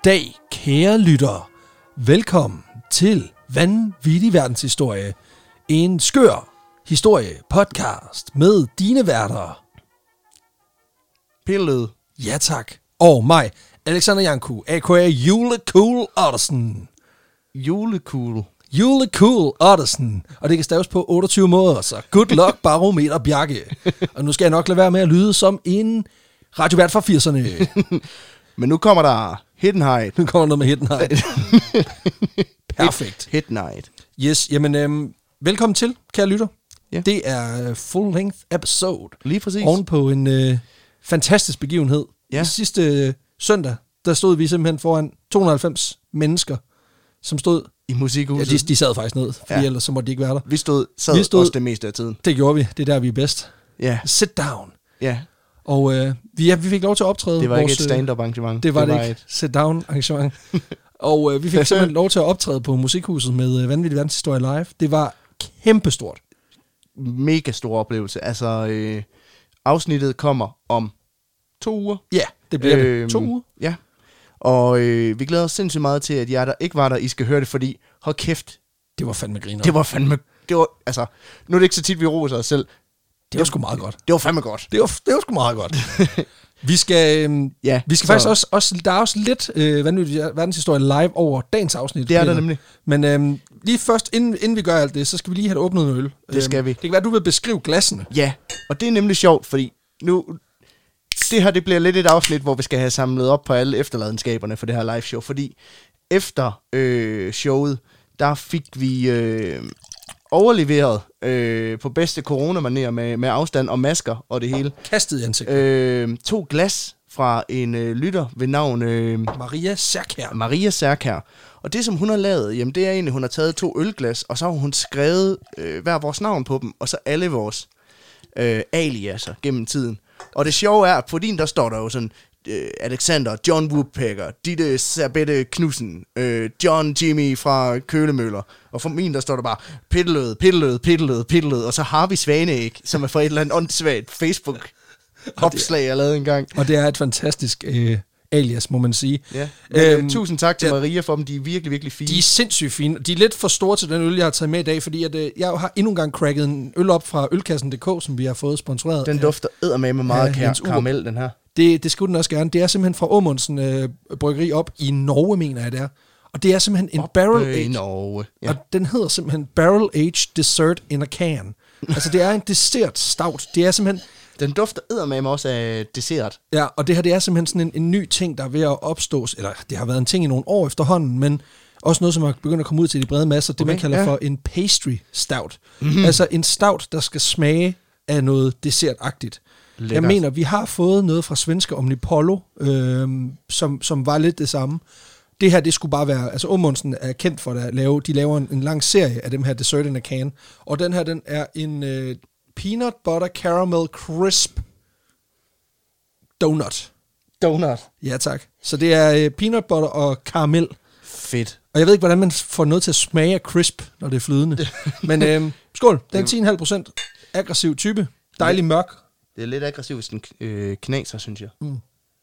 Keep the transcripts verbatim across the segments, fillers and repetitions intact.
Goddag, kære lyttere. Velkommen til Vanvittig Verdenshistorie. En skør historie podcast med dine værter. Pilled. Ja tak. Og mig, Alexander Janku, a k a. Julecool Ottesen. Julecool. Julecool Ottesen. Og det kan staves på otteogtyve måder, så good luck, barometer Bjarke. Og nu skal jeg nok lade være med at lyde som en radiovært fra firserne. Men nu kommer der Hidden Height. Nu kommer noget med Hidden Height. Perfekt. Hidden Height. Yes, jamen øhm, velkommen til, kære lytter. Ja. Det er full length episode. Lige præcis. Oven på en øh, fantastisk begivenhed. Ja. Sidste øh, søndag, der stod vi simpelthen foran to hundrede og halvfems mennesker, som stod... I musikhuset. Ja, de, de sad faktisk ned, for Ja. ellers så måtte de ikke være der. Vi stod, sad Vi stod- også det meste af tiden. Det gjorde vi. Det er der, vi er bedst. Ja. Sit down. Ja. Og øh, vi, ja, vi fik lov til at optræde. Det var ikke vores, et stand-up arrangement. Det var det, var ikke. et... Sit down arrangement. Og øh, vi fik simpelthen lov til at optræde på musikhuset med øh, Vanvittig Verdenshistorie live. Det var kæmpestort. mega stor oplevelse. Altså, øh, afsnittet kommer om to uger. Ja, det bliver det. Øhm, To uger. Ja. Og øh, vi glæder os sindssygt meget til, at jer, der ikke var der, I skal høre det, fordi, hold kæft, Det var fandme griner. det var fandme, det var, altså, nu er det ikke så tit, vi roser os selv. Det var sgu meget godt. Det var fandme godt. Det var, det var sgu meget godt. Vi skal, øhm, Ja, vi skal så- faktisk også, også, der er også lidt øh, Vanvittig Verdenshistorie live over dagens afsnit. Det er der Peter. nemlig. Men øhm, lige først, inden, inden vi gør alt det, så skal vi lige have det åbnet noget øl. Det skal Øhm, vi. Det kan være, at du vil beskrive glassene. Ja, og det er nemlig sjovt, fordi nu, det her det bliver lidt et afsnit, hvor vi skal have samlet op på alle efterladenskaberne for det her live show, fordi efter øh, showet, der fik vi øh, overleveret øh, på bedste coronamanér med, med afstand og masker og det hele, Kastet i ansigtet. øh, to glas fra en øh, lytter ved navn øh, Maria Særkær. Maria Særkær. Og det, som hun har lavet, jamen, det er egentlig, hun har taget to ølglas, og så har hun skrevet øh, hver vores navn på dem, og så alle vores øh, aliaser gennem tiden. Og det sjove er, at på din, der står der jo sådan, øh, Alexander, John Woodpecker, Ditte Sabette Knudsen, øh, John Jimmy fra Kølemøller. Og for min, der står der bare, Pittelød, Pittelød, Pittelød, Pittelød, og så har vi Svaneæg, som er fra et eller andet åndssvagt Facebook-opslag, jeg lavede engang. Og det er et fantastisk øh, alias, må man sige. Ja. Men, øh, Øhm, tusind tak til ja. Maria for dem, de er virkelig, virkelig fine. De er sindssygt fine. De er lidt for store til den øl, jeg har taget med i dag, fordi at, øh, jeg har endnu en gang cracket en øl op fra ølkassen punktum d k, som vi har fået sponsoreret. Den af- dufter eddermame meget Ja, kar- Jens Urup. karamel, den her. Det, det skulle den også gerne. Det er simpelthen fra Åmundsen øh, Bryggeri op i Norge, mener jeg det er. Og det er simpelthen en barrel Øh, i aged. Norge. Ja. Ja. Og den hedder simpelthen Barrel Aged Dessert in a Can. Altså det er en dessert stout. Det er simpelthen... Den dufter eddermame også af dessert. Ja, og det her det er simpelthen sådan en, en ny ting, der er ved at opstå. Eller det har været en ting i nogle år efterhånden, men også noget, som er begyndt at komme ud til de brede masser. Det Okay, man kalder ja. for en pastry stout. Mm-hmm. Altså en stout, der skal smage af noget dessertagtigt. Lækkert. Jeg mener, vi har fået noget fra svenske Omnipollo, øh, som, som var lidt det samme. Det her, det skulle bare være... Altså, Åmundsen er kendt for at lave... De laver en, en lang serie af dem her Dessert in a Can. Og den her, den er en øh, peanut butter caramel crisp donut. Donut. Ja, tak. Så det er øh, peanut butter og karamel. Fedt. Og jeg ved ikke, hvordan man får noget til at smage af crisp, når det er flydende. Men øh, skål. Den er ti komma fem procent aggressiv type. Dejlig mørk. Det er lidt aggressivt, hvis den øh, knaser, synes jeg. Mm.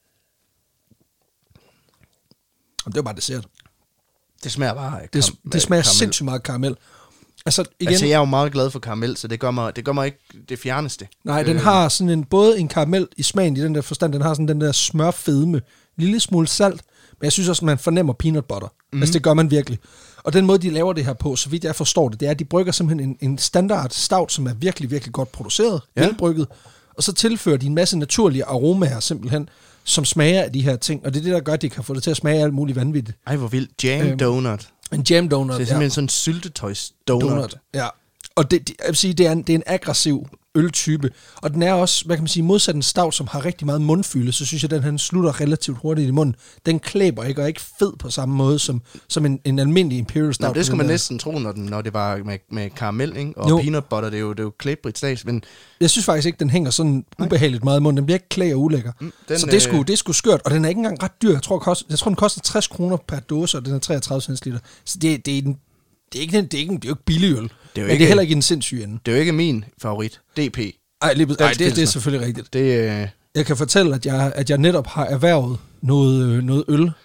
Og det var bare dessert. Det smager bare af Det, kam- det smager karamel. sindssygt meget karamel. Altså, igen, Altså, jeg er jo meget glad for karamel, så det gør mig, det gør mig ikke det fjerneste. nej, den Øh, har sådan en, både en karamel i smagen i den der forstand, den har sådan den der smørfedme, en lille smule salt, men jeg synes også, man fornemmer peanut butter. Mm. Altså, det gør man virkelig. Og den måde, de laver det her på, så vidt jeg forstår det, det er, at de brygger simpelthen en, en standard stout, som er virkelig, virkelig godt produceret, Ja. velbrygget, og så tilfører de en masse naturlige aromaer simpelthen, som smager af de her ting, og det er det, der gør, at de kan få det til at smage af alt muligt vanvittigt. Ej, hvor vildt. Jam Øhm, donut. En jam donut, Det er ja. simpelthen sådan en syltetøjs donut. Donut. Ja. Og det, det, jeg vil sige, det er en, det er en aggressiv øltype. Og den er også, hvad kan man sige, modsat en stout, som har rigtig meget mundfylde, så synes jeg, at den slutter relativt hurtigt i munden. Den klæber ikke, og er ikke fed på samme måde som, som en, en almindelig Imperial Stout. Nå, det skulle Den man der- næsten tro, når, den, når det var med, med karamel, ikke? Og Jo. peanut butter, det er jo, det er jo klæbrigt stads, men Jeg synes faktisk ikke, den hænger sådan ubehageligt meget i munden. Den bliver ikke klæ og ulækker. Mm, Mm, den, så det er, sgu, øh, det er sgu skørt, og den er ikke engang ret dyr. Jeg tror, kost, jeg tror den koster tres kroner per dåse, og den er treogtredive centiliter. Så det, det, er, en, det, er ikke, en- det, er ikke, en- det er jo ikke billig øl. Det er jo men ikke- det er heller ikke en sindssyg ende. det er jo ikke min favorit. D P. Ej, lige, ej Dansk det, det er pilsner. selvfølgelig rigtigt. Det, øh, Jeg kan fortælle, at jeg, at jeg netop har erhvervet noget, øh, noget øl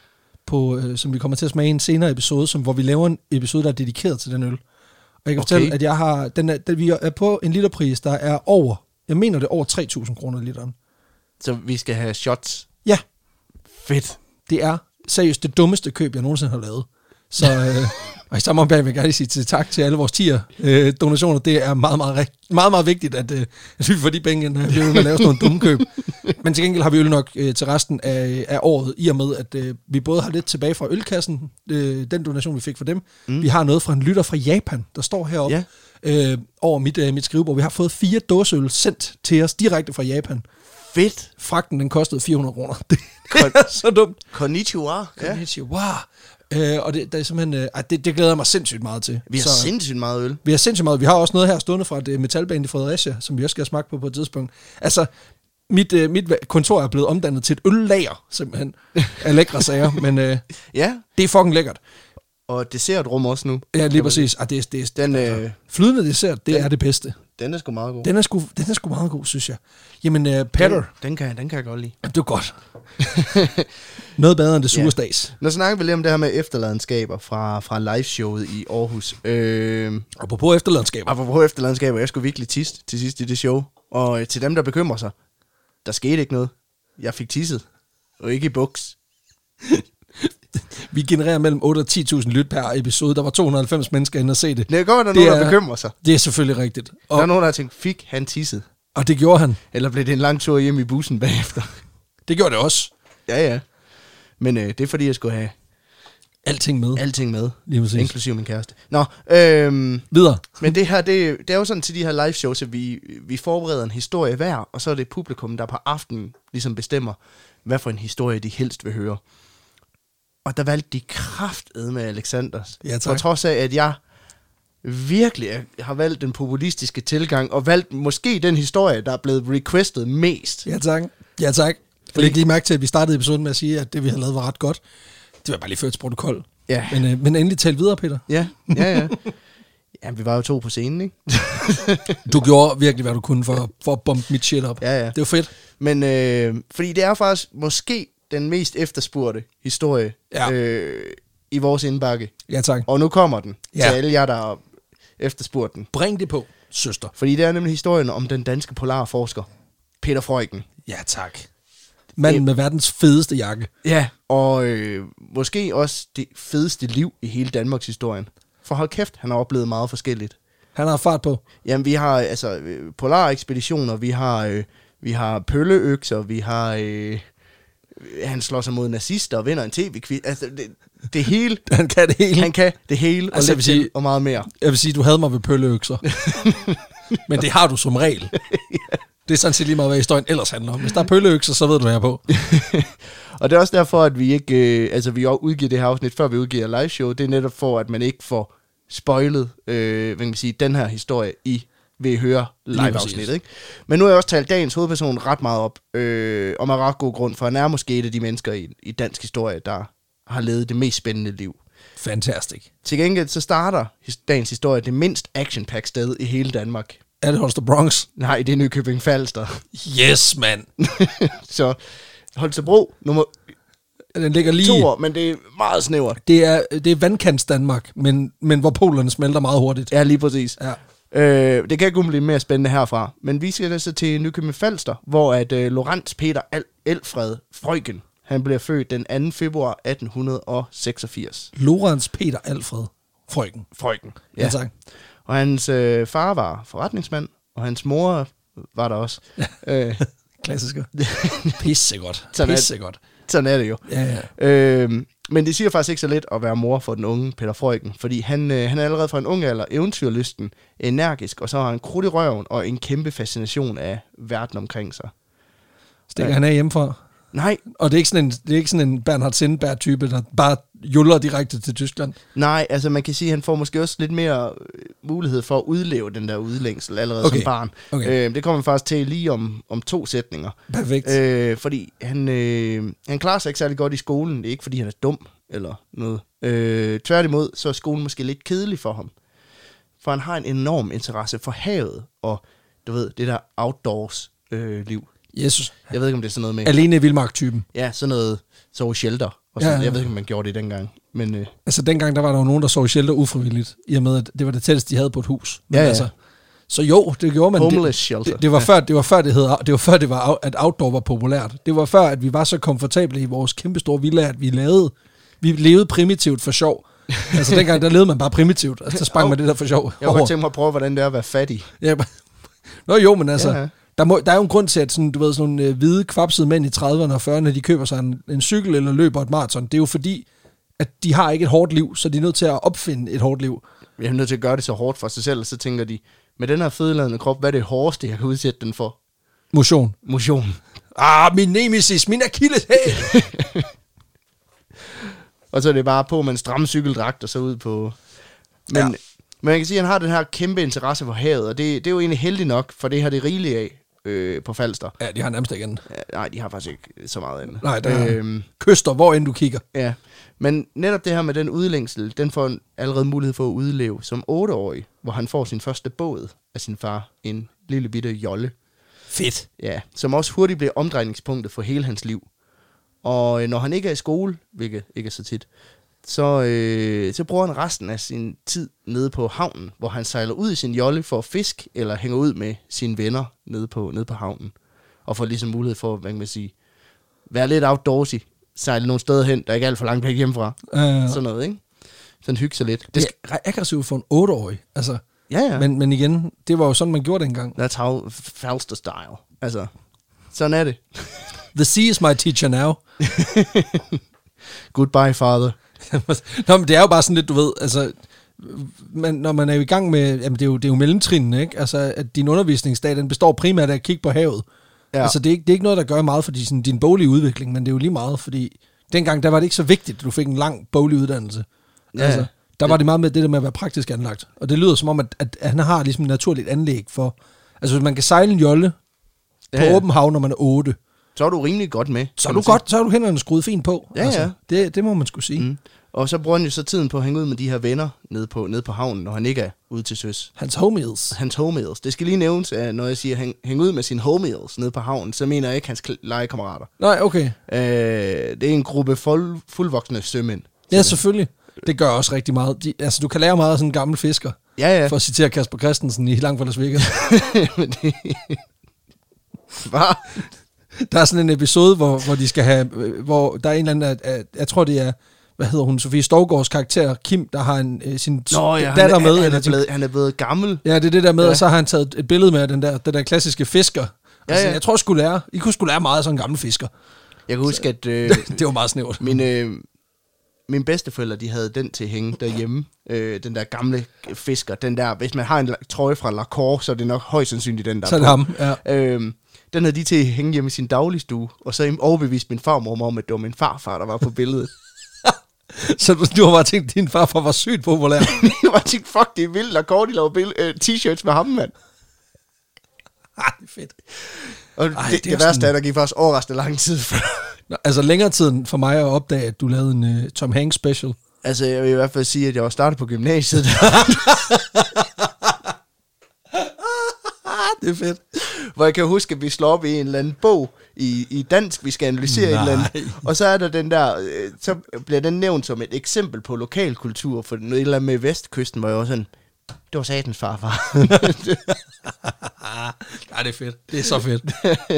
på øh, som vi kommer til at smage i en senere episode, som, hvor vi laver en episode, der er dedikeret til den øl. Og jeg kan okay. fortælle, at jeg har, den er, den, vi er på en literpris, der er over, jeg mener det er over tre tusind kroner literen. Så vi skal have shots? Ja. Fedt. Det er seriøst det dummeste køb, jeg nogensinde har lavet. Så, øh, og i samme ombæring vil jeg gerne sige til tak til alle vores tier øh, donationer. Det er meget, meget, meget, meget vigtigt, at, øh, at vi får de penge ind, at vi vil lave sådan nogle dumme køb. Men til gengæld har vi øl nok øh, til resten af, af året, i og med, at øh, vi både har lidt tilbage fra ølkassen, øh, den donation, vi fik fra dem. Mm. Vi har noget fra en lytter fra Japan, der står heroppe yeah. øh, over mit, øh, mit skrivebord. Vi har fået fire dåseøl sendt til os direkte fra Japan. Fedt. Fragten, den kostede fire hundrede kroner. Det er så dumt. Konnichiwa. Konnichiwa. Øh, og det, det er simpelthen, øh, det, det glæder jeg mig sindssygt meget til. Vi har så, sindssygt meget øl. Vi har sindssygt meget. Vi har også noget her stående fra et metalband i Fredericia, som vi også skal smage på på et tidspunkt. Altså, mit, øh, mit kontor er blevet omdannet til et øllager, simpelthen, af lækre sager. Men øh, ja. Det er fucking lækkert. Og dessertrum også nu. Ja, lige præcis. Ah, det, det, den, øh, flydende dessert, det den, er det bedste. Den er sgu meget god. Den er sgu, den er sgu meget god, synes jeg. Jamen, uh, Petter. Den, den, kan, den kan jeg godt lide. Jamen, det er godt. Noget bedre end det sure ja. Stads. Nu snakker vi lidt om det her med efterladenskaber fra, fra liveshowet i Aarhus. Øh, apropos efterladenskaber. Apropos efterladenskaber. Jeg skulle virkelig tisse til sidst i det show. Og til dem, der bekymrer sig, der skete ikke noget. Jeg fik tisset. Og ikke i buks. Vi genererer mellem otte og ti tusind lyt per episode. Der var to hundrede og halvfems mennesker inde og se det. Det er godt, der er nogen, der bekymrer sig. Det er selvfølgelig rigtigt. Og der er nogen, der har tænkt, fik han tisset? Og det gjorde han. Eller blev det en lang tur hjem i bussen bagefter? Det gjorde det også. Ja, ja. Men øh, det er fordi, jeg skulle have... Alting med. Alting med. Lige præcis. Inklusive min kæreste. Nå, øhm, videre. Men det her, det, det er jo sådan til de her live shows, at vi, vi forbereder en historie hver, og så er det publikum, der på aftenen ligesom bestemmer, hvad for en historie de helst vil høre. Og der valgte de kraftedme med Alexanders. Ja, på trods af, at jeg virkelig har valgt den populistiske tilgang, og valgt måske den historie, der er blevet requestet mest. Ja, tak. Ja, tak. Jeg lægger lige mærke til, at vi startede episoden med at sige, at det, vi havde lavet, var ret godt. Det var bare lige før et protokol. Ja. Men, øh, men endelig talt videre, Peter. Ja, ja, ja. Ja, vi var jo to på scenen, ikke? Du gjorde virkelig, hvad du kunne for, for at bombe mit shit op. Ja, ja. Det var fedt. Men, øh, fordi det er faktisk måske den mest efterspurgte historie ja. øh, i vores indbakke. Ja, tak. Og nu kommer den ja. til alle jer, der har efterspurgt den. Bring det på, søster. Fordi det er nemlig historien om den danske polarforsker, Peter Freuchen. Ja, tak. Manden med verdens fedeste jakke. Ja, og øh, måske også det fedeste liv i hele Danmarks historien. For hold kæft, han har oplevet meget forskelligt. Han har fart på. Jamen, vi har altså polarekspeditioner, vi har, øh, vi har pølleøkser, vi har... Øh, han slår sig mod nazister og vinder en tv-quiz. Altså, det, det hele... Han kan det hele. Han kan det hele, og, altså, lidt sige, til, og meget mere. Jeg vil sige, du havde mig ved pølleøkser. Men det har du som regel. Ja. Det er sådan set lige meget, hvad historien ellers handler om. Hvis der er pølleøkser, så ved du, hvad jeg er på. Og det er også derfor, at vi ikke... Øh, altså, vi udgiver det her afsnit, før vi udgiver live show. Det er netop for, at man ikke får spoilet, øh, hvad kan man sige, den her historie i ved at høre live-afsnittet, ikke? Men nu har jeg også talt dagens hovedperson ret meget op, øh, og med ret god grund, for han er måske et af de mennesker i, i dansk historie, der har levet det mest spændende liv. Fantastisk. Til gengæld så starter dagens historie det mindst action-packed sted i hele Danmark. Er det Holster Bronx? Nej, det er Nykøbing Falster. Yes, mand. Så Holstebro nummer... Den ligger lige... Toer, men det er meget snævert. Det er, det er vandkants Danmark, men, men hvor polerne smelter meget hurtigt. Ja, lige præcis. Ja. Øh, det kan ikke blive mere spændende herfra. Men vi skal altså til Nykøbing Falster, hvor at øh, Lorenz Peter Al- Elfred Freuchen, han bliver født den anden februar atten seksogfirs. Lorenz Peter Alfred Freuchen. Freuchen, ja. Ja, tak. Og hans øh, far var forretningsmand, og hans mor var der også. øh, Klassiker. Pissegodt. Pissegodt. Sådan er det jo. Ja, ja. Øh, men det siger faktisk ikke så let at være mor for den unge Peter Freuchen, fordi han, øh, han er allerede fra en ung alder eventyrlysten, energisk, og så har han krudt i røven og en kæmpe fascination af verden omkring sig. Stikker ja. han af hjemmefra? Nej. Og det er ikke sådan en, det er ikke sådan en Bernhard Sindberg-type, der bare juller direkte til Tyskland? Nej, altså man kan sige, at han får måske også lidt mere mulighed for at udleve den der udlængsel allerede okay. som barn. Okay. Øh, det kommer man faktisk til lige om, om to sætninger. Perfekt. Øh, fordi han, øh, han klarer sig ikke særlig godt i skolen. Det er ikke, fordi han er dum eller noget. Øh, tværtimod, så er skolen måske lidt kedelig for ham. For han har en enorm interesse for havet og, du ved, det der outdoors øh, liv. Jesus. Jeg ved ikke, om det er sådan noget med... Alene i vildmark-typen. Ja, sådan noget, så shelter Og sådan, Ja, ja. Jeg ved ikke, om man gjorde det dengang. Men, øh, Altså dengang, der var der jo nogen, der sov i shelter ufrivilligt, i og med, at det var det tætteste, de havde på et hus. Men Ja, ja. altså, så jo, det gjorde man. Homeless det, shelter. Det, det, var Ja. før, det var før, det hed, det var før, det var, at outdoor var populært. Det var før, at vi var så komfortable i vores kæmpestore villa, at vi lavede, vi levede primitivt for sjov. Altså dengang, der levede man bare primitivt. Altså der sprang man det der for sjov. Jeg har godt tænkt mig at prøve, hvordan det er at være fattig. Ja, nå jo, men altså, Ja, ja. der, må, der er jo en grund til, at sådan, du ved, sådan nogle øh, hvide, kvapsede mænd i trediverne og fyrrerne, de køber sig en, en cykel eller løber et maraton. Det er jo fordi, at de har ikke et hårdt liv, så de er nødt til at opfinde et hårdt liv. Jeg er nødt til at gøre det så hårdt for sig selv, og så tænker de, med den her fødeladende krop, hvad er det hårdeste, jeg kan udsætte den for? Motion. Motion. Ah, min nemesis, min akilleshæl. Og så er det bare på med en stram cykeldragt, og så ud på... Men, ja. men man kan sige, at han har den her kæmpe interesse for havet, og det, det er jo egentlig heldigt nok, for det har det rigeligt af øh, på Falster. Ja, de har nærmest ikke andet. Ja, nej, de har faktisk ikke så meget andet. Nej, der er øhm, kyster, hvor end du kigger. Ja, men netop det her med den udlængsel, den får han allerede mulighed for at udleve som otteårig, hvor han får sin første båd af sin far, en lille bitte jolle. Fedt. Ja, som også hurtigt bliver omdrejningspunktet for hele hans liv. Og øh, når han ikke er i skole, hvilket ikke er så tit, så, øh, så bruger han resten af sin tid nede på havnen, hvor han sejler ud i sin jolle for at fiske, eller hænger ud med sine venner nede på, nede på havnen. Og får ligesom mulighed for, hvad kan man sige, være lidt outdoorsy, sejle nogle steder hen, der ikke er alt for langt væk hjemmefra. Uh, Sådan noget, ikke? Sådan hygge sig lidt. det er ret aggressivt for en otteårig. Altså, Ja, ja. men, men igen, det var jo sådan, man gjorde dengang. That's how Falster style. Altså, sådan er det. The sea is my teacher now. Goodbye, father. Nå, men det er jo bare sådan lidt, du ved, altså, man, når man er i gang med, jamen det er jo, det er jo mellemtrinene, ikke? Altså, at din undervisningsdag, den består primært af at kigge på havet. Ja. Altså, det er, ikke, det er ikke noget, der gør meget for din, sådan, din boglige udvikling, men det er jo lige meget, fordi dengang, der var det ikke så vigtigt, at du fik en lang boglig uddannelse. Ja. Altså, der var det meget med det der med at være praktisk anlagt. Og det lyder som om, at, at han har ligesom et naturligt anlæg for, altså hvis man kan sejle en jolle Ja, på ja. åben hav, når man er otte, Så er du rimelig godt med. så er kan du man sige. godt, så er du hænderne skruet fint på. Ja, altså, ja. Det, det må man skulle sige. Mm. Og så bruger han jo så tiden på at hænge ud med de her venner nede på, nede på havnen, når han ikke er ude til søs. Hans homies. Hans homies. Det skal lige nævnes, at når jeg siger hæng, hæng ud med sine homies nede på havnen, så mener jeg ikke hans kl- legekammerater. Nej, okay. Øh, det er en gruppe fuld, fuldvoksne sømænd. Ja, selvfølgelig. Det gør også rigtig meget. De, altså, du kan lære meget af sådan en gammel fisker. Ja, ja. For at citere Kasper Christensen i Langt fra Las Vegas. Men det... Hvad? Der er sådan en episode, hvor, hvor de skal have, hvor der er en eller anden, at, jeg tror det er, hvad hedder hun, Sofie Stovgaards karakter, Kim, der har en, øh, sin Nå, ja, datter han, med. han, han, eller er ting. blevet, han er blevet gammel. Ja, det er det der med, Ja. og så har han taget et billede med den der, den der klassiske fisker. Ja, Altså, ja. jeg tror, jeg skulle lære, I kunne skulle lære meget af sådan en gammel fisker. Jeg kan huske, at øh, Det var meget snævert. min, øh, mine bedsteforældre, de havde den til at hænge derhjemme. Øh, den der gamle fisker. Den der, hvis man har en la- trøje fra Lacour, så er det nok højst sandsynligt den der. Så er det på. ham, ja. Øhm, den havde de til at hænge hjemme i sin dagligstue, og så overbeviste min farmor om, at det var min farfar, der var på billedet. Så du, du har bare tænkt, at din farfar var sygt populær. Jeg var tænkt, fuck, det er vildt, Lacour, de laver bill- øh, t-shirts med ham, mand. Ej, det er fedt. Og Ej, Ej, det det, er det værste sådan- er, der gik faktisk overraskende lang tid før. Nå, altså længere tid for mig at opdage, at du lavede en uh, Tom Hanks special. Altså, jeg vil i hvert fald sige, at jeg var startet på gymnasiet. Det er fedt. Hvor jeg kan huske, at vi slår op i en eller anden bog i, i dansk, vi skal analysere Nej. et eller andet. Og så er der den der, øh, så bliver den nævnt som et eksempel på lokalkultur, for noget et eller andet med Vestkysten, hvor jeg var sådan, det var satans farfar. Nej, det er fedt. Det er så fedt.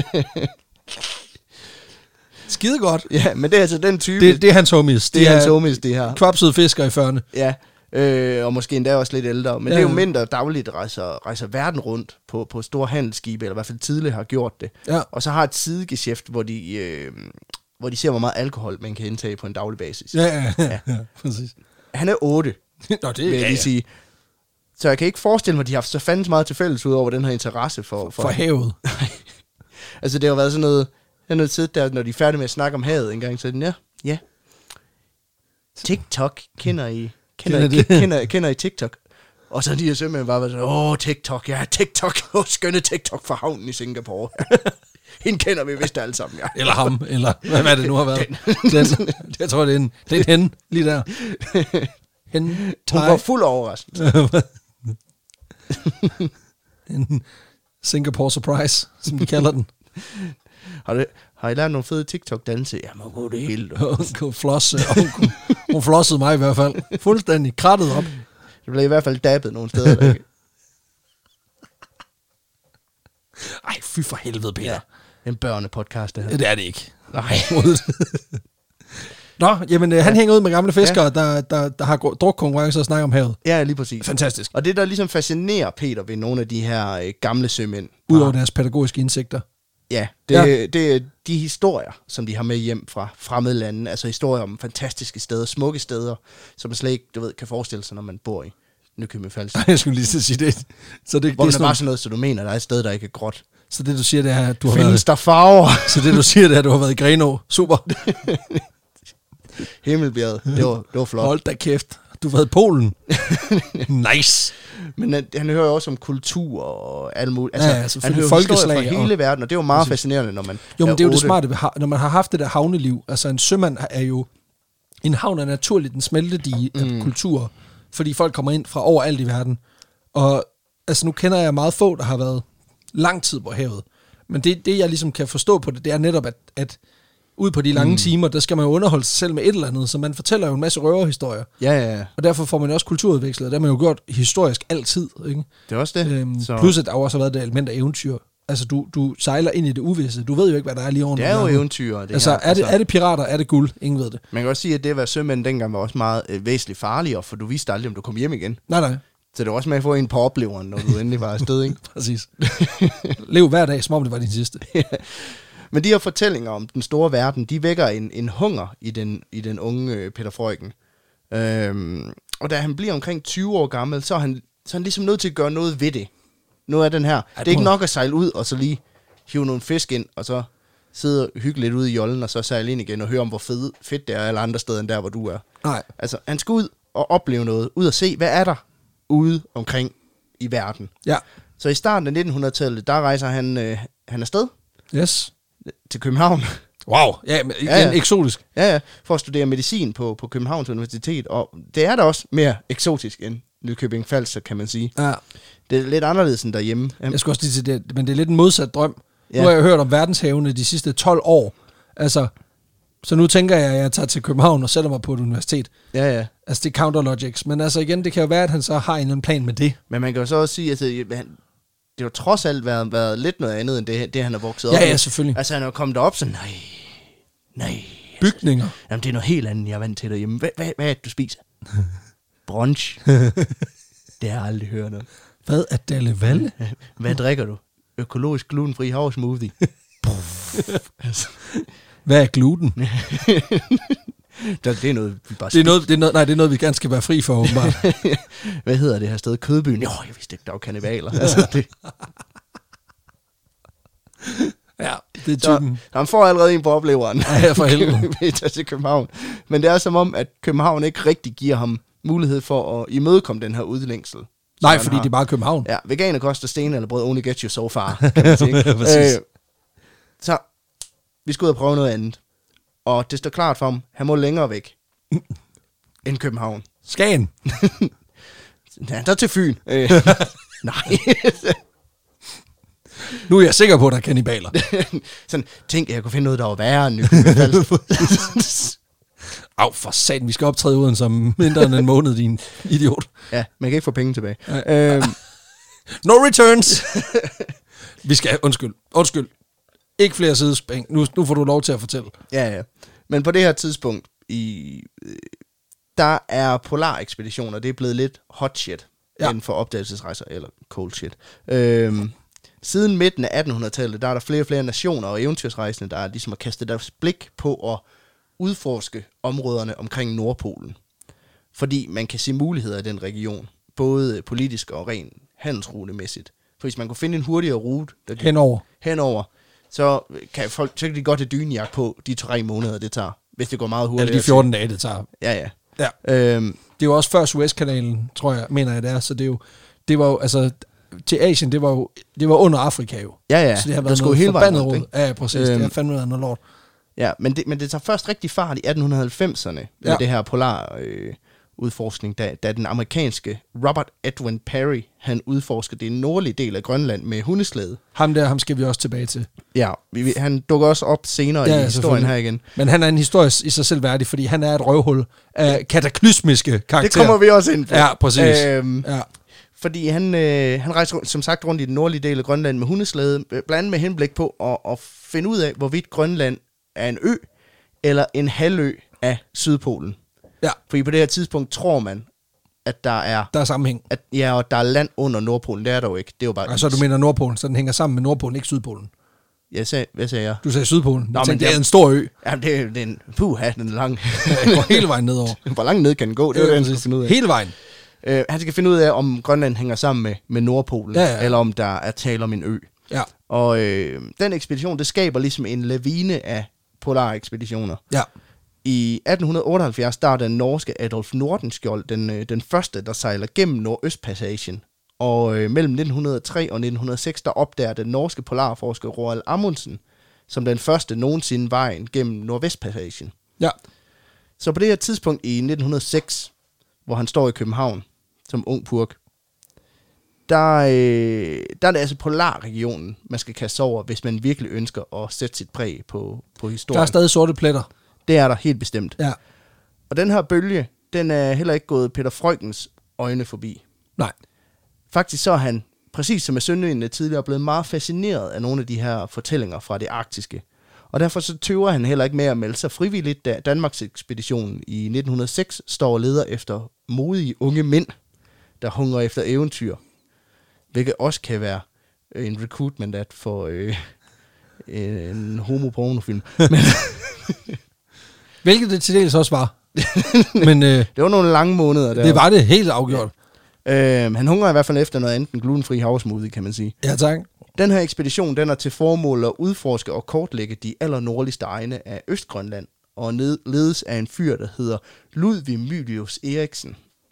Skide godt. Ja, men det er altså den type. Det, det er hans homies. det er hans homies, det her. Kvapsede fisker i fyrrerne. Ja, øh, og måske endda også lidt ældre. Men Ja, ja, det er jo ja. mænd, der dagligt rejser, rejser verden rundt på, på store handelsskibe, eller i hvert fald tidligere har gjort det. Ja. Og så har et sidegeschæft, hvor de, øh, hvor de ser, hvor meget alkohol man kan indtage på en daglig basis. Ja, ja, ja. ja præcis. Han er otte, Nå, det vil jeg ja, lige ja. sige. Så jeg kan ikke forestille mig, at de har haft så fandens meget til fælles ud over den her interesse for... For havet. Altså, det har været sådan noget... Jeg har noget tid der, når de er færdige med at snakke om havet en gang, så er den, ja, ja. TikTok, kender I... Kender, Kender I, det? kender, kender I TikTok? Og så er de her simpelthen bare været sådan, åh, TikTok, ja, TikTok, åh, skønne TikTok fra havnen i Singapore. Hende kender vi vist alle sammen, ja. Eller ham, eller hvad, hvad det nu har været. Den. Den, jeg tror, det er en, det er en hen, lige der. Hen, Hun thai. var fuld overrasket. En Singapore surprise, som de kalder den. Har du, Har I lært nogle fede TikTok-danse? Ja, man kunne det hele. Hun kunne flosse. Hun, kunne, hun flossede mig i hvert fald. Fuldstændig krattet op. Det blev i hvert fald dabbet nogle steder. Der. Ej, fy for helvede, Peter. Ja, en børnepodcast, det her. Ja, det er det ikke. Nej. Nå, jamen han ja. hænger ud med gamle fiskere, ja. der, der, der har drukkonkurrencer og snakker om havet. Ja, lige præcis. Fantastisk. Og det, der ligesom fascinerer Peter ved nogle af de her øh, gamle sømænd. Udover deres pædagogiske indsigter. Ja, det, ja, det er de historier, som de har med hjem fra fremmede lande. Altså historier om fantastiske steder, smukke steder, som man slet ikke, du ved, kan forestille sig, når man bor i Nykøbing Falster. Jeg skulle lige sige det. Så det, Hvor det er det er bare noget, sådan noget, så du mener, der er et sted, der ikke er gråt. Så det, du siger, det er, at du har Findes været... der farver? Så det, du siger, det er, at du har været i Grenaa. Super. Himmelbjerget, det var, det var flot. Hold da kæft. Du har været i Polen. Nice. Men han, han hører også om kultur og alt muligt. Altså, Ja, ja, han selvfølgelig. hører historier Folkeslag fra hele og- verden, og det er jo meget Præcis. fascinerende, når man Jo, men det er jo det otte. smarte, ved ha- når man har haft det der havneliv. Altså en sømand er jo... En havn er naturligt en smeltedige af Mm. kultur, fordi folk kommer ind fra overalt i verden. Og altså nu kender jeg meget få, der har været lang tid på havet. Men det, det jeg ligesom kan forstå på det, det er netop, at, at ud på de lange mm. timer, der skal man jo underholde sig selv med et eller andet, så man fortæller jo en masse røverhistorier. Ja, ja, ja. Og derfor får man jo også kulturudvekslet, og det har man jo gjort historisk altid, ikke? Det er også det. Øhm, Så plus at der også har været det element af eventyr. Altså du, du sejler ind i det uvisse. Du ved jo ikke, hvad der er lige over. det er jo eventyr. Det Altså her. er det, er det pirater, er det guld? Ingen ved det. Man kan også sige, at det at være sømænd dengang var også meget øh, væsentligt farligere, for du vidste aldrig, om du kom hjem igen. Nej, nej. Så det var også med at få en på opleveren, når du endelig var afsted, ikke? Præcis. Lev hver dag, som om det var din sidste. Men de her fortællinger om den store verden, de vækker en, en hunger i den, i den unge øh, Peter Freuchen. Øhm, og da han bliver omkring tyve år gammel, så er, han, så er han ligesom nødt til at gøre noget ved det. Noget af den her. Ja, det er ikke nok at sejle ud, og så lige hive nogle fisk ind, og så sidde og hygge lidt ude i jollen, og så sejle ind igen og høre om, hvor fed, fedt det er, eller andre steder end der, hvor du er. Nej. Altså, han skal ud og opleve noget. Ud og se, hvad er der ude omkring i verden. Ja. Så i starten af nittenhundredetallet, der rejser han, øh, han afsted Yes. til København. Wow. Ja, men igen, Ja, ja. eksotisk. Ja, ja, for at studere medicin på, på Københavns Universitet, og det er da også mere eksotisk end Nykøbing Falster, kan man sige. Ja. Det er lidt anderledes end derhjemme. Jeg skulle også lige til det, men det er lidt en modsat drøm. Ja. Nu har jeg hørt om verdenshavene de sidste tolv år. Altså, så nu tænker jeg, at jeg tager til København og sætter mig på et universitet. Ja, ja. Altså, det er counterlogics. Men altså igen, det kan jo være, at han så har en eller anden plan med det. Men man kan jo så også sige, at altså, han, det har jo trods alt været, været lidt noget andet, end det, det han har vokset op Ja, med. ja, selvfølgelig. Altså, han er jo kommet derop sådan, nej, nej. Bygninger. Jamen, det er noget helt andet, jeg er vant til derhjemme. Hvad, hvad, hvad er det, du spiser? Brunch. Det har jeg aldrig hørt noget. Hvad er Dalle Valle? Hvad drikker du? Økologisk glutenfri havsmoothie. Altså, Hvad er gluten? det er noget, vi bare Det er noget, det er noget, nej, det er noget, vi gerne skal være fri for, åbenbart. Hvad hedder det her sted? Kødbyen? Jo, jeg vidste ikke, der var kannibaler. Altså, det. Ja, det er typen. Så han får allerede en på opleveren. Ja, for helvede. Vi tager til København. Men det er som om, at København ikke rigtig giver ham mulighed for at imødekomme den her udlængsel. Nej, fordi det er bare København. Ja, veganer koster sten eller brød, only get you so far, kan man sige. Præcis. øh, så, vi skal ud og prøve noget andet. Og det står klart for ham, han må længere væk end København. Skagen. Ja, der er til Fyn. Øh, nej. Nu er jeg sikker på, at der er kannibaler. Sådan, tænk, jeg kunne finde noget, der var værre end Nykøbing Falster. Au, for satan, vi skal optræde uden som mindre end en måned, din idiot. Ja, man kan ikke få penge tilbage. Nej. Øhm, No returns. Vi skal, undskyld, undskyld. Ikke flere sidespring. Nu, nu får du lov til at fortælle. ja, ja. Men på det her tidspunkt, i, øh, der er polarekspeditioner, det er blevet lidt hot shit Ja. inden for opdagelsesrejser, eller cold shit. Øhm, siden midten af attenhundredetallet, der er der flere og flere nationer og eventyrsrejsende, der er ligesom har kastet deres blik på at udforske områderne omkring Nordpolen. Fordi man kan se muligheder i den region, både politisk og rent handelsrutemæssigt. For hvis man kunne finde en hurtigere rute der Henover. henover, så kan folk så kan de godt have dynejagt på de tre måneder, det tager, hvis det går meget hurtigt. Eller de fjorten dage, det tager. Ja, ja. Ja. Øhm, Det er jo også før Suezkanalen, tror jeg, mener jeg det er. Så det er jo, det var jo, altså, til Asien, det var jo, det var under Afrika jo. ja, ja. Så det har Der været skulle noget hele vejen forbandet rundt, råd. ikke? Ja, ja, præcis. Øhm, det Øhm, har fandme været noget lort. Ja, men det, men det tager først rigtig fart i atten halvfemserne med Ja. det her polar øh, udforskning, da, da den amerikanske Robert Edwin Perry, han udforskede den nordlige del af Grønland med hundeslæde. Ham der, ham skal vi også tilbage til. Ja, vi, han dukker også op senere ja, i historien her igen. Men han er en historie i sig selv værdig, fordi han er et røvhul af kataklysmiske karakterer. Det kommer vi også ind på. Ja, præcis. Øhm, ja. Fordi han, øh, han rejser som sagt rundt i den nordlige del af Grønland med hundeslæde, blandt andet med henblik på at, at finde ud af, hvorvidt Grønland er en ø eller en halvø af Sydpolen. Ja. Fordi på det her tidspunkt tror man, at der er... Der er sammenhæng. At, ja, og der er land under Nordpolen. Det er der jo ikke. Det er jo bare... Altså, du mener Nordpolen, så den hænger sammen med Nordpolen, ikke Sydpolen? Jeg sagde, hvad sagde jeg? Du sagde Sydpolen. Nå, tænkte, men det er en stor ø. Ja, det er, det er en... Puha, den er lang. Den går hele vejen nedover. Hvor langt ned kan den gå? Det er jo det, han skal finde ud af. Hele vejen. Uh, han skal finde ud af, om Grønland hænger sammen med, med Nordpolen, ja, ja. eller om der er tale om en ø. Ja. Og øh, den ekspedition, det skaber ligesom en lavine af polarekspeditioner. Ja. I atten otteoghalvfjerds, der er den norske Adolf Nordenskjold den, øh, den første, der sejler gennem Nordøstpassagen. Og øh, mellem nitten hundrede og tre og nitten hundrede og seks, der opdager den norske polarforsker Roald Amundsen som den første nogensinde vejen gennem Nordvestpassagen. Ja. Så på det her tidspunkt i nitten hundrede og seks, hvor han står i København som ung purk, der, øh, der er det altså polarregionen, man skal kaste over, hvis man virkelig ønsker at sætte sit præg på, på historien. Der er stadig sorte pletter. Det er der helt bestemt. Ja. Og den her bølge, den er heller ikke gået Peter Freuchens øjne forbi. Nej. Faktisk så er han, præcis som med sønderjyderne tidligere, blevet meget fascineret af nogle af de her fortællinger fra det arktiske. Og derfor så tøver han heller ikke med at melde sig frivilligt, da Danmarks ekspeditionen i nitten hundrede og seks står og leder efter modige unge mænd, der hungrer efter eventyr. Hvilket også kan være en recruitment ad for øh, en homopornofilm. Men hvilket det til dels også var. Men, øh, det var nogle lange måneder der. Det var det helt afgjort. Øh, han hungrer i hvert fald efter noget andet end glutenfri havsmoothie, kan man sige. Ja, tak. Den her ekspedition, den er til formål at udforske og kortlægge de allernordligste egne af Østgrønland, og ledes af en fyr, der hedder Ludvig Mylius Eriksen.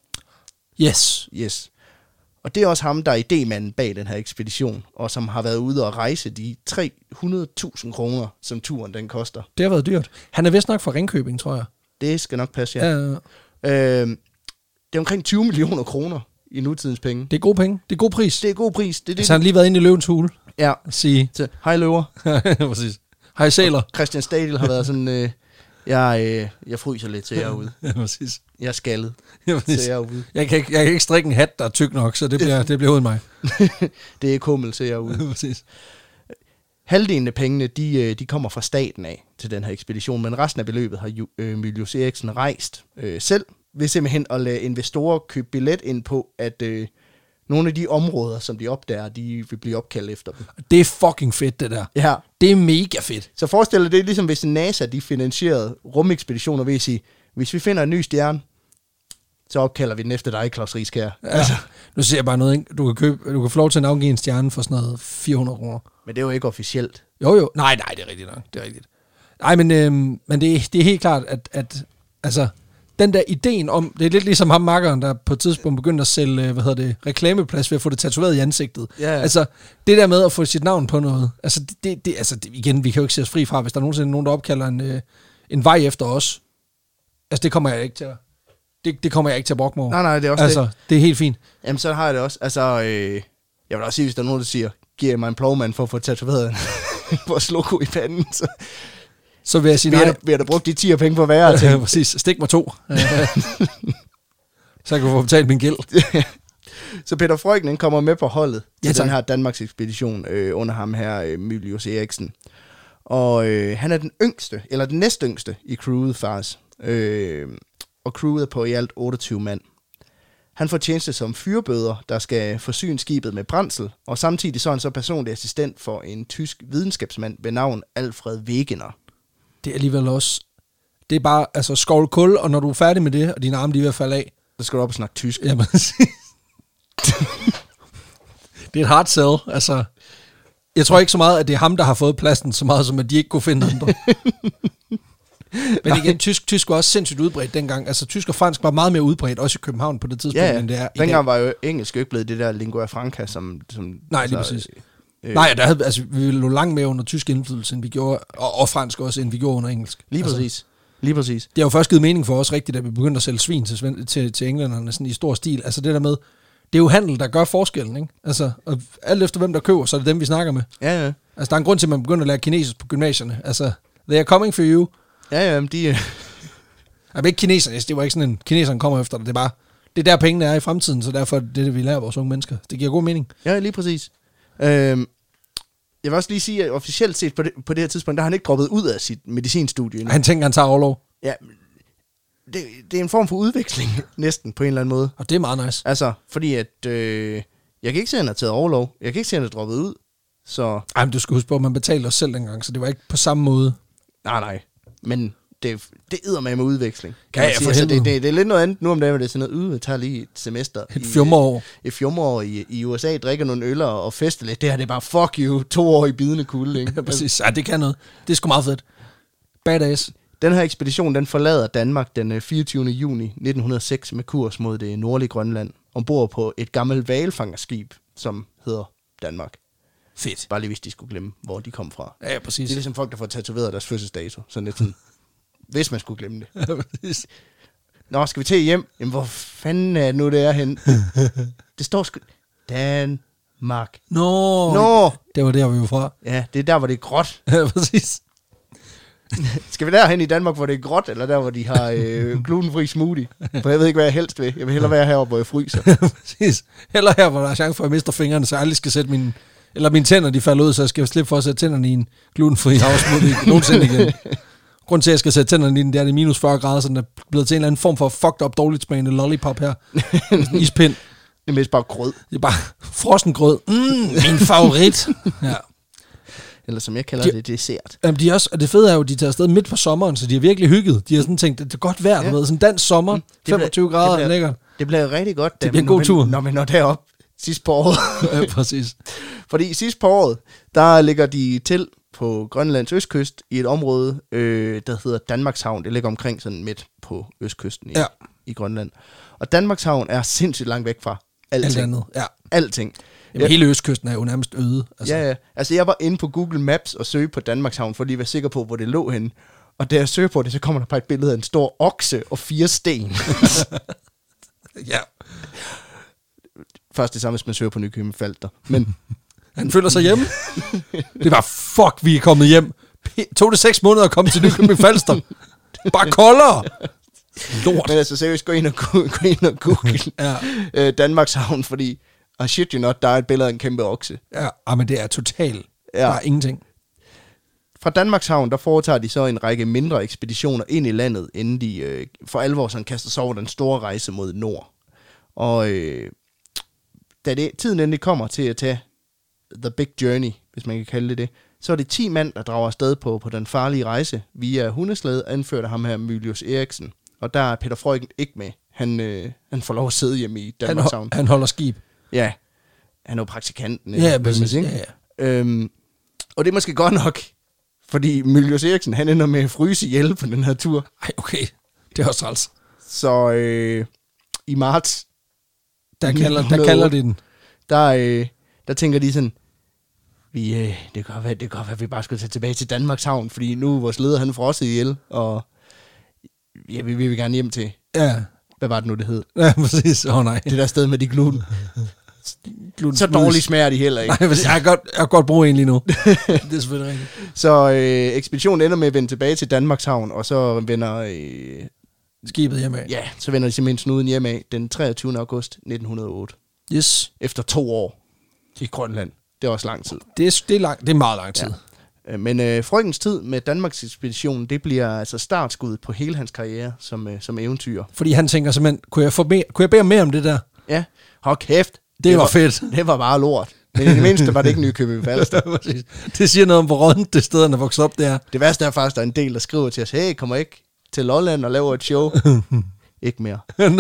Yes. Yes. Og det er også ham, der er idémanden bag den her ekspedition, og som har været ude og rejse de tre hundrede tusind kroner, som turen den koster. Det har været dyrt. Han er vist nok fra Ringkøbing, tror jeg. Det skal nok passe, ja. ja, ja. Øh, det er omkring tyve millioner kroner i nutidens penge. Det er gode penge. Det er god pris. Det er god pris. Det er det. Altså, han har lige været inde i Løvens Hule. Ja. Sige. Så, hej løver. Præcis. Hej sæler. Og Christian Stadil har været sådan, øh, jeg, øh, jeg fryser lidt til herude. Ja, præcis. Jeg er skaldet ja, til herude. Jeg kan, ikke, jeg kan ikke strikke en hat, der er tyk nok, så det bliver, det bliver uden mig. Det er kummel til herude. Præcis. Halvdelen af pengene, de, de kommer fra staten af til den her ekspedition, men resten af beløbet har øh, Mylius Eriksen rejst øh, selv, ved simpelthen at lade investorer købe billet ind på, at øh, nogle af de områder, som de opdager, de vil blive opkaldt efter dem. Det er fucking fedt, det der. Ja. Det er mega fedt. Så forestil dig det, ligesom hvis NASA de finansierede rumekspeditioner ved at sige, hvis vi finder en ny stjerne, så opkalder vi den efter dig, Claus Rieskær. Ja. Altså. Nu ser jeg bare noget, ikke? Du kan, købe, du kan få lov til at navngive en stjerne for sådan noget fire hundrede kroner. Men det er jo ikke officielt. Jo, jo. Nej, nej, det er rigtigt nok. Det er rigtigt. Nej, men, øhm, men det, er, det er helt klart, at, at altså, den der ideen om, det er lidt ligesom ham makkeren, der på et tidspunkt begyndte at sælge, hvad hedder det, reklameplads ved at få det tatoveret i ansigtet. Ja, ja. Altså, det der med at få sit navn på noget, altså, det, det, det, altså det, igen, vi kan jo ikke se os fri fra, hvis der er nogensinde nogen, der opkalder en, øh, en vej efter os. Altså, det kommer jeg ikke til at, det, det kommer jeg ikke til at brokke mig over. Nej, nej, det er også altså, det. det er helt fint. Jamen, så har jeg det også. Altså, øh, jeg vil også sige, hvis der er nogen, der siger, giver mig en plovmand for at få tatoveret vores logo i panden, så... Så vil jeg sige, vi nej. har, vi har da brugt de ti penge på hver ting. Præcis. Stik mig to. Så kan du få betalt min gæld. Så Peter Freuchen kommer med på holdet ja, til den her Danmarks ekspedition øh, under ham her, øh, Mylius Eriksen. Og øh, han er den yngste, eller den næstyngste i crewet faktisk. Øh, og crewet er på i alt otteogtyve mand. Han får tjeneste som fyrbøder, der skal forsyne skibet med brændsel, og samtidig så er han så personlig assistent for en tysk videnskabsmand ved navn Alfred Wegener. Det er alligevel også... Det er bare, altså, skovl kul, og når du er færdig med det, og dine arme lige er ved at falde af... Så skal du op og snakke tysk. Ja, præcis. Det er et hard sell, altså... Jeg tror ikke så meget, at det er ham, der har fået pladsen, så meget som at de ikke kunne finde andre. Men igen, tysk, tysk var også sindssygt udbredt dengang. Altså, tysk og fransk var meget mere udbredt, også i København på det tidspunkt, ja, ja. end det er i dengang dag. var jo engelsk jo ikke blevet det der lingua franca, som... som Nej, lige præcis. Øh, Nej, der havde, altså, vi lå langt mere under tysk indflydelse, end vi gjorde, og, og fransk også, end vi gjorde under engelsk. Lige altså. præcis. Lige præcis. Det har jo først givet mening for os rigtigt, at vi begyndte at sælge svin til, sven- til, til englænderne sådan i stor stil. Altså det der med, det er jo handel, der gør forskellen, ikke? Altså, og alt efter hvem der køber, så er det dem, vi snakker med. Ja, ja. Altså, der er en grund til, at man begynder at lære kinesisk på gymnasierne. Altså, they are coming for you. Ja, ja, men de... Altså, ikke kineserne, det var ikke sådan en, kineserne kommer efter dig, det er bare, det er der pengene er i fremtiden, så derfor er det det, vi lærer vores unge mennesker. Det giver god mening. Ja, lige præcis. Øhm, jeg vil også lige sige, at officielt set på det, på det her tidspunkt, der har han ikke droppet ud af sit medicinstudie endnu. Han tænker, han tager overlov. Ja, det, det er en form for udveksling, næsten, på en eller anden måde. Og det er meget nice. Altså, fordi at, øh, jeg kan ikke se, at han har taget overlov. Jeg kan ikke se, at han er droppet ud, så... Ej, men du skal huske på, at man betalte os selv dengang, så det var ikke på samme måde. Nej, nej. Men det, det æder med med udveksling. Kan ja, ja, for altså, det, det, det er lidt noget andet nu om dagen, hvor det er sådan noget, uh, jeg tager lige et semester. Et fjummerår. I, et fjummerår i, i U S A, drikker nogle øller og fester lidt. Det her, det er bare fuck you, to år i bidende kulde, ikke? Ja, præcis. Ja, det kan noget. Det er sgu meget fedt. Badass. Den her ekspedition, den forlader Danmark den fireogtyvende juni nitten hundrede og seks med kurs mod det nordlige Grønland, ombord på et gammelt hvalfangerskib, som hedder Danmark. Fedt. Bare lige hvis de skulle glemme, hvor de kom fra. Ja, ja, præcis. Det er ligesom folk, der får tatoveret deres fødselsdato. Sådan lidt sådan, hvis man skulle glemme det. Ja, præcis. Nå, skal vi til hjem? Jamen, hvor fanden er det nu, det er hen? Det står sgu... Danmark. Nå, Nå! Det var der, vi var fra. Ja, det er der, hvor det er gråt. Ja, præcis. Skal vi derhen i Danmark, hvor det er gråt, eller der, hvor de har øh, glutenfri smoothie? For jeg ved ikke, hvad jeg helst vil. Jeg vil hellere være heroppe, hvor jeg fryser. Præcis. Heller her, hvor der er chance for, at jeg mister fingrene, så jeg aldrig skal sætte mine... Eller mine tænder, de falder ud, så jeg skal slippe for at sætte tænderne i en glutenfri havsmoothie nogensinde igen. Grunden til, at jeg skal sætte tænderne i den, det er, det er minus fyrre grader, så den er blevet til en eller anden form for fucked up, dårligt smagende lollipop her. Sådan en ispind. Det er mest bare grød. Det er bare frossen grød. Mm, min favorit. Ja. Eller som jeg kalder de, det, dessert. Jamen, de er også, og det fede er jo, at de tager afsted midt på sommeren, så de har virkelig hygget. De har sådan tænkt, det er godt vejr, ja. Du ved, sådan dansk sommer, mm, femogtyve bliver, grader, det lækkert. Det bliver rigtig godt, det bliver en god når, tur. Når man når derop sidst på året. Ja, præcis. Fordi sidst på året, der ligger de til på Grønlands østkyst i et område, øh, der hedder Danmarkshavn. Det ligger omkring sådan midt på østkysten i, ja. i Grønland. Og Danmarkshavn er sindssygt langt væk fra alting. Alt andet, ja. Alting. Jamen, jeg, hele østkysten er jo nærmest øde. Altså. Ja, ja. Altså, jeg var inde på Google Maps og søgte på Danmarkshavn, for lige at være sikker på, hvor det lå henne. Og da jeg søger på det, så kommer der bare et billede af en stor okse og fire sten. Ja. Først det samme, hvis man søger på Nykøbing Falster. Men han føler sig hjemme. Det var fuck, vi er kommet hjem. P- tog det seks måneder at komme til Nykøbing Falster. Bare koldere. Lort. Men altså seriøst, gå ind og, gå ind og google ja. øh, Danmarkshavn, fordi I shit you not, der er et billede af en kæmpe okse. Ja, men det er totalt. Ja. Der er ingenting. Fra Danmarkshavn, der foretager de så en række mindre ekspeditioner ind i landet, inden de øh, for alvor sådan kaster sig over den store rejse mod nord. Og øh, da det, tiden endelig kommer til at tage The Big Journey, hvis man kan kalde det det, så er det ti mand, der drager afsted på, på den farlige rejse via hundeslæde, anført af ham her, Mylius Eriksen. Og der er Peter Freuchen ikke med. Han, øh, han får lov at sidde hjemme i Danmarkshavn. Han, han holder skib. Ja, han er jo praktikanten. Ja, præcis. Ja, ja. Øhm, og det er måske godt nok, fordi Mylius Eriksen, han ender med at fryse ihjel på den her tur. Ej, okay. Det er også træls. Så øh, i marts... Der kalder, der kalder de den. Der, øh, der tænker de sådan, vi, øh, det kan godt være, det kan godt være, at vi bare skulle tage tilbage til Danmarkshavn, fordi nu er vores leder, han er frosset ihjel, og ja, vi, vi vil gerne hjem til... Ja. Hvad var det nu, det hed? Ja, præcis. Åh oh, nej. Det der sted med de gluten. gluten så dårligt smager de heller ikke. Nej, jeg kan godt, jeg kan godt bruge en lige nu. Det er selvfølgelig rigtigt. Så øh, ekspeditionen ender med at vende tilbage til Danmarkshavn, og så vender... Øh, skibet hjemme. Ja, så vender de simpelthen snuden hjemme af den treogtyvende august nitten hundrede og otte. Yes. Efter to år i Grønland. Det er også lang tid. Det er, det er, lang, det er meget lang tid. Ja. Men øh, Freuchens tid med Danmarks ekspedition, det bliver altså startskuddet på hele hans karriere som, øh, som eventyr. Fordi han tænker simpelthen, kunne jeg, få mere, kunne jeg bede mere om det der? Ja, hold kæft. Det, det var, var fedt. Det var bare lort. Men i det mindste var det ikke Nykøbing Falster. Det siger noget om, hvor rådent det sted, han er vokset op, det er. Det værste er faktisk, der er en del, der skriver til os, hey, kommer ikke til Lolland og laver et show. Ikke mere.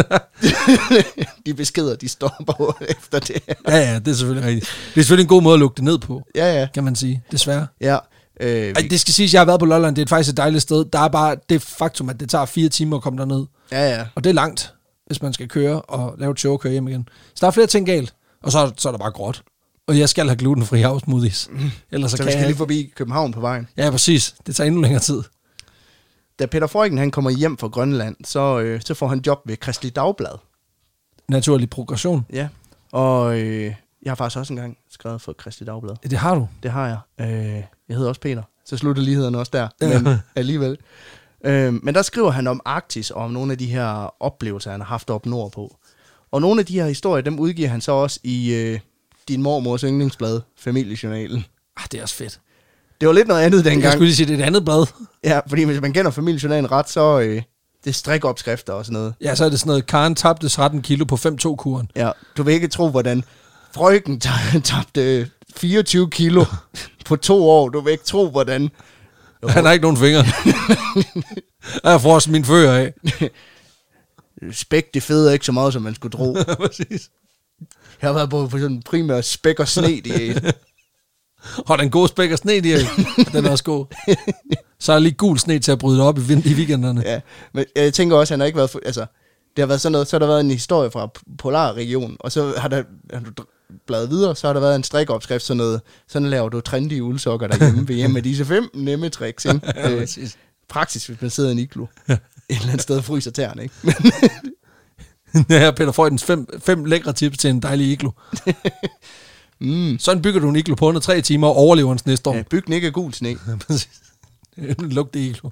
De beskeder, de stopper efter det. Ja, ja, det er selvfølgelig rigtigt. Det er selvfølgelig en god måde at lukke det ned på, ja, ja. Kan man sige, desværre. Ja. Øh, Ej, det skal siges, jeg har været på Lolland, det er faktisk et dejligt sted. Der er bare det faktum, at det tager fire timer at komme derned. Ja, ja. Og det er langt, hvis man skal køre og lave et show og køre hjem igen. Så der er flere ting galt, og så, så er der bare gråt. Og jeg skal have glutenfri havsmoothies. Mm. Ellers så, så kan vi skal jeg... lige forbi København på vejen. Ja, præcis. Det tager endnu længere tid. da Peter Freuchen han kommer hjem fra Grønland, så, øh, så får han job ved Kristeligt Dagblad. Naturlig progression. Ja, og øh, jeg har faktisk også engang skrevet for Kristeligt Dagblad. Det har du. Det har jeg. Øh, jeg hedder også Peter, så slutter ligheden også der, Ja. men alligevel. Øh, men der skriver han om Arktis, og om nogle af de her oplevelser, han har haft op nordpå. Og nogle af de her historier, dem udgiver han så også i øh, din mormors yndlingsblad, Familiejournalen. Ah, det er også fedt. Det var lidt noget andet dengang. Jeg skulle lige sige, det er et andet blad. Ja, fordi hvis man kender Familiejournalen ret, så øh, det er strikopskrifter og sådan noget. Ja, så er det sådan noget, Karen tabte tretten kilo på fem to-kuren. Ja, du vil ikke tro, hvordan Freuchen tabte fireogtyve kilo på to år. Du vil ikke tro, hvordan... Jo. Han har ikke nogen fingre. Jeg har frosset mine fødder af. Spæk, det feder ikke så meget, som man skulle tro. Præcis. Jeg har været på sådan primært spæk og sne i. Og den gode spæk og sne, de er, den er også god. Så er der lige gul sne til at bryde op i, vind- i weekenderne. Ja, men jeg tænker også, at han har ikke været... For, altså, det har været sådan noget, så har der været en historie fra Polarregionen, og så har der har du bladet videre, så har der været en strikopskrift, sådan noget, sådan laver du trendy uldsokker derhjemme ved hjemme med disse fem nemme tricks, ikke? Ja, øh, præcis. praksis, hvis man sidder i en iglo. Et eller andet sted fryser tæerne, ikke? Det her Peter Freuchens fem, fem lækre tips til en dejlig iglo. mm. Sådan bygger du en iglo på under tre timer og overlever en snestorm. Ja, byggen ikke af gul sne. Ja, præcis. Luk det iglo.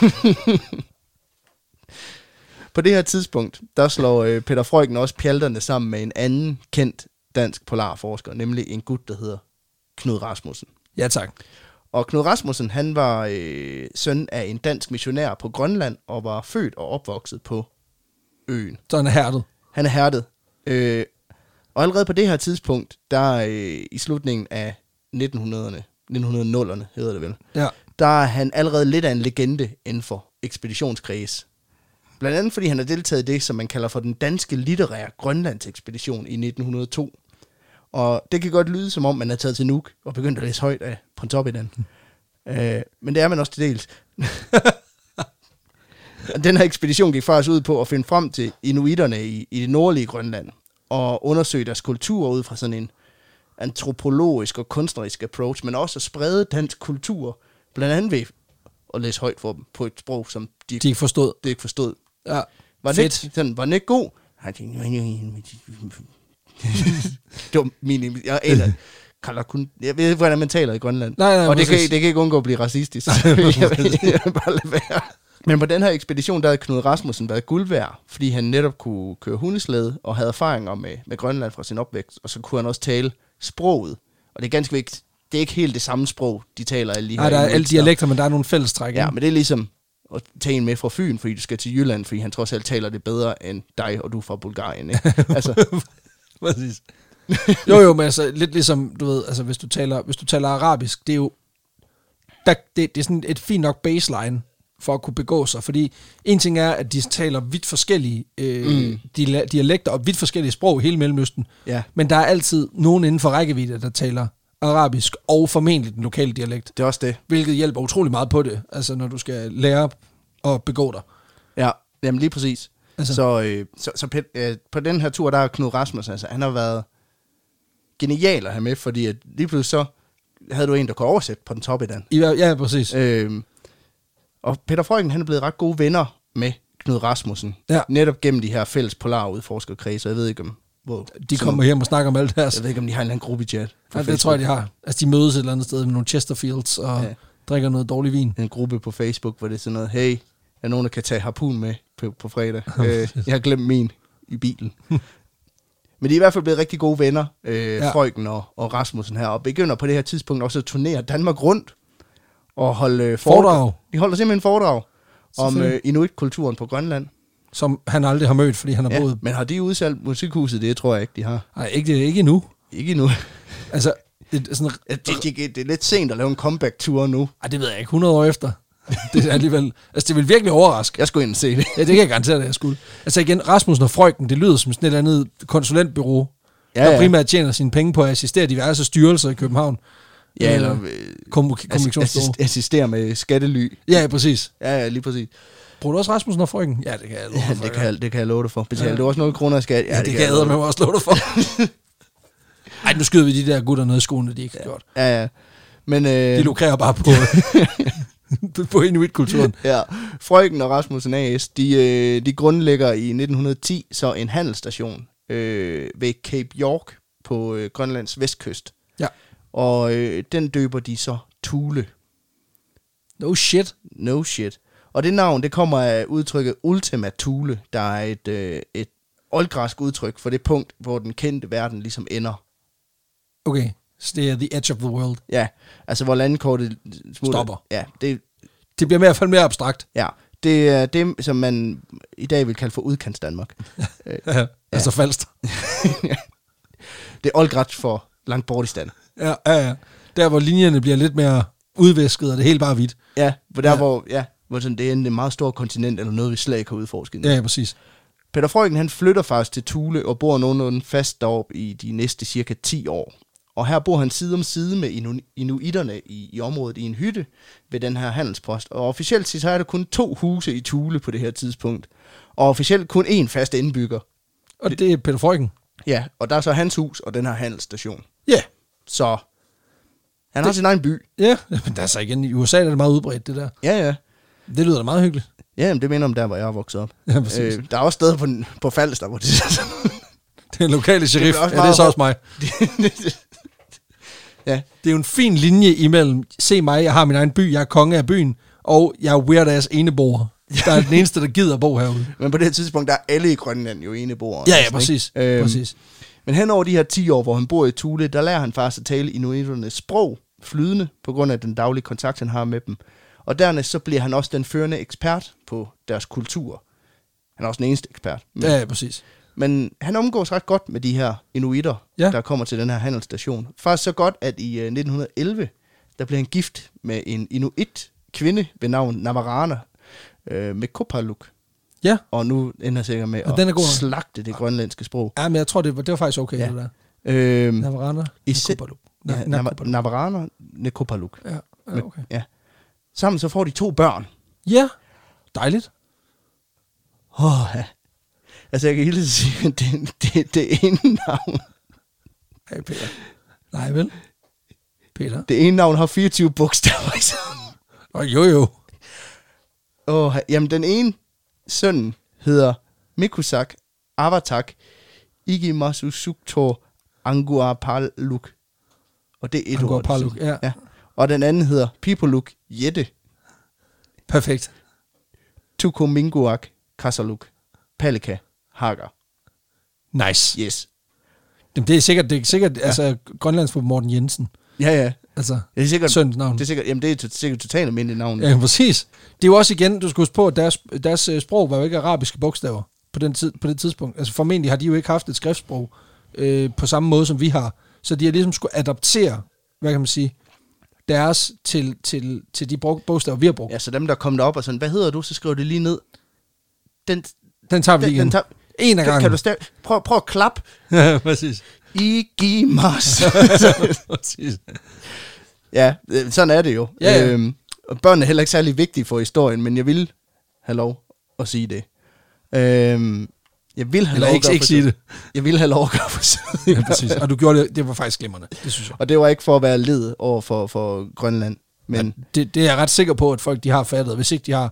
På det her tidspunkt, der slår øh, Peter Freuchen også pjalterne sammen med en anden kendt dansk polarforsker, nemlig en gut, der hedder Knud Rasmussen. Ja, tak. Og Knud Rasmussen, han var øh, søn af en dansk missionær på Grønland, og var født og opvokset på øen. Så han er hærdet. Han er hærdet. Øh, og allerede på det her tidspunkt, der øh, i slutningen af nitten hundrederne, nitten nullerne hedder det vel, Ja. der er han allerede lidt af en legende inden for ekspeditionskreds. Blandt andet fordi han har deltaget i det, som man kalder for den danske litterære Grønlandsekspedition i nitten hundrede og to. Og det kan godt lyde, som om man er taget til Nuuk og begyndt at læse højt af Pontoppidan. Mm. Øh, men det er man også til dels. Den her ekspedition gik faktisk ud på at finde frem til inuiterne i, i det nordlige Grønland, og undersøge deres kultur ud fra sådan en antropologisk og kunstnerisk approach, men også at sprede dansk kultur, blandt andet ved at læse højt for dem på et sprog, som de, De ikke forstod. de ikke forstod. Ja, var fedt. Den ikke, sådan, var den ikke god? Det var min... Jeg aner, kalder kun, jeg ved ikke, hvordan man taler i Grønland. Nej, nej, og det kan, præcis. det kan ikke undgå at blive racistisk. jeg, vil, jeg vil bare lade være. Men på den her ekspedition, der havde Knud Rasmussen været guld værd, fordi han netop kunne køre hundeslæde og havde erfaringer med, med Grønland fra sin opvækst, og så kunne han også tale sproget. Og det er ganske vigtigt, det er ikke helt det samme sprog, de taler alle de her. Nej, der er alle inuitser. dialekter, men der er nogle fællestræk. Ja, ikke? men det er ligesom at tage en med fra Fyn, fordi du skal til Jylland, fordi han trods alt taler det bedre end dig, og du er fra Bulgarien. Ikke? Altså. Præcis. Jo, jo, men altså, lidt ligesom, du ved, altså, hvis du taler, hvis du taler arabisk, det er jo, der, det, det er sådan et fint nok baseline for at kunne begå sig, fordi en ting er, at de taler vidt forskellige øh, Mm. dia- dialekter og vidt forskellige sprog i hele Mellemøsten, Ja. men der er altid nogen inden for rækkevidde, der taler arabisk og formentlig den lokale dialekt, Det er også det. hvilket hjælper utrolig meget på det, altså når du skal lære at begå dig. Ja, jamen lige præcis. Altså. Altså. Så, øh, så, så på, øh, på den her tur, der er Knud Rasmussen, altså, han har været genial at have med, fordi at lige pludselig så havde du en, der kunne oversætte på den top i den. I, hver- ja, præcis. Øh, og Peter Freuchen, han er blevet ret gode venner med Knud Rasmussen. Ja. Netop gennem de her fælles polarudforskerkredse. Jeg ved ikke om... Hvor, De kommer hjem og snakker om alt deres. Jeg ved ikke, om de har en eller anden gruppechat. Ja, det tror jeg, de har. Altså, de mødes et eller andet sted med nogle Chesterfields og ja. Ja. drikker noget dårlig vin. En gruppe på Facebook, hvor det er sådan noget, hey, er nogen, der kan tage harpun med på, på fredag? øh, jeg har glemt min i bilen. Men de er i hvert fald blevet rigtig gode venner, øh, Ja. ja. Freuchen og, og Rasmussen her, og begynder på det her tidspunkt også at turnere Danmark rundt og holde øh, Foredrag. De holder simpelthen foredrag om Selvfølgelig. øh, inuit-kulturen på Grønland. Som han aldrig har mødt, fordi han har Ja, boet... men har de udsalgt musikhuset? Det tror jeg ikke, de har. Nej, ikke, ikke endnu. Ikke endnu. Altså, det er sådan... Ja, det, det, det er lidt sent at lave en comeback-tur nu. Ej, det ved jeg ikke. hundrede år efter. Det er alligevel... Altså, det vil virkelig overraske. Jeg skulle ind og se det. Ja, det kan jeg garantere, at jeg skulle. Altså igen, Rasmussen og Freuchen, det lyder som sådan et eller andet konsulentbureau, Ja, der ja. primært tjener sine penge på at assistere diverse styrelser i København. Ja, Øh, eller øh, Kommunik- kommunikationsbureau. assist, assistere med skattely. Ja, ja, præcis. Ja, ja, lige præcis. Bruger du også Rasmussen og Freuchen? Ja, det kan jeg love Ja, dig for, det kan, jeg, det kan jeg love dig for. Betaler ja. du også nul kroner af skat? Ja, det, det kan jeg med også love dig for. Ej, nu skyder vi de der gutter noget i skoene, de ikke har gjort. Ja, ja. Men, øh, De lukrerer bare på på inuit-kulturen. Ja, Frøken og Rasmussen A S, de, øh, de grundlægger i nitten ti så en handelsstation øh, ved Cape York på øh, Grønlands vestkyst. Ja. Og øh, den døber de så Thule. No shit. No shit. Og det navn, det kommer af udtrykket Ultima Thule, der er et, øh, et oldgræsk udtryk for det punkt, hvor den kendte verden ligesom ender. Okay, så det er the edge of the world. Ja, altså hvor landkortet smutter. Stopper. Ja, det, Det bliver i hvert fald mere abstrakt. ja, det er det, som man i dag vil kalde for udkants Danmark. Ja, altså falsk. Det er oldgræsk for langt bort i stand. Ja, ja, ja. Der, hvor linjerne bliver lidt mere udvæsket, og det hele bare hvidt. Ja, hvor der Ja. hvor, ja, hvor sådan, det er en meget stor kontinent, eller noget, vi slet ikke har udforsket. Ja, ja, præcis. Peter Freuchen, han flytter faktisk til Thule og bor nogenlunde fast deroppe i de næste cirka ti år. Og her bor han side om side med inu- inuiterne i, i området i en hytte ved den her handelspost. Og officielt så er der kun to huse i Thule på det her tidspunkt. Og officielt kun én fast indbygger. Og det er Peter Freuchen. Ja, og der er så hans hus og den her handelsstation. Ja. Så han har Det- sin egen by. Ja, men der er så igen, i U S A er det meget udbredt, det der. Ja, ja. Det lyder da meget hyggeligt. Ja, men det minder om der, hvor jeg er vokset op. Ja, præcis. Øh, der er også steder på, på Falster, hvor det er sådan. Det er en lokale sheriff. også Ja, det er så meget- også mig. Ja, Det er jo en fin linje imellem, se mig, jeg har min egen by, jeg er konge af byen, og jeg er weird-ass eneboer. Der er den eneste, der gider at bo herude. men på det her tidspunkt, der er alle i Grønland jo eneboere. Ja, ja, næsten, præcis. ikke? Øhm, præcis. Men hen over de her ti år, hvor han bor i Thule, der lærer han faktisk at tale inuiternes sprog flydende, på grund af den daglige kontakt, han har med dem. Og dernæst så bliver han også den førende ekspert på deres kultur. Han er også den eneste ekspert. Men, Ja, ja, præcis. men han omgås ret godt med de her inuiter, Ja. der kommer til den her handelsstation. Faktisk så godt, at i uh, nitten elleve, der blev han gift med en inuit kvinde ved navn Navarana øh, med Kopaluk. Ja. Og nu ender jeg sikkert med Og at den er god nok. slagte det grønlandske sprog. Ja, men jeg tror, det var, det var faktisk okay, Ja. det der. Øhm, Navarana, I se- Nekopaluk. ja, Na- Nav- Nakopaluk. Navarana Nekopaluk. Ja, ja, okay. Ja. Sammen så får de to børn. Ja, dejligt. Oh, ja. Altså, jeg kan hele tiden sige, at det, det, det ene navn, Hey, Peter. Nej, vel? Peter? det ene navn har fireogtyve bogstaver i sammen. Og jo, jo. Oh, jamen, den ene søn hedder Mikusak Avatak Igimasusuktor Anguapaluk. Og det er et ord. Anguapaluk, ja. ja. Og den anden hedder Pipoluk Jette Perfekt. Tukominguak Kasaluk Palika Hager. Nice. Yes. Jamen, det er sikkert, det er sikkert ja. altså, Grønlands på Morten Jensen. Ja, ja. Altså, Det er sikkert, søns navn. det er sikkert, jamen det er to- sikkert totalt almindeligt navn. Ja, præcis. Det er jo også igen, du skal huske på, at deres, deres øh, sprog var jo ikke arabiske bogstaver på, den tid, på det tidspunkt. Altså formentlig har de jo ikke haft et skriftsprog øh, på samme måde, som vi har. Så de har ligesom skulle adaptere, hvad kan man sige, deres til, til, til de brug- bogstaver, vi har brugt. Ja, så dem, der kom derop og sådan, hvad hedder du? Så skriver det lige ned. Den, Den tager vi den, lige igen. den tager, En af kan, gangen. kan du stav, prøv, prøv at klap. Ja, præcis. Igimas. præcis. Ja, øh, sådan er det jo. Ja, ja. Øhm, og børnene er heller ikke særlig vigtige for historien, men jeg vil have lov at sige det. Øhm, jeg vil have Eller lov ikke, at gøre ikke sige det. Jeg vil have lov at gøre for Ja, præcis. Og du gjorde det, det var faktisk glimrende, det synes jeg. Og det var ikke for at være led over for, for Grønland. Men Ja, det, det er jeg ret sikker på, at folk de har fattet. Hvis ikke de har,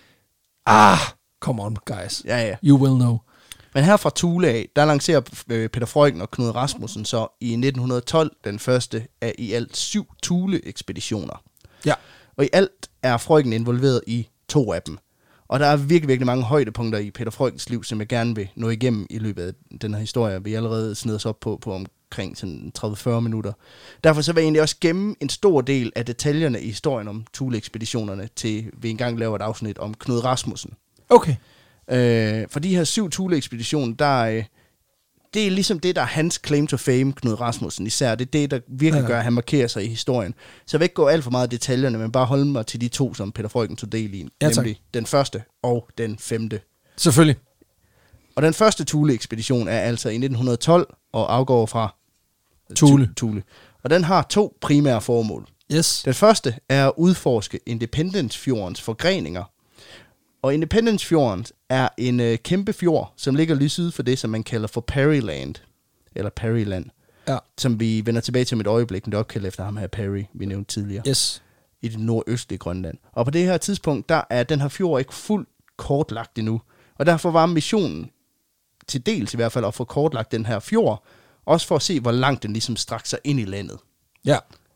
ah, come on guys, ja, ja. you will know. Men her fra Thule af, der lancerer øh, Peter Freuchen og Knud Rasmussen så i nitten tolv den første af i alt syv Thule-ekspeditioner. Ja. Og i alt er Freuchen involveret i to af dem. Og der er virkelig, virkelig mange højdepunkter i Peter Freuchens liv, som jeg gerne vil nå igennem i løbet af den her historie. Vi allerede snedet os op på, på omkring sådan tredive til fyrre minutter. Derfor så vil jeg egentlig også gemme en stor del af detaljerne i historien om Thule-ekspeditionerne, til vi engang laver et afsnit om Knud Rasmussen. Okay. Øh, for de her syv Thule-ekspeditioner, der øh, det er ligesom det, der er hans claim to fame, Knud Rasmussen især. Det er det, der virkelig Ja. gør, at han markerer sig i historien. Så jeg vil ikke gå alt for meget i detaljerne, men bare holde mig til de to, som Peter Freuchen tog del i. Ja, tak. Nemlig den første og den femte. Selvfølgelig. Og den første Thule-ekspedition er altså i nitten tolv og afgår fra Thule. Tu- Thule. Og den har to primære formål. Yes. Den første er at udforske Independence-fjordens forgreninger. Og Independence-fjorden er en øh, kæmpe fjord, som ligger lige syd for det, som man kalder for Perryland. Eller Perryland. Ja. Som vi vender tilbage til om et øjeblik, men det er opkaldt efter ham her, Perry, vi nævnte tidligere. Yes. i det nordøstlige Grønland. Og på det her tidspunkt, der er den her fjord ikke fuldt kortlagt endnu. Og derfor var missionen, til dels i hvert fald, at få kortlagt den her fjord, også for at se, hvor langt den ligesom strakte sig ind i landet. Ja.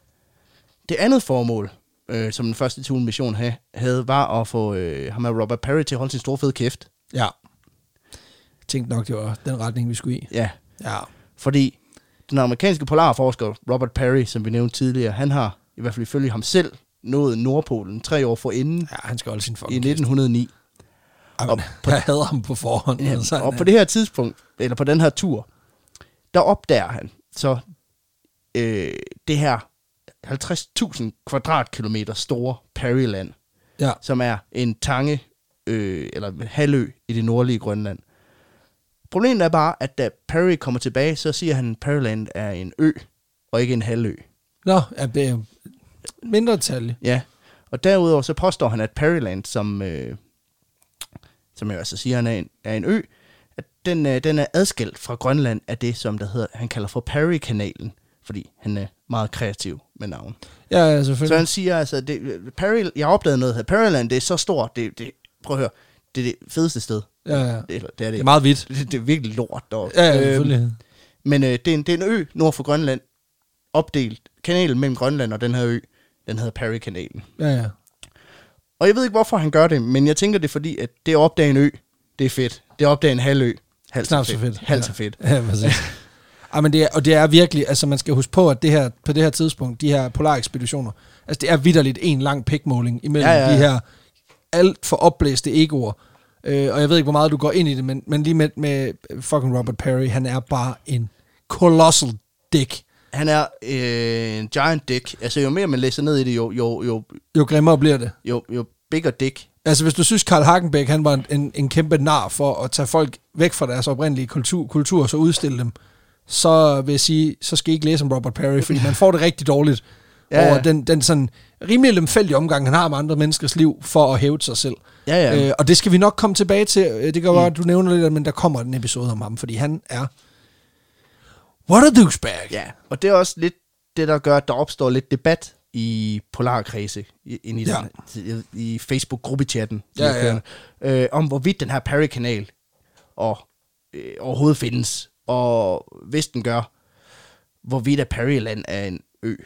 Det andet formål, øh, som den første Thule-mission ha- havde, var at få øh, ham af Robert Perry til at holde sin store fede kæft. Ja. Jeg tænkte nok, det var den retning, vi skulle i. Ja. Ja. Fordi den amerikanske polarforsker Robert Perry, som vi nævnte tidligere, han har, i hvert fald ifølge ham selv, nået Nordpolen tre år forinden. Ja, han skal holde sin I fucking nitten hundrede og ni. Jamen, og på, jeg hader ham på forhånd. Ja, altså, og på det her tidspunkt, eller på den her tur, der opdager han så øh, det her halvtreds tusind kvadratkilometer store Perryland, ja. som er en tange, øh, eller en halvø i det nordlige Grønland. Problemet er bare, at da Perry kommer tilbage, så siger han, at Perryland er en ø, og ikke en halvø. Nå, ja, det er mindre detalje. Ja, og derudover så påstår han, at Perryland, som, øh, som jeg altså siger, han er en, er en ø, at den, øh, den er adskilt fra Grønland af det, som der hedder, han kalder for Perry-kanalen, fordi han er meget kreativ med navn. Ja, ja, selvfølgelig. Så han siger altså, det, Perry, jeg opdagede noget her, Perryland, det er så stort, det, det, prøv at høre, det er det fedeste sted. Ja, ja. Det, det, er, det, det er meget vidt. Det, det er virkelig lort deroppe. Ja, ja, selvfølgelig. Øhm, men øh, det, er en, det er en ø nord for Grønland, opdelt. Kanalen mellem Grønland og den her ø, den hedder Perry-kanalen. Ja, ja. Og jeg ved ikke, hvorfor han gør det, men jeg tænker det er fordi, at det at opdage en ø, det er fedt. Det at opdage en halvø, halvt så fedt. fedt. Halvt så fedt. Ja, ja, præcis. Ej, men det er, og det er virkelig, altså man skal huske på, at det her, på det her tidspunkt, de her polarekspeditioner, altså det er vitterligt en lang pikmåling imellem ja, ja, ja. de her alt for opblæste egoer. Øh, og jeg ved ikke, hvor meget du går ind i det, men, men lige med, med fucking Robert Perry, han er bare en colossal dick. Han er øh, en giant dick. Altså jo mere man læser ned i det, jo jo jo, jo grimmere bliver det. Jo jo bigger dick. Altså hvis du synes Karl Hagenbeck, han var en, en kæmpe nar for at tage folk væk fra deres oprindelige kultur, kultur og så udstille dem, så vil jeg sige, så skal I ikke læse om Robert Perry, fordi man får det rigtig dårligt ja, over ja. den, den sådan rimelig lemfældige omgang, han har med andre menneskers liv for at hæve sig selv. Ja, ja. Øh, og det skal vi nok komme tilbage til. Det kan være, mm. du nævner lidt, men der kommer en episode om ham, fordi han er what a douchebag. Ja, og det er også lidt det, der gør, at der opstår lidt debat i polarkredse, ind i, ja. den, i Facebook-gruppechatten, ja, ja. Øh, om hvorvidt den her Perry-kanal og, øh, overhovedet findes, og hvis den gør, hvorvidt at Perryland er en ø.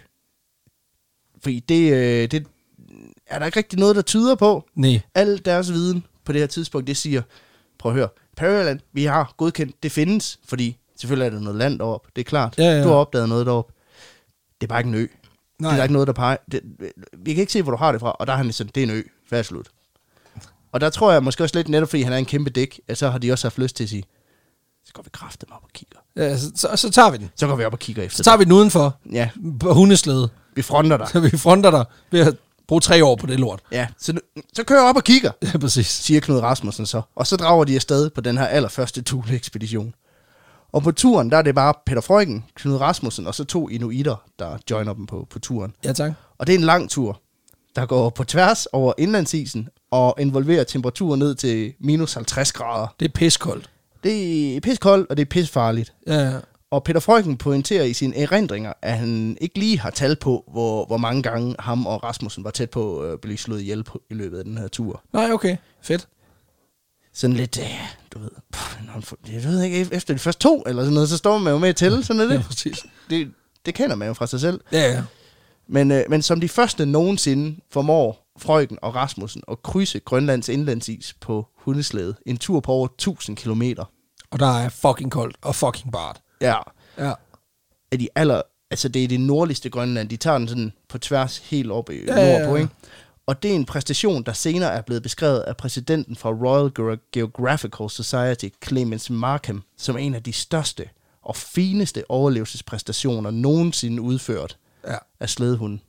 Fordi det, øh, det er der ikke rigtig noget, der tyder på. Nej. Al deres viden på det her tidspunkt, det siger, prøv at høre, Perryland, vi har godkendt, det findes, fordi selvfølgelig er der noget land deroppe, det er klart. Ja, ja. Du har opdaget noget deroppe. Det er bare ikke en ø. Nej. Det er der ikke noget, der peger. Det, vi kan ikke se, hvor du har det fra, og der har han sådan, det er en ø, færdig slut. Og der tror jeg måske også lidt netop, fordi han er en kæmpe dæk, at så har de også haft lyst til at sige, så går vi kraftedeme op og kigger. Ja, så, så, så tager vi den. Så går vi op og kigger efter. Så tager vi den udenfor. Ja. På hundeslæde. Vi fronter dig. Så vi fronter dig ved at bruge tre år på det lort. Ja, så, så kører jeg op og kigger. Ja, præcis. Siger Knud Rasmussen så. Og så drager de afsted på den her allerførste Thule-ekspedition. Og på turen, der er det bare Peter Freuchen, Knud Rasmussen og så to inuitter, der joiner dem på, på turen. Ja, tak. Og det er en lang tur, der går på tværs over indlandsisen og involverer temperaturen ned til minus halvtreds grader. Det er piskoldt. Det er piskoldt, og det er pisfarligt. Ja, ja. Og Peter Freuchen pointerer i sine erindringer, at han ikke lige har tal på, hvor, hvor mange gange ham og Rasmussen var tæt på at blive slået ihjel på, i løbet af den her tur. Nej, okay. Fedt. Sådan lidt, du ved, jeg ved ikke, efter de første to eller sådan noget, så står man jo med til, sådan er det. Ja, præcis. Det, det kender man jo fra sig selv. Ja, ja. Men, øh, men som de første nogensinde formår Freuchen og Rasmussen at krydse Grønlands indlandsis på hundeslæde. En tur på over tusind kilometer. Og der er fucking koldt og fucking bart. Ja. Ja. Er de aller, altså det er det nordligste Grønland. De tager den sådan på tværs helt op i ja, nordpå, ja, ja. Ikke? Og det er en præstation, der senere er blevet beskrevet af præsidenten fra Royal Geographical Society, Clemens Markham, som en af de største og fineste overlevelsespræstationer nogensinde udført ja. af slædehunden.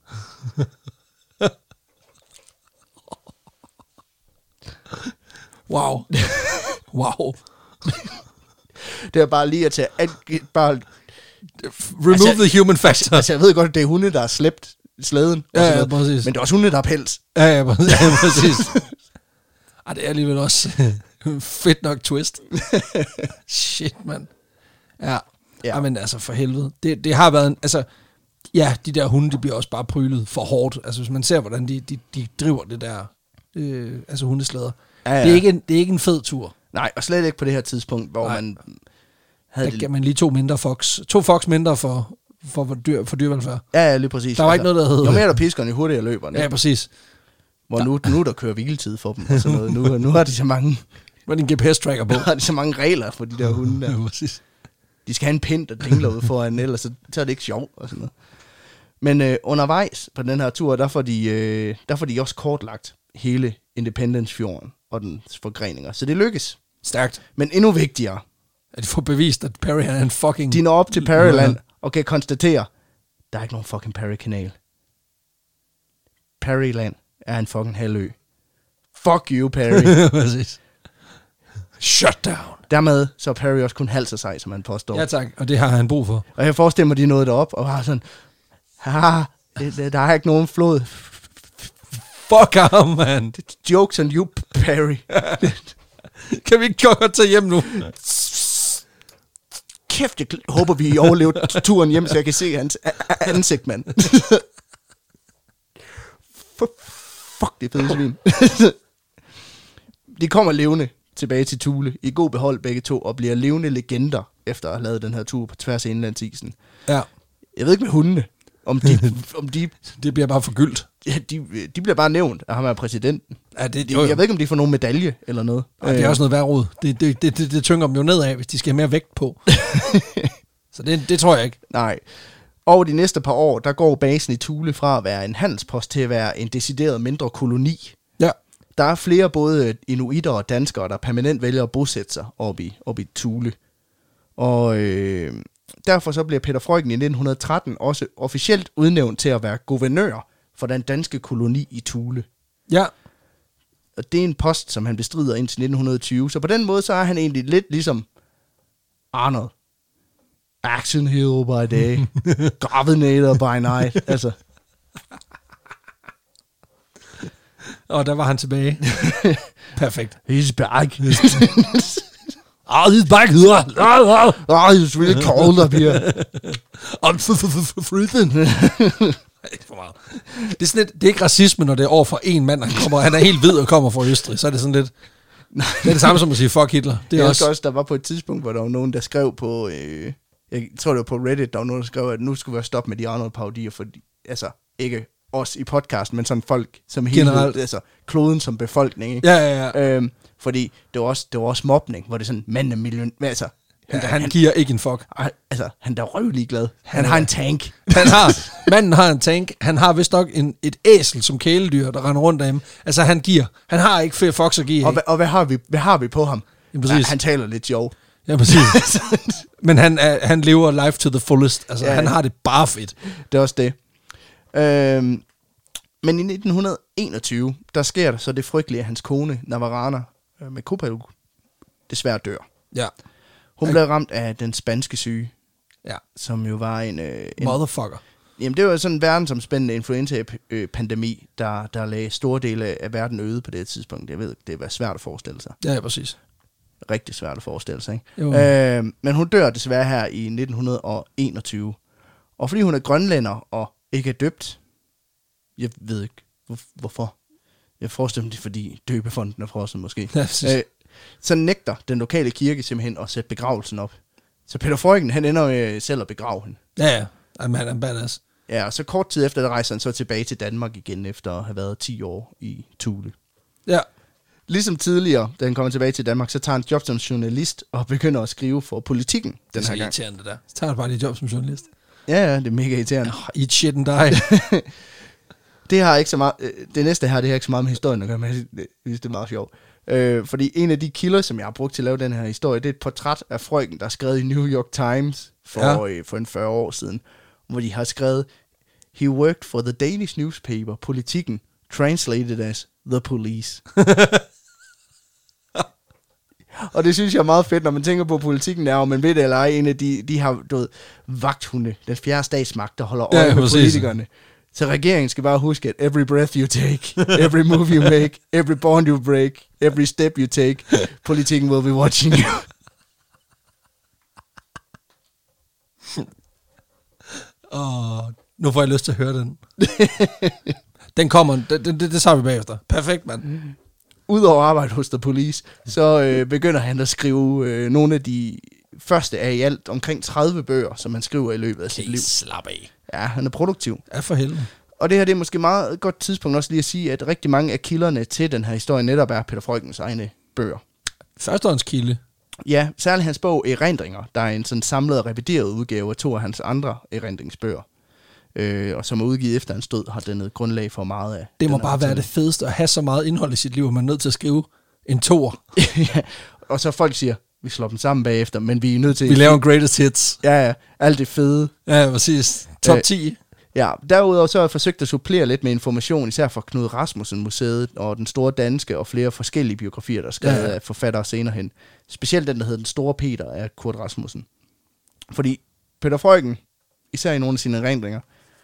Wow. Wow. Det er bare lige at tage... At, bare, remove altså, the human factor. Altså, jeg ved godt, at det er hunde, der har slæbt slæden. Ja, ja, præcis. Men det er også hunde, der har pels. Ja, ja, præcis. Ja, præcis. Ej, det er alligevel også fedt nok twist. Shit, mand. Ja. Ja. Ej, men altså, for helvede. Det, det har været en... Altså, ja, de der hunde, de bliver også bare prylet for hårdt. Altså, hvis man ser, hvordan de, de, de driver det der, øh, altså hundeslæder. Ja, ja. Det, er ikke en, det er ikke en fed tur. Nej, og slet ikke på det her tidspunkt, hvor Nej. man havde... Der gav man lige to mindre fox. To fox mindre for, for, for, dyr, for dyrvelfærd. Ja, ja, lige præcis. Der var altså, ikke noget, der hed... Jo mere der pisker, jo hurtigere løber. Ja, præcis. Hvor nu, nu der kører hviletid for dem og sådan noget. Nu, nu har de så mange... Nu er det en G P S-tracker på. Nu har de så mange regler for de der hunde der. Ja, præcis. De skal have en pind, der dingler ud foran, ellers så, så er det ikke sjovt og sådan noget. Men øh, undervejs på den her tur, der får, de, øh, der får de også kortlagt hele Independence-fjorden og dens forgreninger. Så det lykkes. Stærkt. Men endnu vigtigere. At de får bevist, at Perry er en fucking... De når op til Perryland og kan konstatere, der er ikke nogen fucking Perry-kanal. Perryland er en fucking halvø. Fuck you, Perry. Præcis. Shut down. Dermed så er Perry også kun halvt så sej, som han påstår. Ja tak, og det har han brug for. Og jeg forestiller mig, de nåede derop og har sådan, haha, der er ikke nogen flod. Fuck ham, man. Jokes on you, Perry. Kan vi ikke godt tage hjem nu? Kæft, jeg håber, vi overlever turen hjem, så jeg kan se hans ansigt, mand. Fuck, det er fede svin. De kommer levende tilbage til Thule, i god behold begge to, og bliver levende legender, efter at have lavet den her tur på tværs af indlandsisen. Ja. Jeg ved ikke med hundene, om de... om de det bliver bare forgyldt. Ja, de, de bliver bare nævnt af ham af præsidenten. Ja, det, de, jeg ved ikke, om de får nogen medalje eller noget. Ej, det er også noget værd råd. Det, det, det, det, det tynger dem jo nedad, hvis de skal have mere vægt på. Så det, det tror jeg ikke. Nej. Over de næste par år, der går basen i Thule fra at være en handelspost til at være en decideret mindre koloni. Ja. Der er flere både inuitter og danskere, der permanent vælger at bosætte sig oppe i, oppe i Thule. Og øh, derfor så bliver Peter Freuchen i nitten tretten også officielt udnævnt til at være guvernør for den danske koloni i Thule. Ja. Og det er en post, som han bestrider indtil nitten tyve. Så på den måde, så er han egentlig lidt ligesom Arnold. Action hero by day, Governator by night. Altså. Og der var han tilbage. Perfekt. He's back. Oh, he's back here. Oh, it's really cold up here. I'm freezing. Ikke for meget. Det er, sådan lidt, det er ikke racisme, når det er over for en mand, han, kommer, han er helt hvid og kommer fra Østrig. Så er det sådan lidt... Det er det samme som at sige, fuck Hitler. Det er jeg også... også, der var på et tidspunkt, hvor der var nogen, der skrev på... Øh, jeg tror, det var på Reddit, der var nogen, der skrev, at nu skulle vi stoppe med de Arnold-parodier, fordi... Altså, ikke os i podcasten, men sådan folk som hele... Generelt. Altså, kloden som befolkning, ikke? Ja, ja, ja. Øhm, fordi det var, også, det var også mobning, hvor det er sådan, mand er million... Altså, han, han, han giver ikke en fuck. Altså, han er da røvlig glad. Han, han har en tank. Han har, manden har en tank. Han har vist nok en, et æsel som kæledyr, der render rundt af ham. Altså, han giver. Han har ikke flere fucks at give. Og, og hvad, har vi, hvad har vi på ham? Ja, præcis. Ja, han taler lidt sjov. Ja, præcis. Men han, er, han lever life to the fullest. Altså, ja, han har det bare fedt. Det er også det. Øhm, men i nitten enogtyve, der sker der så det frygtelige, at hans kone, Navarana, med kopaluk, desværre dør. Ja. Hun blev ramt af den spanske syge, ja, som jo var en... Øh, en motherfucker. Jamen, det var sådan en verdensomspændende influenza-pandemi, der, der lagde store dele af verden øde på det tidspunkt. Jeg ved, det var svært at forestille sig. Ja, ja, præcis. Rigtig svært at forestille sig, ikke? Øh, men hun dør desværre her i nitten enogtyve. Og fordi hun er grønlænder og ikke er døbt, jeg ved ikke, hvor, hvorfor. Jeg forestiller mig det, fordi døbefonden er frosset måske. Ja, øh, så nægter den lokale kirke simpelthen at sætte begravelsen op. Så Peter Freuchen, han ender med selv at begrave hende. Ja, ja. I'm, I'm badass. Ja, og så kort tid efter, der rejser han så tilbage til Danmark igen, efter at have været ti år i Thule. Ja. Ligesom tidligere, da han kommer tilbage til Danmark, så tager han job som journalist og begynder at skrive for Politikken den det er her gang. irriterende, det der. Så tager han bare dit job som journalist. Ja, ja, det er mega irriterende. Oh, eat shit and die. Det har ikke så meget, det næste her, det har ikke så meget med historien at gøre, men jeg synes, det er meget sjovt. Øh, fordi en af de kilder, som jeg har brugt til at lave den her historie, det er et portræt af Freuchen, der er skrevet i New York Times for, ja. øh, for en fyrre år siden, hvor de har skrevet, he worked for the Danish newspaper, Politikken, translated as the police. Og det synes jeg er meget fedt, når man tænker på Politikken er, og man ved det eller ej, en af de, de har, du ved, vagthunde, den fjerde statsmagt, der holder øje ja, med politikerne. Så regeringen skal bare huske, at every breath you take, every move you make, every bond you break, every step you take, Politikken will be watching you. Åh, oh, Nu får jeg lyst til at høre den. Den kommer, det, det, det tager vi bagefter. Perfekt, mand. Udover at arbejde hos The Police, så øh, begynder han at skrive øh, nogle af de første af i alt omkring tredive bøger, som han skriver i løbet af sit liv. Slap af. Ja, han er produktiv. Ja, for helvede. Og det her det er måske meget godt tidspunkt også lige at sige, at rigtig mange af kilderne til den her historie netop er Peter Freukens egne bøger. Førstehåndskilde. Ja, særligt hans bog Erindringer, der er en sådan samlet og revideret udgave af to af hans andre erindringsbøger. Øh, og som er udgivet efter hans død, har dannet grundlag for meget af. Det må bare være det fedeste at have så meget indhold i sit liv, at man er nødt til at skrive en toer. Ja, og så folk siger, vi slår dem sammen bagefter, men vi er nødt til... Vi laver en greatest hits. Ja, ja, alt det fede. Ja, præcis. Top ti. Øh, ja, derudover så har jeg forsøgt at supplere lidt med information, især fra Knud Rasmussen Museet og Den Store Danske og flere forskellige biografier, der er skrevet ja, ja. af forfattere senere hen. Specielt den, der hedder Den Store Peter af Kurt Rasmussen. Fordi Peter Freuchen, især i nogle af sine erindringer,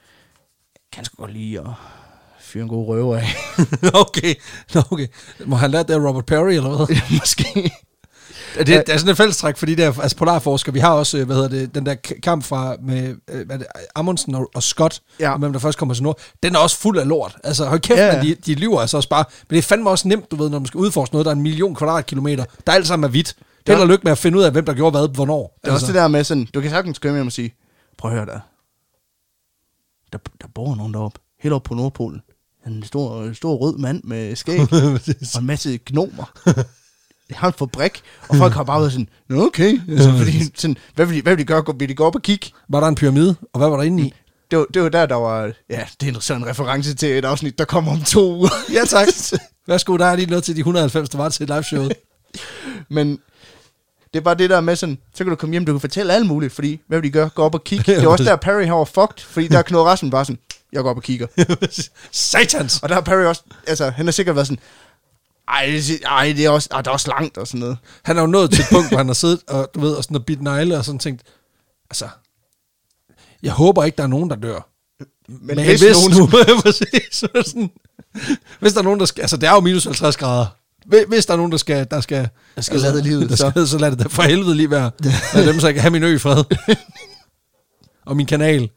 kan sgu godt lide at fyre en god røver af. okay, okay. Må han lære det af Robert Perry, eller hvad? Ja, måske. Det, det er sådan et fællestræk, fordi der altså polarforskere, vi har også, hvad hedder det, den der kamp fra med hvad det, Amundsen og, og Scott, ja. Hvem der først kommer til nord, den er også fuld af lort. Altså, hold kæft, ja, ja. de, de lyver altså også bare. Men det er fandme også nemt, du ved, når man skal udforske noget, der er en million kvadratkilometer, der alt sammen er hvidt. Det er lykke med at finde ud af, hvem der gjorde hvad, hvornår. Det er altså også det der med sådan, du kan sagtens komme hjem og sige, prøv at høre der. Der, der bor nogen deroppe, helt oppe på Nordpolen. En stor, stor rød mand med skæg og en masse gnomer. Det har en fabrik, og folk har bare været sådan, okay, altså, fordi, sådan, hvad, vil de, hvad vil de gøre? Vil de gå op og kigge? Var der en pyramide, og hvad var der inde i? Det var, det var der, der var, ja, det er sådan en reference til et afsnit, der kommer om to uger. Ja, tak. Værsgo, der er lige noget til de et hundrede og halvfems, der var til liveshowet. Men det er bare det der med sådan, så kan du komme hjem, du kan fortælle alt muligt, fordi, hvad vil de gøre? Gå op og kigge. Det er også der, Perry har fucked, fordi der er Knud Rasmussen bare sådan, jeg går op og kigger. Satans! Og der har Perry også, altså, han har sikkert været sådan, ej, det, ej, det er også, ej, det er også langt og sådan noget. Han er jo nået til et punkt, hvor han har siddet og, du ved, og sådan og bidt negle og sådan tænkt, altså, jeg håber ikke, der er nogen, der dør. Men, Men hvis, hvis nogen... nu, præcis, sådan, hvis der er nogen, der skal, altså det er jo minus halvtreds grader. Hvis der er nogen, der skal, der skal, der skal altså, lade livet, der skal, så. så lad det for helvede lige være. Lad dem så jeg kan have min ø i fred. Og min kanal.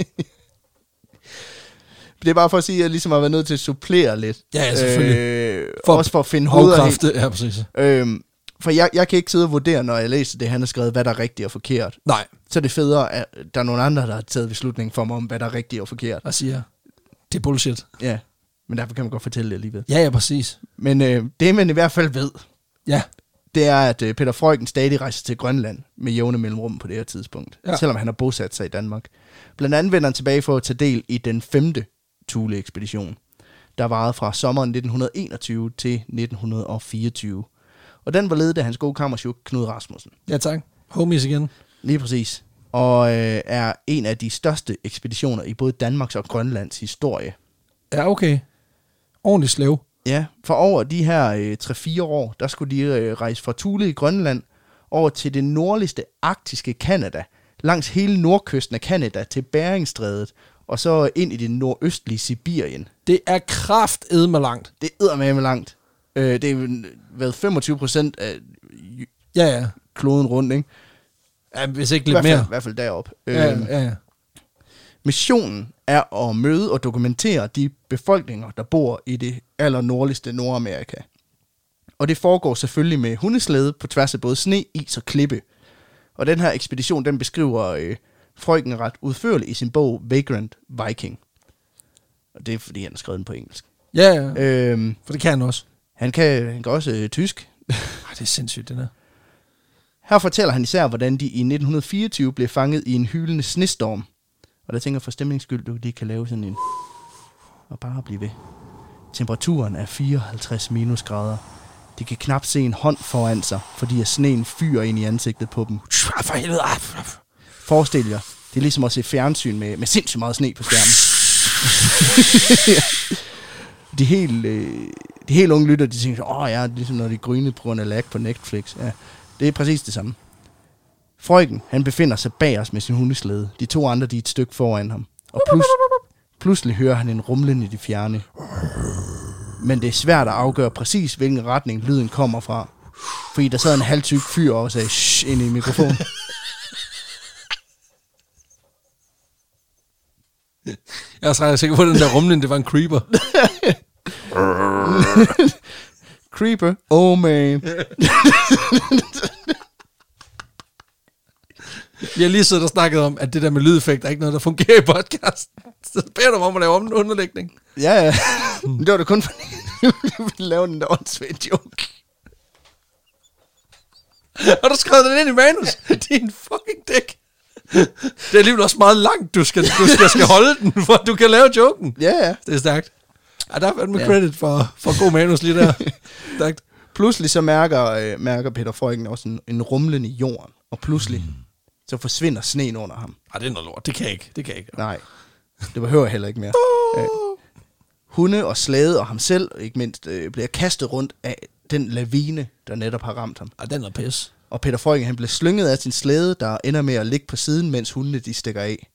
Det er bare for at sige, at jeg ligesom har været nødt til at supplere lidt. Ja, ja, selvfølgelig. Øh, for også for at finde hovedet af. Ja, præcis. Øhm, for jeg, jeg kan ikke sidde og vurdere, når jeg læser det, han har skrevet, hvad der er rigtigt og forkert. Nej. Så er det federe, at der er nogle andre, der har taget beslutningen for mig om, hvad der er rigtigt og forkert. Og siger, det er bullshit. Ja, men derfor kan man godt fortælle det alligevel. Ja, ja, præcis. Men øh, det, man i hvert fald ved, ja. det er, at øh, Peter Freuchen stadig rejser til Grønland med jævne mellemrum på det her tidspunkt. Ja. Selvom han har bosat sig i Danmark. Blandt andet vender han tilbage for at tage del i den femte Thule-ekspedition, der varede fra sommeren nitten enogtyve til nitten fireogtyve. Og den var ledet af hans gode kammersjuk Knud Rasmussen. Ja tak. Homies igen. Lige præcis. Og øh, er en af de største ekspeditioner i både Danmarks og Grønlands historie. Ja, okay. Ordentligt slev. Ja, for over de her øh, tre fire år, der skulle de øh, rejse fra Thule i Grønland over til det nordligste arktiske Kanada, langs hele nordkysten af Kanada til Beringstrædet, og så ind i det nordøstlige Sibirien. Det er kraftedme langt. Det er eddermame langt. Øh, det er været femogtyve procent af ja, ja. kloden rundt, ikke? Ja, hvis ikke lidt I fald, mere. I hvert fald deroppe. Ja, øh, ja, ja. Missionen er at møde og dokumentere de befolkninger, der bor i det allernordligste Nordamerika. Og det foregår selvfølgelig med hundeslæde på tværs af både sne, is og klippe. Og den her ekspedition, den beskriver øh, Freuchen ret udførligt i sin bog Vagrant Viking. Og det er, fordi han har skrevet den på engelsk. Ja, ja. Øhm, for det kan han også. Han kan, han kan også øh, tysk. Ej, det er sindssygt, det der. Her fortæller han især, hvordan de i nitten fireogtyve blev fanget i en hylende snestorm. Og der tænker jeg for stemnings skyld, du lige kan lave sådan en... Og bare blive ved. Temperaturen er fireoghalvtreds minusgrader. De kan knap se en hånd foran sig, fordi at sneen fyrer ind i ansigtet på dem. For helvede. Forestil jer, det er ligesom at se fjernsyn med, med sindssygt meget sne på skærmen. de, helt, øh, de helt unge lytter, de tænker, åh ja, det er ligesom når de griner på grund af lag på Netflix. Ja, det er præcis det samme. Freuchen, han befinder sig bag os med sin hundeslæde. De to andre, de er et stykke foran ham. Og plus, pludselig hører han en rumlen i de fjerne. Men det er svært at afgøre præcis, hvilken retning lyden kommer fra. Fordi der sad en halvtyk fyr og sagde shh ind i mikrofonen. Jeg er ret sikker på, at den der rumlen, det var en creeper. Creeper? Oh, man. Vi har lige siddet og snakket om, at det der med lydeffekt er ikke noget, der fungerer i podcasten. Så beder du mig om at lave om en underlægning. Ja, ja. Det var det kun fordi, du ville lave den der åndssvage joke. Har du skrevet den ind i manus? Din fucking dæk. Det er alligevel også meget langt, du skal, du skal, skal holde den, for at du kan lave joken. Ja, ja. Det er stærkt. Ja, der er fandme ja. credit for, for god manus lige der. Stærkt. Pludselig så mærker, øh, mærker Peter Freuchen også en, en rumlen i jorden, og pludselig mm. så forsvinder sneen under ham. Ej, det er noget lort. Det kan jeg ikke. Det kan jeg ikke. Nej, det behøver jeg heller ikke mere. Øh, hunde og slæde og ham selv, ikke mindst, øh, bliver kastet rundt af den lavine, der netop har ramt ham. Ej, den er pis. Og Peter Freuchen, han bliver slynget af sin slæde, der ender med at ligge på siden, mens hundene de stikker af.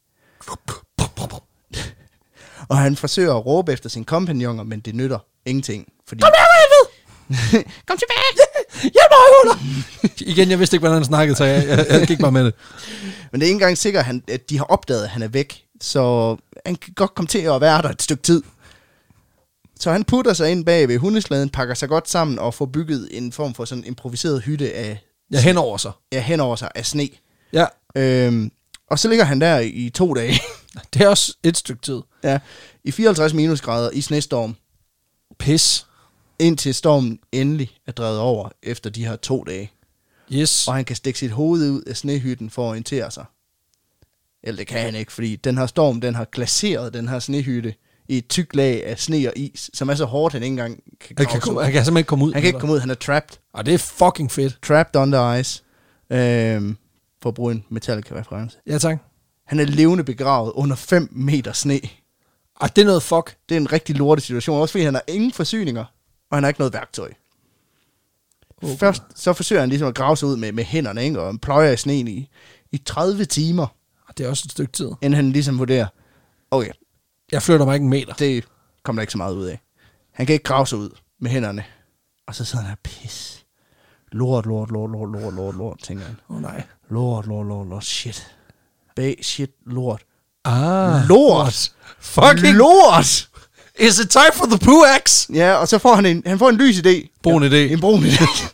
Og han forsøger at råbe efter sine kompagnoner, men det nytter ingenting. Fordi... Kom her, kom tilbage! Hjælp mig, hunder! Igen, jeg vidste ikke, hvordan han snakkede, så jeg, jeg, jeg gik bare med det. Men det er ikke engang sikkert, at de har opdaget, at han er væk. Så han kan godt komme til at være der et stykke tid. Så han putter sig ind bag ved hundeslæden, pakker sig godt sammen og får bygget en form for sådan en improviseret hytte af... Ja, henover sig. Ja, henover sig af sne. Ja. Øhm, og så ligger han der i to dage. Det er også et stykke tid. Ja, i fireoghalvtreds minusgrader i snestorm. Pis. Indtil stormen endelig er drevet over efter de her to dage. Yes. Og han kan stikke sit hoved ud af snehytten for at orientere sig. Eller det kan han ikke, fordi den her storm, den har glaseret den her snehytte i et tykt lag af sne og is, som er så hårdt, han ikke engang kan han kan, komme, han kan simpelthen ikke komme ud. Han kan ikke komme ud, han er trapped. Og det er fucking fedt. Trapped under ice. Øhm, for at bruge en Metallica-reference. Ja, tak. Han er levende begravet under fem meter sne. Og det er noget fuck. Det er en rigtig lortet situation, også fordi han har ingen forsyninger, og han har ikke noget værktøj. Okay. Først så forsøger han ligesom at grave sig ud med, med hænderne, ikke? Og han pløjer i sneen i, i tredive timer. Det er også et stykke tid. Inden han ligesom vurderer, okay, jeg flytter mig ikke en meter. Det kommer der ikke så meget ud af. Han kan ikke grave sig ud med hænderne. Og så sidder han her, pis. Lort, lort, lort, lort, lort, lort, lort, tænker han. Åh oh, nej. Lort, lort, lort, lort, shit. Bag, shit, lort. Ah. Lort. Fucking lort. Is it time for the poo axe? Ja, og så får han en, han får en lys idé. Brun idé. En brun idé.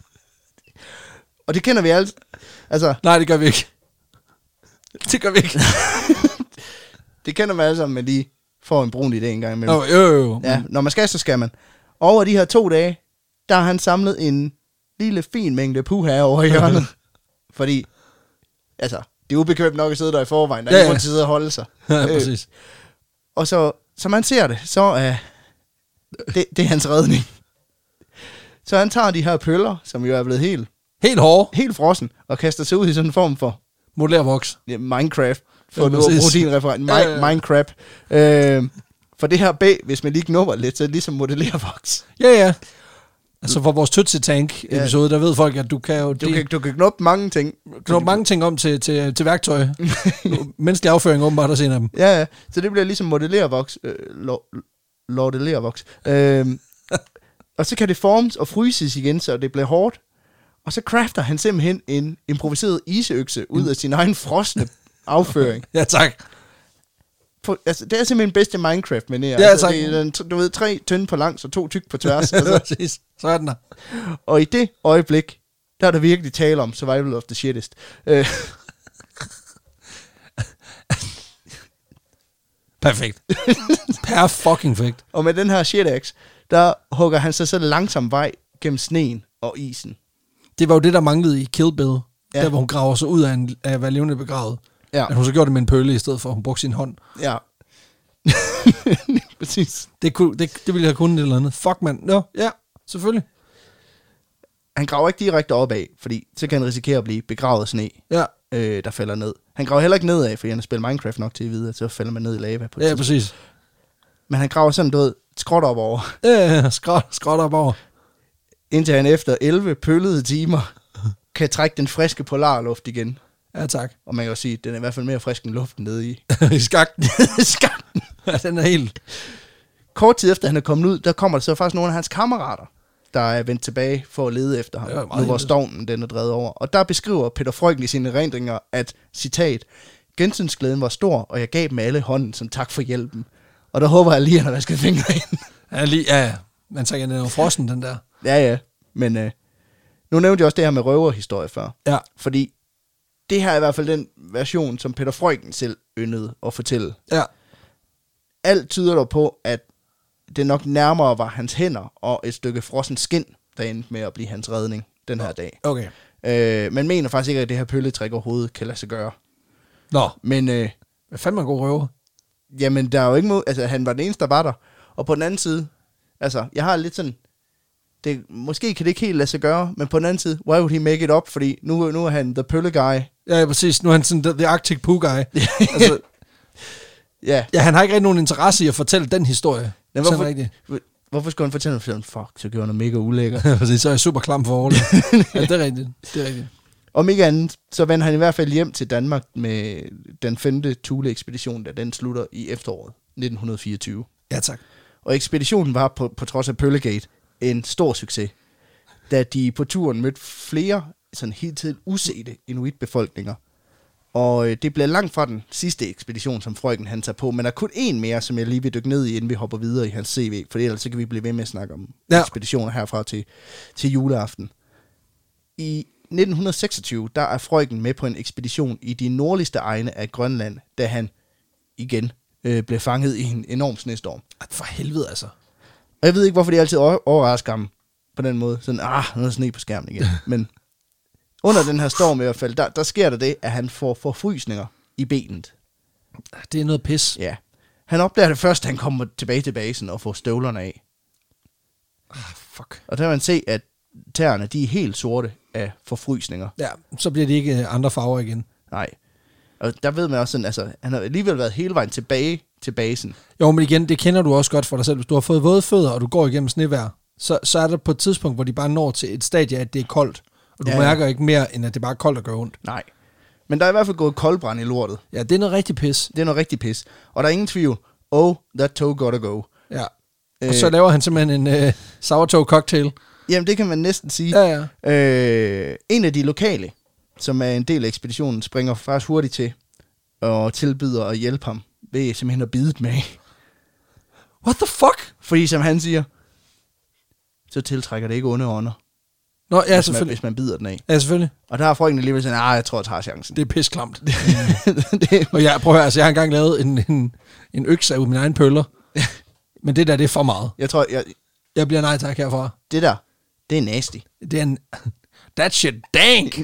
Og det kender vi alle. Altså. Nej, det gør vi ikke. Det gør vi ikke. Det kender man alle sammen, men de får en brun idé en gang imellem. Oh, jo, jo, jo. Ja, når man skal, så skal man. Over de her to dage, der har han samlet en lille fin mængde puha over i hjørnet. Fordi, altså, det er ubekvemt nok at sidde der i forvejen. Der er ja, ingen ja. Tid at holde sig. Ja, præcis. Øh, og så, som man ser det, så er uh, det, det er hans redning. Så han tager de her pøller, som jo er blevet helt... Helt hårde. Helt frossen, og kaster sig ud i sådan en form for... Modellervoks. Ja, Minecraft. For nu at bruge din referent. Mi- ja, ja. Minecraft. Øh, for det her bag, hvis man lige knupper lidt, så er det ligesom modellervoks. Ja, ja. Altså for vores Tootsie Tank episode, ja. Der ved folk, at du kan jo... Du, kan, du kan knuppe mange ting. Knuppe mange ting om til, til, til værktøj. Menneskelig afføring åbenbart også en af dem. Ja, ja. Så det bliver ligesom modellervoks. Øh, Lordellervoks. Øh, og så kan det formes og fryses igen, så det bliver hårdt. Og så crafter han simpelthen en improviseret iseøkse ud af sin egen frosne afføring. Ja, tak. På, altså, det er simpelthen bedste Minecraft med det. Ja, altså, tak. Det er, en, du ved, tre tynde på langs og to tyk på tværs. Altså. Præcis. Så er den der. Og i det øjeblik, der er der virkelig tale om survival of the shittest. Øh. Perfekt. Perfekt. Og med den her shit axe, der hugger han sig så langsom vej gennem sneen og isen. Det var jo det, der manglede i Kill Bill. Ja. Der, hvor hun graver sig ud af, en, af at være levende begravet. Ja. At hun så gjorde det med en pølle, i stedet for, at hun brugte sin hånd. Ja. Præcis. Det, kunne, det, det ville have kunnet et eller andet. Fuck, mand. Nå, ja, selvfølgelig. Han graver ikke direkte opad, fordi så kan han risikere at blive begravet af sne, ja. øh, der falder ned. Han graver heller ikke nedad, fordi han har spillet Minecraft nok til at vide, at så falder man ned i lava på det. Ja, tidspunkt. præcis. Men han graver sådan, du ved, skråt op over. Ja, skråt, skråt op over. Indtil han efter elleve pøllede timer kan trække den friske polarluft igen. Ja, tak. Og man kan jo sige, at den er i hvert fald mere frisk end luften nede i. I skakten. Skakten. Ja, den er helt... Kort tid efter han er kommet ud, der kommer der så faktisk nogle af hans kammerater, der er vendt tilbage for at lede efter ham, nu hvor stormen den er drevet over. Og der beskriver Peter Freuchen i sine erindringer, at, citat, Gensynsklæden var stor, og jeg gav dem alle hånden som tak for hjælpen. Og der håber jeg lige, at han har vasket fingre ind. Ja, lige, ja, ja. Man tænker, den er jo frossen, den der. Ja, ja. Men øh, nu nævnte jeg også det her med røverhistorie før. Ja. Fordi det her er i hvert fald den version, som Peter Freuchen selv yndede at fortælle. Ja. Alt tyder dog på, at det nok nærmere var hans hænder og et stykke frossen skind, der endte med at blive hans redning den her dag. Okay. Øh, men mener faktisk ikke, at det her pølletrik overhovedet kan lade sig gøre. Nå. Men øh, Hvad fanden man god røver? jamen, der er jo ikke mod... Altså, han var den eneste, der var der. Og på den anden side... Altså, jeg har lidt sådan... Det, måske kan det ikke helt lade sig gøre, men på den anden side, why would he make it up? Fordi nu, nu er han the pølle guy. Ja, ja, præcis. Nu er han sådan the, the Arctic Poo guy. altså, ja. ja, han har ikke rigtig nogen interesse i at fortælle den historie. Men hvorfor, hvorfor, hvorfor skulle han fortælle mig? Fuck, så gjorde han mega ulækker. præcis, så er jeg super klam for året. ja, det er rigtigt. Det er rigtigt. Om ikke andet, så vendte han i hvert fald hjem til Danmark med den femte Thule-ekspedition, der den slutter i efteråret nitten fireogtyve. Ja, tak. Og ekspeditionen var på, på trods af Pøllegate en stor succes, da de på turen mødte flere sådan helt tiden usete inuitbefolkninger. Og øh, det blev langt fra den sidste ekspedition, som Freuchen han tager på, men der er kun én mere, som jeg lige vil dykke ned i, inden vi hopper videre i hans C V, for ellers så kan vi blive ved med at snakke om ja. ekspeditioner herfra til, til juleaften. I nitten seksogtyve, der er Freuchen med på en ekspedition i de nordligste egne af Grønland, da han igen øh, blev fanget i en enorm snestorm. For helvede altså. Og jeg ved ikke, hvorfor det altid overrasker ham på den måde. Sådan, ah, nu er sne på skærmen igen. Men under den her storm i hvert fald, der, der sker der det, at han får forfrysninger i benet. Det er noget pis. Ja. Han opdager det først, da han kommer tilbage til basen og får støvlerne af. Ah, fuck. Og der kan man se, at tæerne, de er helt sorte af forfrysninger. Ja, så bliver de ikke andre farver igen. Nej. Og der ved man også sådan, altså, han har alligevel været hele vejen tilbage til basen. Jo, men igen, det kender du også godt for dig selv. Hvis du har fået våde fødder, og du går igennem snevejr, så, så er der på et tidspunkt, hvor de bare når til et stadie, at det er koldt. Og du ja, mærker ja. ikke mere, end at det bare er koldt og gør ondt. Nej. Men der er i hvert fald gået koldbrand i lortet. Ja, det er noget rigtig pis. Det er noget rigtig pis. Og der er ingen tvivl. Oh, that toe gotta go. Ja. Og øh, så laver han simpelthen en uh, sourdough cocktail. Jamen, det kan man næsten sige. Ja, ja. Øh, en af de lokale, som er en del af ekspeditionen, springer faktisk hurtigt til og tilbyder at hjælpe ham ved simpelthen at bide med. What the fuck? Fordi som han siger, så tiltrækker det ikke onde ånder. Nå, ja, hvis selvfølgelig. Man, hvis man bider den af. Ja, selvfølgelig. Og der har Freuchen alligevel sådan, ah, jeg tror, jeg tager chancen. Det er pisklamt. det... Og jeg, prøv at høre, altså, jeg har engang lavet en, en, en øks af mine egne pøller. Men det der, det er for meget. Jeg tror, jeg... Jeg bliver nej tak herfra. Det der, det er nasty. Det er en... That shit dank!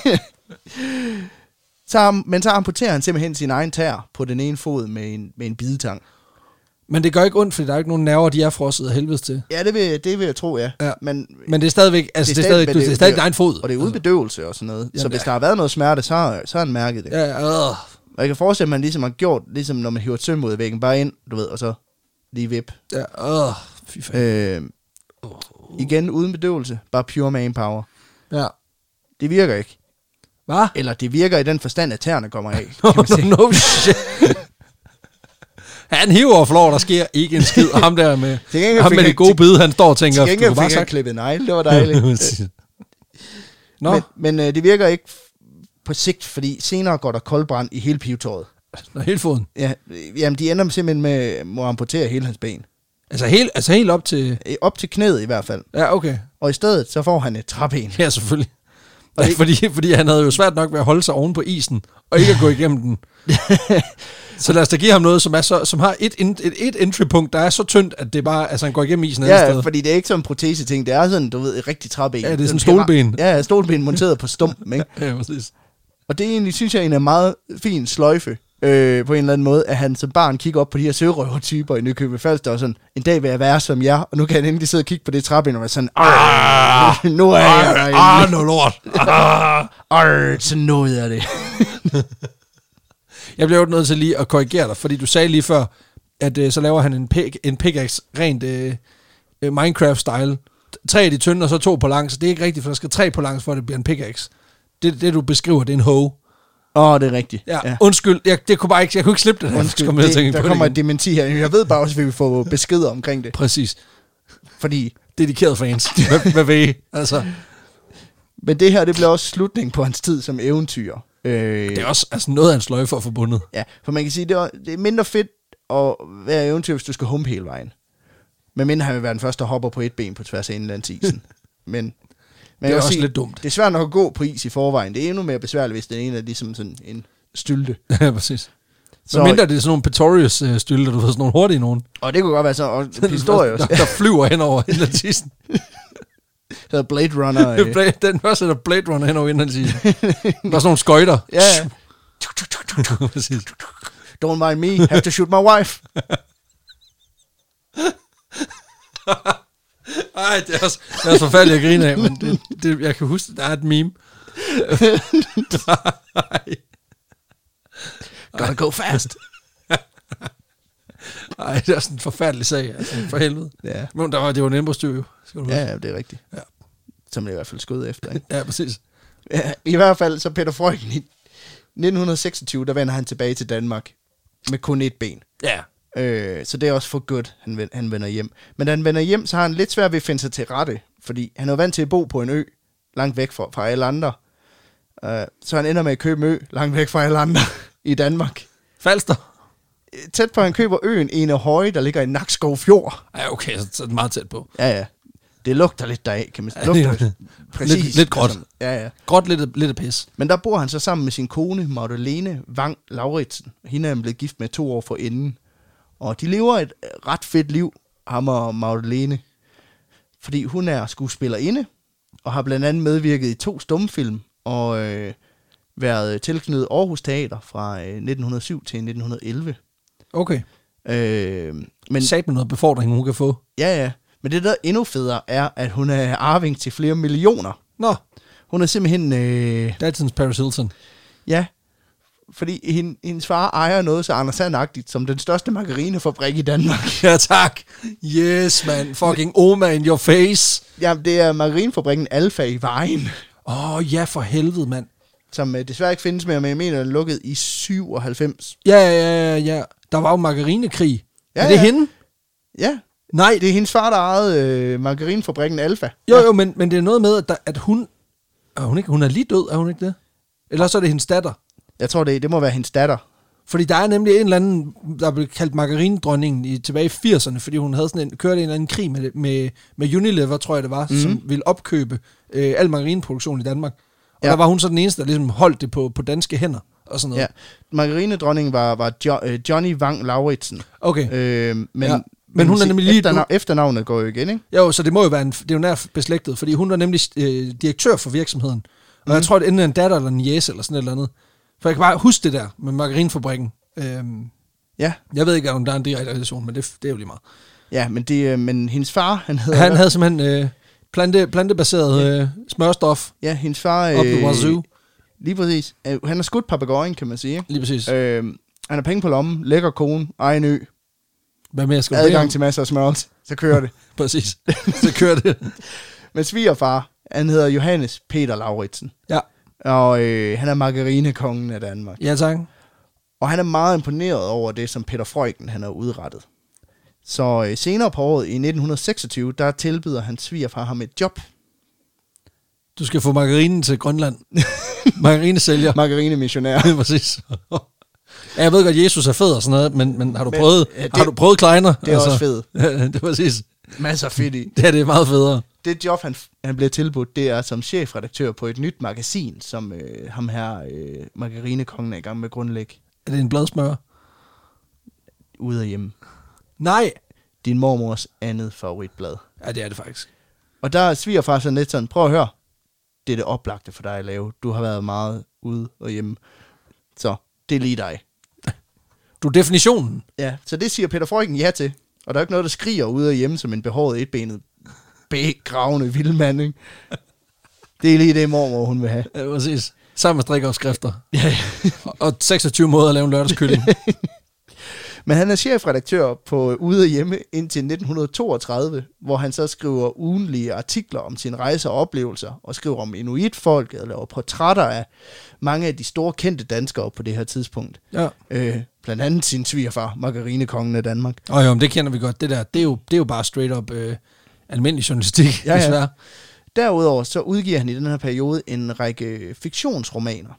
så, men så amputerer han simpelthen sin egen tær på den ene fod med en, med en bidetang. Men det gør ikke ondt, fordi der er ikke nogen nerver, de er frosset af helvedes til. Ja, det vil, det vil jeg tro, ja. ja. Men, men det er stadigvæk, altså det er stadig, det, det er stadig din egen fod. Og det er uden bedøvelse og sådan noget. Jamen, så hvis der har været noget smerte, så har, så har han mærket det. Ja, ja. Og jeg kan forestille, at man ligesom har gjort, ligesom når man hiver et søm ud af væggen, bare ind, du ved, og så lige vip. Ja, øh, fy fanden. Øh, igen, uden bedøvelse, bare pure manpower. Ja. Det virker ikke. Hvad? Eller det virker i den forstand, at tæerne kommer af. no, no, no shit. Han hiver og flår, der sker ikke en skid. Ham der med, ham med det gode bid, han står og tænker, til gengæld fik han klippet negle, det var dejligt. Nå. Men, men øh, det virker ikke på sigt, fordi senere går der koldbrand i hele pivetåret. Nå, hele foden? Ja, jamen de ender simpelthen med at amputere hele hans ben. Altså helt, altså helt op til... Op til knæet i hvert fald. Ja, okay. Og i stedet, så får han et træben. Ja, selvfølgelig. Og ja, fordi, fordi han havde jo svært nok ved at holde sig oven på isen, og ikke at gå igennem den. Så lad os da give ham noget, som, er så, som har et, et, et entry-punkt, der er så tyndt, at det bare, altså han går igennem isen. Ja, sted. Fordi det er ikke sådan en protese-ting, det er sådan, du ved, et rigtigt træben. Ja, det er sådan en stolben. Ja, stolben monteret på stumpen, ikke? Ja, præcis. Og det er egentlig, synes jeg, en meget fin sløjfe, øh, på en eller anden måde, at han som barn kigger op på de her sørøvertyper i Nykøbing Falster, og sådan, en dag vil jeg være som jer, og nu kan han endelig sidde og kigge på det træben, og være sådan, ah, nu er jeg der. Ah, no lort. Ah, så nåede jeg det. Jeg bliver jo nødt til lige at korrigere dig, fordi du sagde lige før, at øh, så laver han en, pick, en pickaxe rent øh, Minecraft-style. Tre af de tynde, og så to på langs. Det er ikke rigtigt, for der skal tre på langs, for at det bliver en pickaxe. Det, det du beskriver, det er en hoe. Åh, oh, det er rigtigt. Ja, ja. Undskyld, jeg, det kunne bare ikke, jeg kunne ikke slippe det. Undskyld, kom det, der kommer et dementi her. Jeg ved bare også, at vi vil få beskeder omkring det. Præcis. Fordi... Dedikerede fans. hvad, hvad ved I? Altså... Men det her, det bliver også slutningen på hans tid som eventyrer. Øh, Det er også altså, noget af en sløjfe for forbundet. Ja, for man kan sige, det er, det er mindre fedt at være eventyr, hvis du skal humpe hele vejen. Men mindre han vil være den første, der hopper på et ben på tværs af indlandsisen. Men det er også sige, lidt dumt. Det er svært nok at gå på is i forvejen. Det er endnu mere besværligt, hvis den ene er ligesom sådan en stylte. Ja, præcis. Så, Men mindre det er sådan nogle Pretorius øh, stylte, du ved, sådan nogle hurtige nogen. Og det kunne godt være så, og Pistorius. der, der flyver hen over indlandsisen. Der er Blade Runner. Øh. Blade, den første der Blade Runner hen over indlandsisen. Der er sådan nogle skøjter. Ja, ja. Præcis. Don't mind me, have to shoot my wife. Ej, det er også, det er også forfærdeligt at grine af, men det, det, jeg kan huske, der er et meme. Gotta go fast. Ej, det er sådan en forfærdelig sag, altså, for helvede. Ja. Men der var, det var en indbrudstyv, jo. Skal du Ja, ja, det er rigtigt. Ja. Som det i hvert fald skød efter, ikke? Ja, præcis. Ja, i hvert fald, så Peter Freuchen i nitten seksogtyve, der vender han tilbage til Danmark med kun et ben. Ja. Øh, så det er også for godt, han, ven, han vender hjem. Men da han vender hjem, så har han lidt svært ved at finde sig til rette, fordi han er vant til at bo på en ø, langt væk fra, fra alle andre. Øh, så han ender med at købe en ø, langt væk fra alle andre i Danmark. Falster. Tæt på, han køber øen Enehøje, der ligger i Nakskov Fjord. Ja, okay, så, så er det meget tæt på. Ja, ja. Det lugter lidt deraf, kan man sige. Det lugter præcis. Lidt, lidt gråt. Ja, ja. Gråt lidt, lidt af pis. Men der bor han så sammen med sin kone, Magdalene Vang Lauritsen. Hende er han blevet gift med to år forinden. Og de lever et ret fedt liv, ham og Magdalene. Fordi hun er skuespillerinde, og har blandt andet medvirket i to stumfilm, og øh, været tilknyttet Aarhus Teater fra øh, nitten hundrede og syv til nitten hundrede og elleve. Okay. Øh, men Sat med noget befordring, hun kan få. Ja, ja. Men det, der er endnu federe, er, at hun er arving til flere millioner. Nå. Hun er simpelthen... Øh, Datons Paris Hilton. Ja, fordi hende, hendes far ejer noget så Anders Sand-agtigt som den største margarinefabrik i Danmark. Ja, tak. Yes, man. Fucking Oma in your face. Ja, det er margarinefabrikken Alfa i Vejen, Åh, oh, ja, for helvede, mand. som øh, desværre ikke findes mere, men jeg mener, den er lukket i syvoghalvfems. Ja, ja, ja, ja. Der var jo margarinekrig. Ja, er det ja. hende? Ja, Nej. det er hendes far, der ejede øh, margarinefabrikken Alfa. Jo, jo, men, men det er noget med, at, der, at hun... Er hun, ikke, hun er lige død, er hun ikke det? Eller så er det hendes datter. Jeg tror, det, det må være hendes datter. Fordi der er nemlig en eller anden, der blev kaldt margarinedronningen i, tilbage i firserne, fordi hun havde sådan en, kørte en eller anden krig med, med, med Unilever, tror jeg det var, mm. som ville opkøbe øh, al margarineproduktion i Danmark. Og ja. Der var hun så den eneste, der ligesom holdt det på, på danske hænder og sådan noget. Ja, margarinedronningen var, var jo, øh, Johnny Vang Lauritsen. Okay. Øh, men, ja. men, men hun er nemlig lige... Efternav- efternavnet går jo igen, ikke? Jo, så det må jo være en, det er jo nær beslægtet, fordi hun er nemlig øh, direktør for virksomheden. Og mm. jeg tror, det er enten en datter eller en jæs eller sådan et eller andet. For jeg kan bare huske det der med margarinefabrikken. Øhm, ja. Jeg ved ikke, om der er en direkte relation, men det, det er jo lige meget. Ja, men, det, men hendes far, han hedder... Han havde simpelthen øh, plante, plantebaseret ja. øh, smørstof. Ja, hendes far... Op på Wazoo. Lige præcis. Han har skudt papegøjen, kan man sige. Lige præcis. Øh, han har penge på lommen, lækker kone, egen ø. Hvad mere skal du adgang til masser af smørelse. Så kører det. Præcis. Så kører det. Men svigerfar, han hedder Johannes Peter Lauritsen. Ja. Og øh, han er margarinekongen af Danmark. Ja, tak. Og han er meget imponeret over det, som Peter Freuchen han har udrettet. Så øh, senere på året, i nitten seksogtyve, der tilbyder hans svigerfar ham et job. Du skal få margarinen til Grønland. Margarinesælger. Margarinemissionær. Præcis. Ja, jeg ved godt, Jesus er fed og sådan noget, men, men har du men, prøvet, ja, det, har du prøvet Kleiner? Det er altså, også fedt. Det er præcis. Masser af fedt i. Det er det er meget federe. Det job, han, han bliver tilbudt, det er som chefredaktør på et nyt magasin, som øh, ham her, øh, margarinekongen, er i gang med at grundlægge. Er det en bladsmør? Ude af hjemme. Nej. Din mormors andet favoritblad. Ja, det er det faktisk. Og der sviger far sådan lidt sådan, prøv at høre, det er det oplagte for dig at lave. Du har været meget ude og hjemme. Så det er lige dig. Du er definitionen. Ja, så det siger Peter Freuchen ja til. Og der er ikke noget, der skriger ude og hjemme som en behåret etbenet, bækgravende vildmand, ikke? Det er lige det, mormor hun vil have. Ja, præcis. Sammen med strikopskrifter. Ja, ja. Og seksogtyve måder at lave en lørdagskylling. Men han er chefredaktør på Ude og Hjemme indtil nitten toogtredive, hvor han så skriver ugenlige artikler om sine rejser og oplevelser, og skriver om inuitfolket, og laver portrætter af mange af de store kendte danskere på det her tidspunkt. Ja. Øh, blandt andet sin svigerfar, margarinekongen af Danmark. Og jo, det kender vi godt. Det der, det er jo, det er jo bare straight up øh, almindelig journalistik, ja, desværre. Ja. Derudover så udgiver han i den her periode en række fiktionsromaner.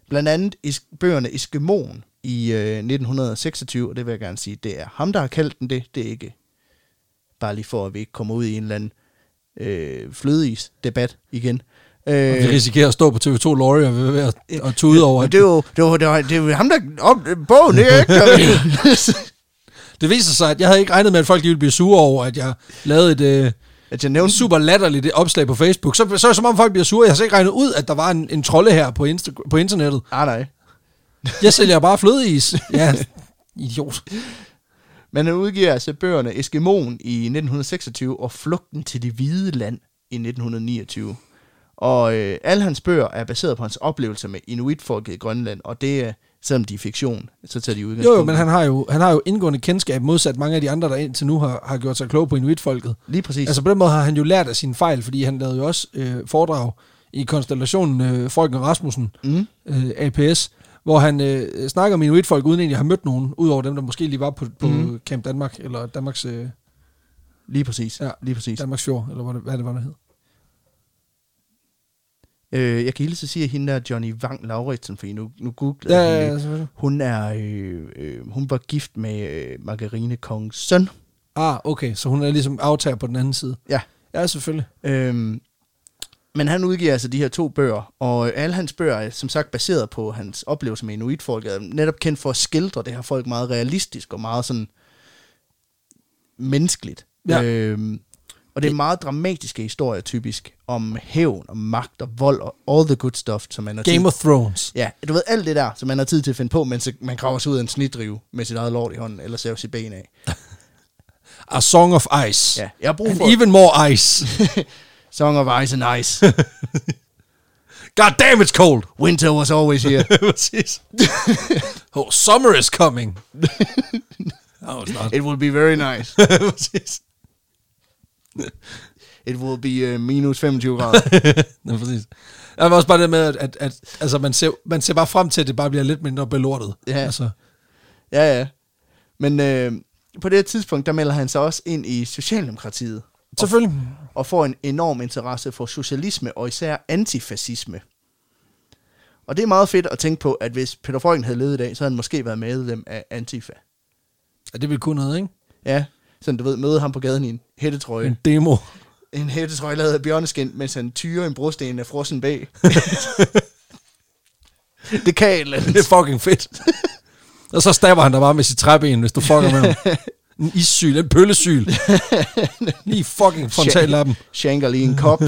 blandt andet is- bøgerne Eskimoen i øh, nitten seksogtyve, og det vil jeg gerne sige, det er ham, der har kaldt den det. Det er ikke bare lige for, at vi ikke kommer ud i en eller anden øh, flødeis-debat igen. Øh, og vi risikerer at stå på T V to Lorry og ved at og tude over. Det er jo, det var, det var, det var ham, der op, bogen, det er ikke. Det viser sig, at jeg havde ikke regnet med, at folk ville blive sure over, at jeg lavede et øh, at jeg nævnte super latterligt opslag på Facebook. Så, så er det som om folk bliver sure. Jeg har så ikke regnet ud, at der var en, en trolde her på, Insta- på internettet. Ah, nej. Jeg sælger bare flødeis. Ja, idiot. Men han udgiver altså bøgerne Eskimoen i nitten seksogtyve og Flugten til det hvide land i nitten niogtyve. Og øh, alle hans bøger er baseret på hans oplevelser med inuitfolket i Grønland, og det er, selvom de er fiktion, så tager de udgangspunkt. Jo, jo, men han har jo, han har jo indgående kendskab, modsat mange af de andre, der indtil nu har, har gjort sig kloge på inuitfolket. Lige præcis. Altså på den måde har han jo lært af sine fejl, fordi han lavede jo også øh, foredrag i konstellationen øh, Folken Rasmussen, mm. øh, A P S, hvor han øh, snakker om inuitfolk, uden egentlig at have mødt nogen, udover dem, der måske lige var på, på mm. Camp Danmark, eller Danmarks... Øh, lige præcis, ja, lige præcis. Danmarks Fjord, eller hvad det, hvad det var, der hed. Øh, jeg kan hilse at sige, at hende der Johnny Vang Lauritsen, for nu, nu googlede ja, jeg ja, hende. Ja, hun er, øh, øh, hun var gift med øh, Margarine Kongs søn. Ah, okay, så hun er ligesom aftager på den anden side. Ja. Ja, selvfølgelig. Øhm, men han udgiver altså de her to bøger, og alle hans bøger er som sagt baseret på hans oplevelse med inuitfolk. Er netop kendt for at skildre det her folk meget realistisk og meget sådan menneskeligt. Ja. Øhm, og det er meget dramatiske historier typisk om hævn og magt og vold og all the good stuff, som man har Game tid. of Thrones. Ja, du ved alt det der, som man har tid til at finde på, mens man graver sig ud af en snitdrive med sit eget lort i hånden, eller saver sit ben af. A Song of Ice. Ja, jeg har brug for... And even more ice. Song of Ice and Ice. God damn, it's cold. Winter was always here. Præcis. Oh, summer is coming. No, it's not. It will be very nice. Præcis. It will be uh, minus femogtyve grader. Nå, præcis. Jeg var også bare det med, at, at, at altså, man, ser, man ser bare frem til, at det bare bliver lidt mindre belortet. Ja, altså. ja. ja. Men øh, på det her tidspunkt, der melder han sig også ind i Socialdemokratiet. Selvfølgelig. Og, og får en enorm interesse for socialisme, og især antifascisme. Og det er meget fedt at tænke på, at hvis Peter Freuchen havde levet i dag, så havde han måske været medlem af Antifa. Ja, det ville kunne noget, ikke? Ja, sådan du ved, møde ham på gaden i en hættetrøje. En demo. En hættetrøje lavet af bjørneskin, mens han tyrer en brosten af frossen bag. Det kan et eller andet. Det er fucking fedt. Og så stabber han der bare med sit træben, hvis du fucker med ham. En issyl, en pøllesyl. Lige fucking frontallappen. Shanker lige en kop.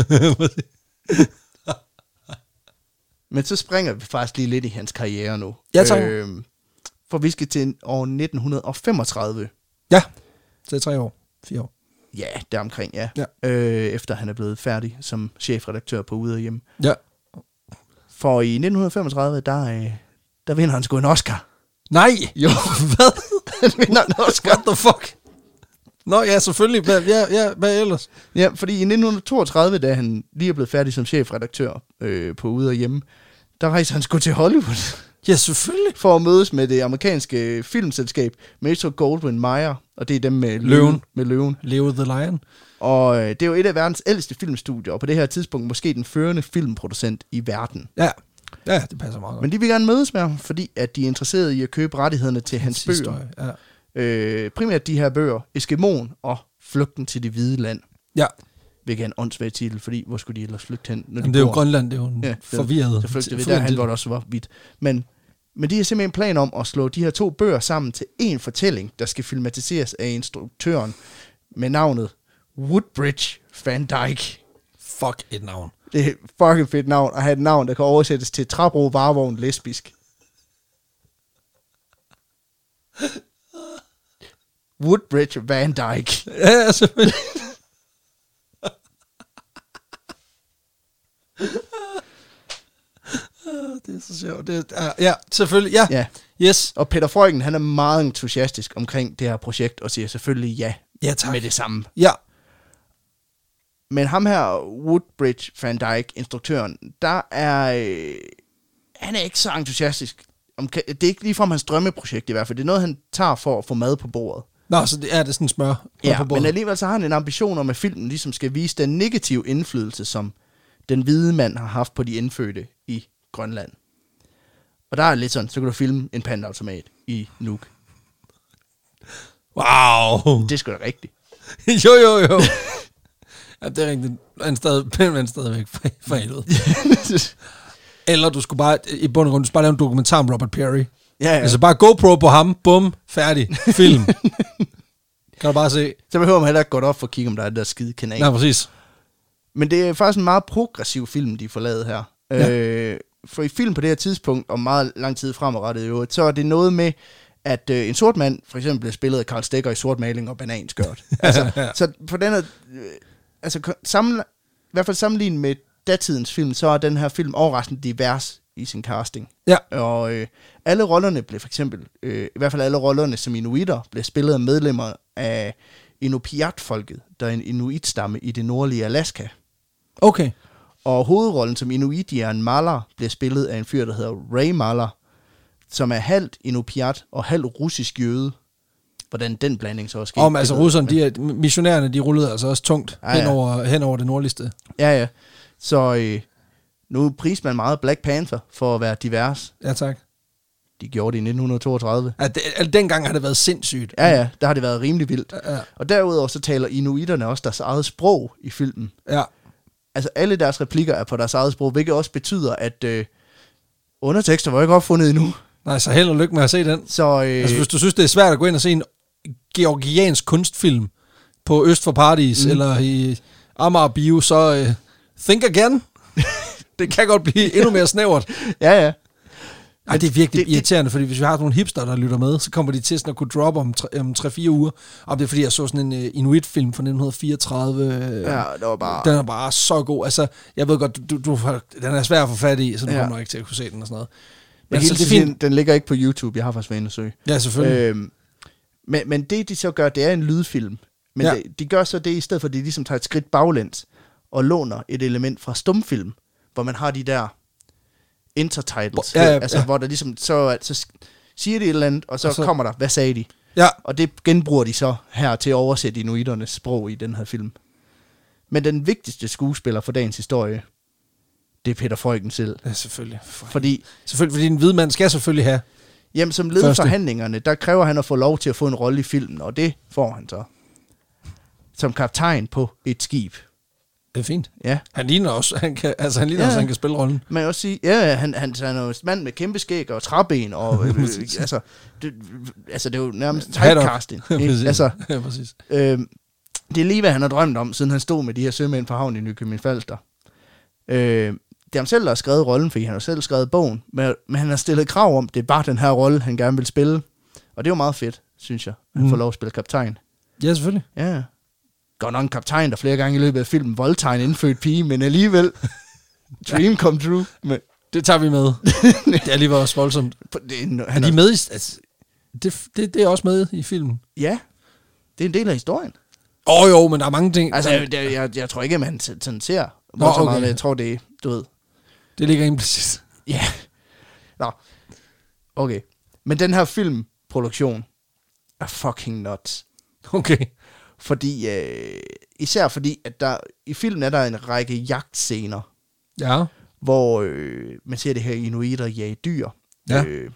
Men så springer vi faktisk lige lidt i hans karriere nu. Ja, tak. Øh, for vi skal til år nitten femogtredive. Ja, det er tre år. Fire år. Ja, deromkring, ja. ja. Øh, efter han er blevet færdig som chefredaktør på Ude og Hjemme. Ja. For i nitten femogtredive, der, øh, der vinder han sgu en Oscar. Nej! Jo. Hvad? Han vinder en Oscar. What the fuck? Nå ja, selvfølgelig. Hvad, ja, ja, hvad ellers? Ja, fordi i nitten toogtredive, da han lige er blevet færdig som chefredaktør øh, på Ude og Hjemme, der rejser han sgu til Hollywood. Ja, selvfølgelig. For at mødes med det amerikanske filmselskab Metro-Goldwyn-Mayer, og det er dem med løven. Løven. Med løven. Leo the Lion. Og øh, det er jo et af verdens ældste filmstudier, og på det her tidspunkt måske den førende filmproducent i verden. Ja, ja, det passer meget godt. Men de vil gerne mødes med ham, fordi at de er interesserede i at købe rettighederne til hans, hans bøger. Ja. Øh, primært de her bøger, Eskimoen og Flugten til det hvide land. Ja. Hvilket er en åndssvag titel, fordi hvor skulle de ellers flygte hen? Når de Jamen, det er bor? jo Grønland, det er jo en ja, forvirret. Så flygtede vi derhen, hvor det også var hvidt. Men, men de har simpelthen plan om at slå de her to bøger sammen til en fortælling, der skal filmatiseres af instruktøren med navnet Woodbridge Van Dyke. Fuck et navn. Det er et fucking fedt navn, at have et navn, der kan oversættes til træbro, varevogn, lesbisk. Woodbridge Van Dyke. Ja, selvfølgelig. Det er så sjovt. Det er, ja, selvfølgelig. Ja. ja. Yes. Og Peter Freuchen, han er meget entusiastisk omkring det her projekt, og siger selvfølgelig ja, ja tak. med det samme. Ja. Men ham her, Woodbridge Van Dyke, instruktøren, der er... Øh, han er ikke så entusiastisk. Omkring, det er ikke ligefrem hans drømmeprojekt i hvert fald. Det er noget, han tager for at få mad på bordet. Nå, så det er det sådan smør ja, på bordet. Men alligevel så har han en ambition om, at filmen ligesom skal vise den negative indflydelse, som den hvide mand har haft på de indfødte i Grønland. Og der er lidt sådan, så kan du filme en pandaautomat i Nuuk. Wow. Det er sgu da rigtigt. jo, jo, jo. Ja, det er rigtigt. Han er stadig, han stadigvæk for helvede. Eller du skulle bare, i bund og grund, du skulle bare lave en dokumentar om Robert Perry. Ja, ja. Altså bare GoPro på ham, bum, færdig, film. Kan du bare se. Så behøver man heller ikke gå op for at kigge, om der er den der skide kanal. Nej, præcis. Men det er faktisk en meget progressiv film, de får lavet her. Ja. Øh, for i film på det her tidspunkt, og meget lang tid fremadrettet jo, så er det noget med, at øh, en sort mand, for eksempel, bliver spillet af Carl Stegger i sort maling og bananskørt. altså, ja. Så på den her, øh, altså sammen, i hvert fald sammenlignet med datidens film, så er den her film overraskende divers i sin casting. Ja. Og øh, alle rollerne blev for eksempel, øh, i hvert fald alle rollerne som inuiter, blev spillet af medlemmer af Inupiat-folket, der er en inuitstamme i det nordlige Alaska. Okay. Og hovedrollen som inuitieren Malar bliver spillet af en fyr, der hedder Ray Malar, som er halvt inupiat og halvt russisk jøde. Hvordan den blanding så også skete. Om altså russerne, de er, missionærerne, de rullede altså også tungt ja, ja. Hen, over, hen over det nordligste. Ja, ja. Så øh, nu priser man meget Black Panther for at være divers. Ja, tak. De gjorde det i nitten toogtredive. Ja, det, altså, dengang har det været sindssygt. Ja, ja, der har det været rimelig vildt. Ja, ja. Og derudover så taler inuiterne også deres eget sprog i filmen. Ja. Altså alle deres replikker er på deres eget sprog, hvilket også betyder, at øh, undertekster var ikke opfundet endnu. Nej, så held og lykke med at se den. Så, øh, altså hvis du synes, det er svært at gå ind og se en georgiansk kunstfilm på Øst for Paradis, mm. eller i Amager Bio, så øh, think again. Det kan godt blive endnu mere snævert. Ja, ja. Ej, det er virkelig det, irriterende, det, fordi hvis vi har nogle hipster, der lytter med, så kommer de til sådan at kunne droppe om, tre, om tre-fire uger. Og det er fordi, jeg så sådan en uh, Inuit-film fra nitten fireogtredive. Ja, det var bare... Den er bare så god. Altså, jeg ved godt, du, du, den er svær at få fat i, så du ja. kommer ikke til at kunne se den og sådan noget. Men altså, det er fint. Den ligger ikke på YouTube, jeg har faktisk været inde og søge. Ja, selvfølgelig. Øhm, men, men det, de så gør, det er en lydfilm. Men ja. de, de gør så det, i stedet for, at de ligesom tager et skridt baglæns og låner et element fra stumfilm, hvor man har de der intertitles, ja, ja, altså ja. hvor der ligesom, så, så siger de et eller andet, og så, og så kommer der, hvad sagde de? Ja. Og det genbruger de så her til at oversætte inuiternes sprog i den her film. Men den vigtigste skuespiller for dagens historie, det er Peter Freuchen selv. Ja, selvfølgelig. Fordi, selvfølgelig, fordi en hvid mand skal selvfølgelig have. Jamen, som led i forhandlingerne, der kræver han at få lov til at få en rolle i filmen, og det får han så. Som kaptajn på et skib. Det er fint. Ja. Han ligner også, han kan, altså han ligner ja. også, han kan spille rollen. Man kan også sige, ja, han, han, han er jo en mand med kæmpe skæg og træben, og øh, altså, det, altså, det er jo nærmest typecasting. altså, ja, præcis. Øh, det er lige, hvad han har drømt om, siden han stod med de her sømænd fra havnen i Nykøbing Falster. Øh, det er ham selv, der har skrevet rollen, fordi han har selv skrevet bogen, men, men han har stillet krav om, det er bare den her rolle, han gerne vil spille. Og det er jo meget fedt, synes jeg, at han mm. får lov at spille kaptajn. Ja, selvfølgelig. Ja. Godt nok en kaptajn, der flere gange i løbet af filmen voldtager en indfødt pige, men alligevel, dream come true. Men det tager vi med. Det er alligevel også voldsomt. Det er, han er de med i, altså, det, det, det er også med i filmen. Ja, det er en del af historien. Åh oh, jo, men der er mange ting. Altså, jeg, jeg, jeg tror ikke, at man sådan ser Nå, okay. meget, jeg tror, det er, du ved. Det ligger implicit. Ja. Yeah. Nå. Okay. Men den her filmproduktion er fucking nuts. Okay. Fordi, øh, især fordi, at der i filmen er der en række jagtscener. Ja. Hvor øh, man ser det her inuiter jage dyr. Ja. Øh,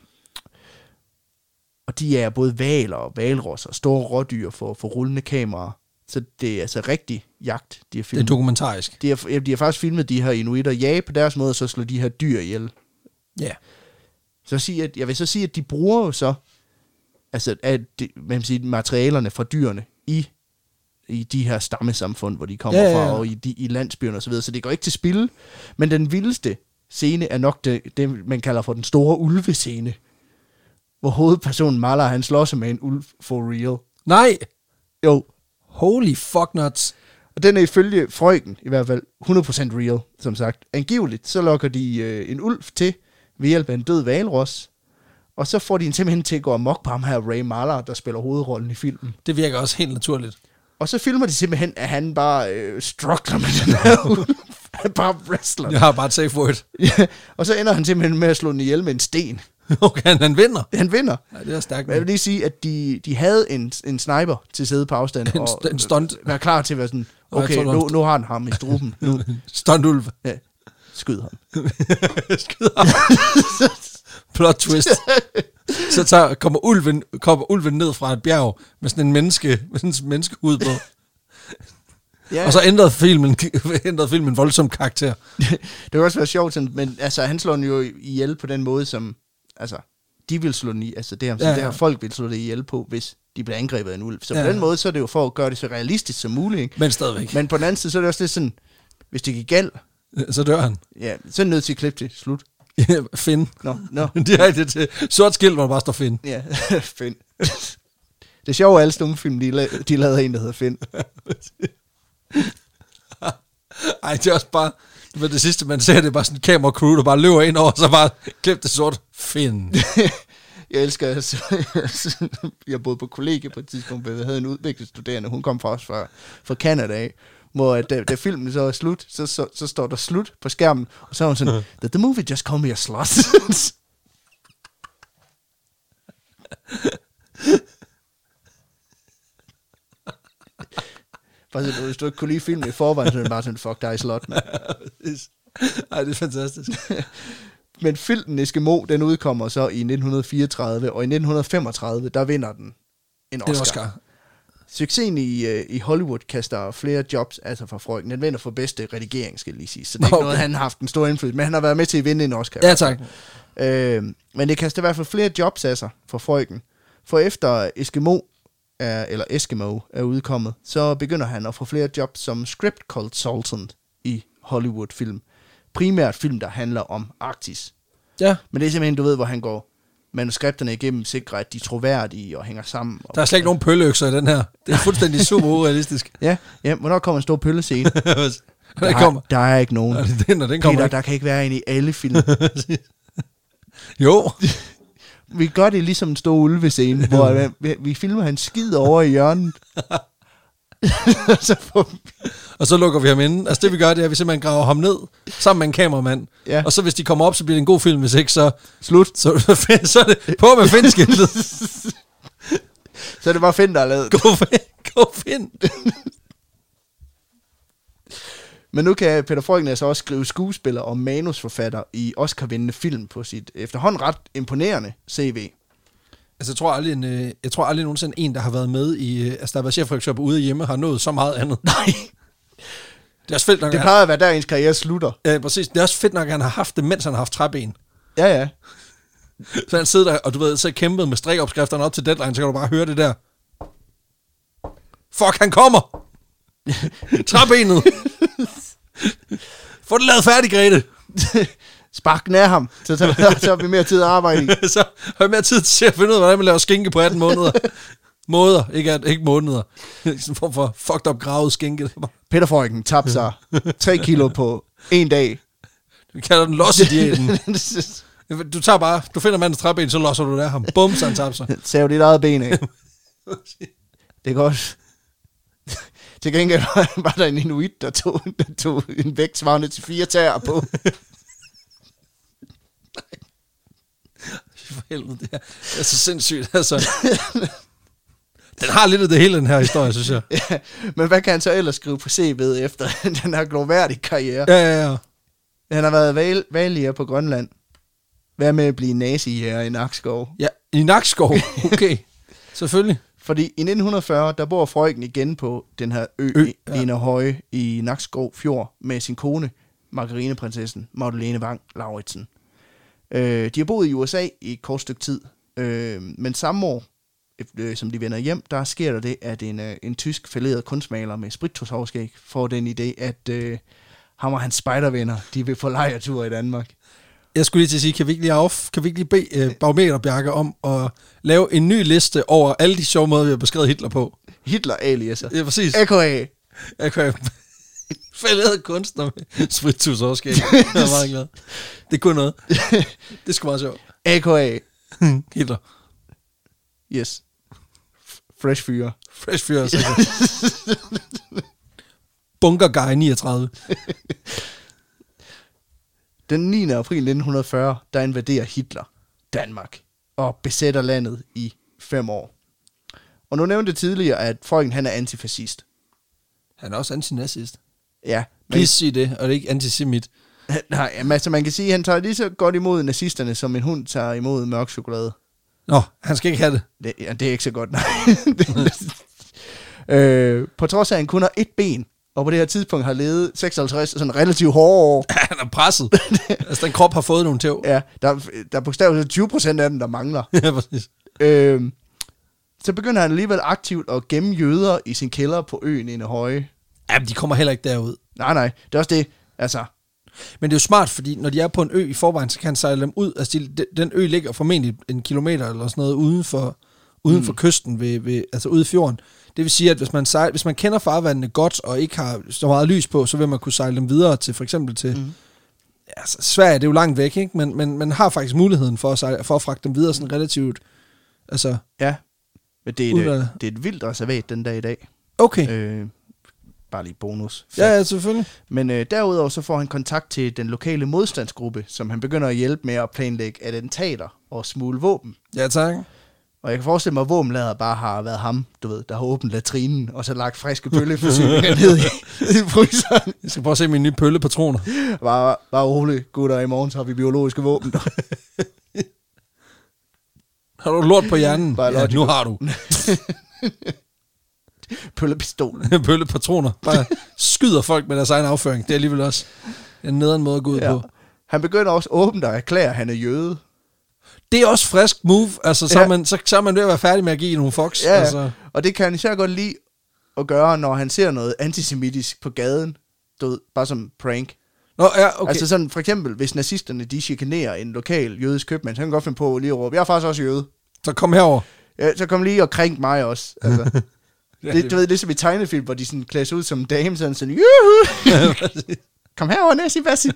og de er både valer og valrosser, store rådyr for, for rullende kameraer. Så det er altså rigtig jagt, de har filmet. Det er dokumentarisk. De har, de har faktisk filmet de her inuiter jage på deres måde, og så slår de her dyr ihjel. Ja. Så sige, at, jeg vil så sige, at de bruger jo så altså, at de, man sige, materialerne fra dyrene i, i de her stammesamfund, hvor de kommer ja, ja, ja. fra, og i, de, i landsbyerne osv., så, så det går ikke til spil. Men den vildeste scene er nok det, det man kalder for den store ulvescene, hvor hovedpersonen Malar, han slår sig med en ulv for real. Nej! Jo. Holy fuck nuts. Og den er ifølge Freuchen i hvert fald hundrede procent real, som sagt. Angiveligt, så lokker de øh, en ulv til ved hjælp af en død hvalros, og så får de en simpelthen til at gå amok på ham her, Ray Malar, der spiller hovedrollen i filmen. Det virker også helt naturligt. Og så filmer de simpelthen, at han bare øh, struggler med den her ulv. Han bare wrestler. Jeg har bare et safe word. Ja, og så ender han simpelthen med at slå den ihjel med en sten. Okay, han vinder. Han vinder. Ja, det er stærkt. Men jeg vil lige sige, at de, de havde en, en sniper til at sidde på afstand. En, og en stunt. Være klar til at være sådan, okay, nu, nu har han ham i struben. Stuntulv. Ja, skyd ham. skyd ham. Plot twist. Så tager, kommer, ulven, kommer ulven ned fra et bjerg med sådan en menneske, med sådan en menneskehud på. Ja. Og så ændrede filmen, ændrede filmen voldsom karakter. Det kan også være sjovt, sådan, men altså, han slår den jo ihjel på den måde, som altså, de vil slå den i. Altså, det her, ja, ja. det her folk vil slå det ihjel på, hvis de bliver angrebet af en ulv. Så ja, på den måde, så er det jo for at gøre det så realistisk som muligt. Ikke? Men stadigvæk. Men på den anden side, så er det også lidt sådan, hvis det gik galt, så dør han. Ja, så er det nødt til at klippe til slut. Ja, Finn. Nå, nå. Det er det til sort skilt, hvor der bare står Finn. Ja, Finn. Det er sjovt, at alle stumfilm, de, la- de lavede en, der hedder Finn. Ej, det er også bare, det, det sidste, man ser, det er bare sådan en kamera crew, der bare løber ind over, så bare klip det sort. Finn. Jeg elsker, altså, jeg boede på kollegie på et tidspunkt, jeg havde en udviklingsstuderende, hun kom fra os fra, fra Canada af, hvor da, da filmen så er slut, så, så, så står der slut på skærmen, og så er hun sådan, the, the movie just called me a slut. Bare sådan, hvis du ikke kunne lide filmen i forvejen, så er det bare sådan, fuck dig, slut, man. Ej, det er fantastisk. Men filmen Eskimo, den udkommer så i nitten fireogtredive, og i nitten femogtredive, der vinder den en Oscar. En Oscar. Succesen i, uh, i Hollywood kaster flere jobs, altså fra frøken. Den vinder for bedste redigering, skal jeg lige sige. Så det er okay. Ikke noget, han har haft en stor indflydelse, men han har været med til at vinde en Oscar. Ja, tak. Øh, men det kaster i hvert fald flere jobs af sig for frøken. For efter Eskimo, er, eller Eskimo er udkommet, så begynder han at få flere jobs som script consultant i Hollywood-film. Primært film, der handler om Arktis. Ja. Men det er simpelthen, du ved, hvor han går manuskripterne igennem, sikrer, at de er troværdige og hænger sammen. Der er slet ikke nogen pølleøkser i den her. Det er fuldstændig super urealistisk. Ja, ja, hvornår kommer en stor pøllescene? der, der, der er ikke nogen. Ja, den, den Peter, ikke. Der kan ikke være en i alle film. Jo. Vi gør det ligesom en stor ulvescene, hvor vi, vi filmer han skid over i hjørnet. så får... Og så lukker vi ham inde. Altså det vi gør, det er, at vi simpelthen graver ham ned sammen med en kameramand. Ja. Og så hvis de kommer op, så bliver det en god film. Hvis ikke, så slut. Så, så er det på med Finn-skiltet. Så er det bare Finn, der er lavet. Gå Finn. Gå Finn. Men nu kan Peter Freuchen altså også skrive skuespiller og manusforfatter i Oscar-vindende film på sit efterhånden ret imponerende C V. Altså, jeg tror aldrig, en, jeg tror aldrig nogensinde en, der har været med i... Altså, der har været chefredaktør på Ude Hjemme, har nået så meget andet. Nej. Det er også fedt nok, det plejer at være der, ens karriere slutter. Ja, præcis. Det er også fedt nok, at han har haft det, mens han har haft træben. Ja, ja. Så han sidder der, og du ved, så kæmpet med strikopskrifterne op til deadline, så kan du bare høre det der. Fuck, han kommer! Træbenet! Få det lavet færdigt, Grete! Spark den af ham, så tager, så har vi mere tid at arbejde i. Så har vi mere tid til at finde ud af, hvordan man laver skinke på atten måneder. Måder, ikke, ikke måneder. Sådan en form for fucked up gravet skinke. Peter Freuchen tabte sig tre kilo på en dag. Vi kalder den lossediæten. Du tager bare, du finder mandens træben, så losser du det af ham. Bum, så han tabte sig. Sav dit eget ben af. Det er godt. Til gengæld var der en inuit, der tog, der tog en vægt svarende til fire tæer på. For helvede, det er, det er så sindssygt, altså. Den har lidt af det hele, den her historie, synes jeg. Ja, men hvad kan han så ellers skrive på C V'et efter den her gloværdige karriere? Ja, ja, ja. Han har været val- valgjæger på Grønland. Hvad med at blive nazi-jæger i Nakskov? Ja, i Nakskov, okay. Selvfølgelig. Fordi i nitten fyrre, der bor Freuchen igen på den her ø, ø ja. Enerhøje i Nakskov Fjord med sin kone, margarineprinsessen Magdalene Vang Lauritsen. Øh, de har boet i U S A i et kort stykke tid, øh, men samme år, øh, som de vender hjem, der sker der det, at en, øh, en tysk falderet kunstmaler med sprittushovskæg får den idé, at øh, ham og hans spejdervenner, de vil på lejretur i Danmark. Jeg skulle lige til at sige, kan vi ikke lige, af, kan vi ikke lige bede uh, Barometer Bjarke om at lave en ny liste over alle de sjove måder, vi har beskrevet Hitler på? Hitler-aliaser. Ja, præcis. A K A. A K A. Fældede kunstner med sprittushovskæg. Jeg er meget glad. Det kunne noget. Det er sgu meget sjovt. A K A. Hitler. Yes. Fresh fyre. Fresh fyre, så. Bunker Guy niogtredive. Den niende april nitten fyrre, der invaderer Hitler Danmark og besætter landet i fem år. Og nu nævnte jeg tidligere, at Freuchen, han er antifascist. Han er også antinazist. Ja. Please sig det, og det er ikke antisemit. Nej, jamen, altså man kan sige, at han tager lige så godt imod nazisterne, som en hund tager imod mørk chokolade. Nå, han skal ikke have det. Det, ja, det er ikke så godt, nej. øh, på trods af, at han kun har et ben, og på det her tidspunkt har levet seksoghalvtreds sådan relativt hårde år. Ja, han er presset. Altså, den krop har fået nogle tæv. Ja, der, der er bogstaveligt tyve procent af den, der mangler. Ja, præcis. Øh, så begynder han alligevel aktivt at gemme jøder i sin kælder på øen inde Høje. Jamen, de kommer heller ikke derud. Nej, nej, det er også det. Altså, men det er jo smart, fordi når de er på en ø i forvejen, så kan han sejle dem ud. Altså, de, den ø ligger formentlig en kilometer eller sådan noget uden for, uden for mm. kysten, ved, ved, altså ude i fjorden. Det vil sige, at hvis man, sejl, hvis man kender farvandene godt, og ikke har så meget lys på, så vil man kunne sejle dem videre til, for eksempel til... Mm. Altså, Sverige, det er jo langt væk, ikke? Men, men man har faktisk muligheden for at, sejle, for at fragte dem videre sådan relativt... Altså... Ja, men det er, et, at... det er et vildt reservat den dag i dag. Okay. Øh, bare lige bonus. Ja, ja, selvfølgelig. Men øh, derudover så får han kontakt til den lokale modstandsgruppe, som han begynder at hjælpe med at planlægge attentater og smule våben. Ja, tak. Og jeg kan forestille mig, at våbenlader bare har været ham, du ved, der har åbent latrinen, og så lagt friske pølleforsyninger ned i, i fryseren. Jeg skal prøve at se mine nye pøllepatroner. Bare, bare roligt, gutter, i morgen så har vi biologiske våben. Har du lort på hjernen? Bare ja, nu har du. Pøllepistol. Pøllepatroner. Bare skyder folk med deres egen afføring. Det er alligevel også en nederen måde at gå ud ja. på. Han begynder også åbent at erklære, at han er jøde. Det er også frisk move. Altså, så, ja. er man, så, så er man ved at være færdig med at give nogle fox. Ja, altså. Og det kan han især godt lide at gøre, når han ser noget antisemitisk på gaden. Du ved, bare som prank. Nå, ja, okay. Altså sådan, for eksempel, hvis nazisterne, de chikanerer en lokal jødisk købmand, så kan han godt finde på lige at råbe, jeg er faktisk også jøde. Så kom herover. Ja, så kom lige og krænk mig også. Altså. det, du ved, det er som i tegnefilm, hvor de sådan klæder sig ud som dame, sådan sådan, juhu! Kom herover, nazi-bassi!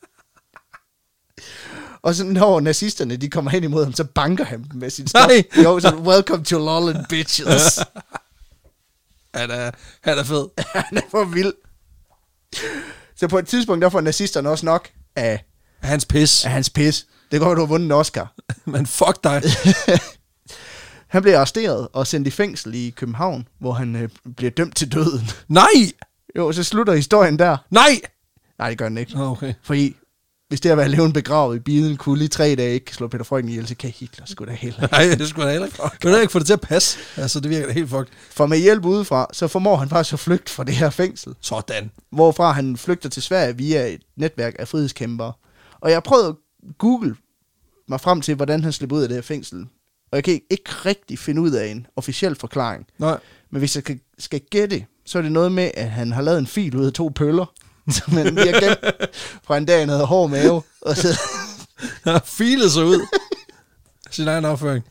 Og så når nazisterne, de kommer hen imod ham, så banker han med sin stop. Nej! Jo, så welcome to Lolland, bitches. Han er, han er fed. Han er for vild. Så på et tidspunkt, der får nazisterne også nok af... Hans pis. Af hans pis. Det går, du har vundet en Oscar. Men fuck dig. Han bliver arresteret og sendt i fængsel i København, hvor han øh, bliver dømt til døden. Nej! Jo, så slutter historien der. Nej! Nej, det gør den ikke. Okay. Fordi hvis det at være levende begravet i bilen kunne lige tre dage ikke slå Peter Freuchen ihjel, så kan Hitler sgu da heller ikke. Nej, det skulle da heller ikke. Du kan ikke få det til at passe. Altså, det virker da helt fucked. For med hjælp udefra, så formår han faktisk at flygte fra det her fængsel. Sådan. Hvorfra han flygter til Sverige via et netværk af frihedskæmpere. Og jeg har prøvet at google mig frem til, hvordan han slipper ud af det her fængsel. Og jeg kan ikke, ikke rigtig finde ud af en officiel forklaring. Nej. Men hvis jeg skal, skal gætte, så er det noget med, at han har lavet en fil ud af to pøller, som han lige har gemt fra en dag, han havde hård mave. Og så han har filet sig ud. Sin egen afføring.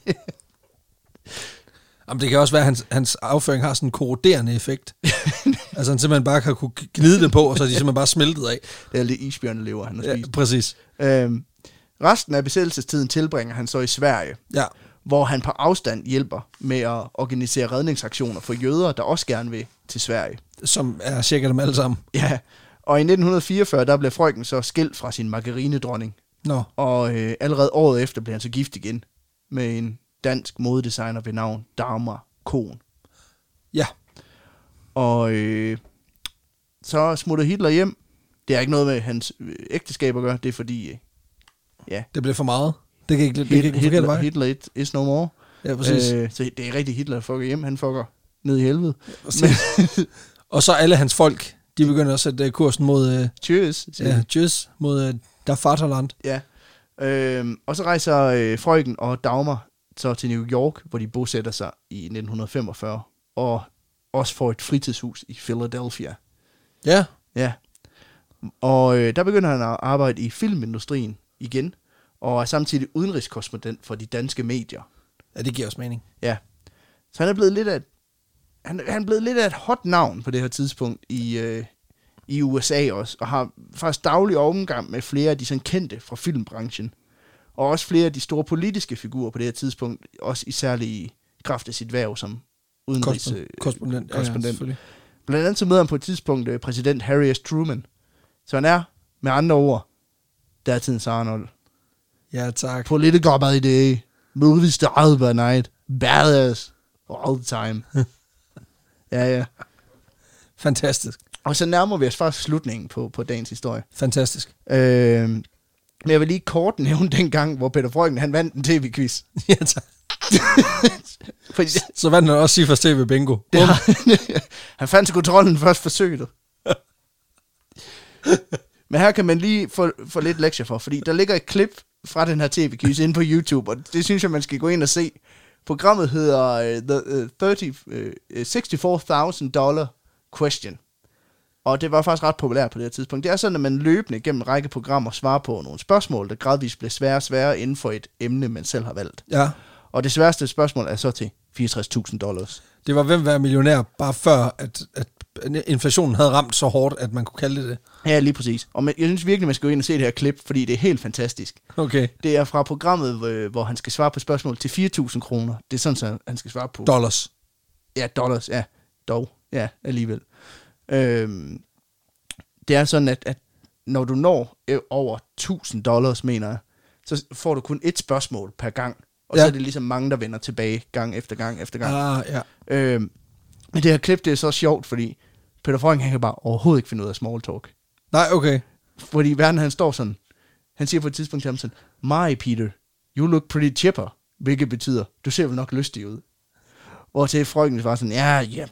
Jamen, det kan også være, at hans, hans afføring har sådan en korroderende effekt. Altså, han simpelthen bare kan kunne gnide det på, og så er de simpelthen bare smeltet af. Det er lidt isbjørnelever, han har spist. Ja, præcis. Øhm, resten af besættelsestiden tilbringer han så i Sverige. Ja. Hvor han på afstand hjælper med at organisere redningsaktioner for jøder, der også gerne vil til Sverige. Som er cirka dem alle sammen. Ja, og i nitten fireogfyrre, der blev Freuchen så skilt fra sin margarinedronning. Nå. Og øh, allerede året efter blev han så gift igen med en dansk modedesigner ved navn Dagmar Kohn. Ja. Og øh, så smutter Hitler hjem. Det er ikke noget med hans ægteskab at gøre, det er fordi, øh, ja. Det blev for meget. Det kan ikke, det Hitler, kan ikke Hitler, Hitler it is no more. Ja, præcis. Øh, så det er rigtig Hitler, der fucker hjem. Han fucker ned i helvede. Men, og så alle hans folk, de begynder at sætte kursen mod... Uh, Tjøs. Ja, tjøs mod uh, der Vaterland. Ja. Øh, og så rejser øh, Freuchen og Dagmar så til New York, hvor de bosætter sig i nitten femogfyrre. Og også får et fritidshus i Philadelphia. Ja. Ja. Og øh, der begynder han at arbejde i filmindustrien igen. Og er samtidig udenrigskorrespondent for de danske medier. Ja, det giver også mening. Ja. Så han er blevet lidt af et, han, han er blevet lidt af et hot navn på det her tidspunkt i, øh, i U S A også, og har faktisk daglig omgang med flere af de sådan kendte fra filmbranchen, og også flere af de store politiske figurer på det her tidspunkt, også især i kraft af sit værv som udenrigskorrespondent. Øh, korrespondent. Ja, Blandt andet så møder han på et tidspunkt øh, præsident Harry S. Truman. Så han er, med andre ord, datidens Arnold. Ja, tak. Political by day, movie star by night, badass all the time. Ja, ja. Fantastisk. Og så nærmer vi os faktisk slutningen på, på dagens historie. Fantastisk. Øh, men jeg vil lige kort nævne den gang, hvor Peter Freuchen, han vandt en tv-quiz. Ja, tak. Fordi, Så vandt han også Cifres T V Bingo. det har, han fandt sgu trolden først forsøget. Men her kan man lige få, få lidt lektier for, fordi der ligger et klip fra den her tv-quiz inde på YouTube, og det synes jeg, man skal gå ind og se. Programmet hedder uh, The uh, thirty, uh, sixty-four thousand dollar Question. Og det var faktisk ret populært på det her tidspunkt. Det er sådan, at man løbende gennem en række programmer svarer på nogle spørgsmål, der gradvist bliver sværere og sværere inden for et emne, man selv har valgt. Ja. Og det sværeste spørgsmål er så til fireogtres tusind dollars. Det var hvem var millionær, bare før, at, at inflationen havde ramt så hårdt, at man kunne kalde det det. Ja, lige præcis. Og man, jeg synes virkelig, man skal gå ind og se det her klip, fordi det er helt fantastisk. Okay. Det er fra programmet, hvor, hvor han skal svare på spørgsmål til fire tusind kroner. Det er sådan, så han skal svare på... Dollars. Ja, dollars, ja. Dog, ja, alligevel. Øhm, det er sådan, at, at når du når over tusind dollars, mener jeg, så får du kun et spørgsmål per gang. Og ja. Så er det ligesom mange, der vender tilbage gang efter gang efter gang. Ah, ja. Øhm, men det her klip, det er så sjovt, fordi Peter Freuchen, han kan bare overhovedet ikke finde ud af small talk. Nej, okay. Fordi verden, han står sådan, han siger på et tidspunkt til ham sådan, My Peter, you look pretty chipper, hvilket betyder, du ser vel nok lystig ud. Og til Freuchen var sådan, ja, ja,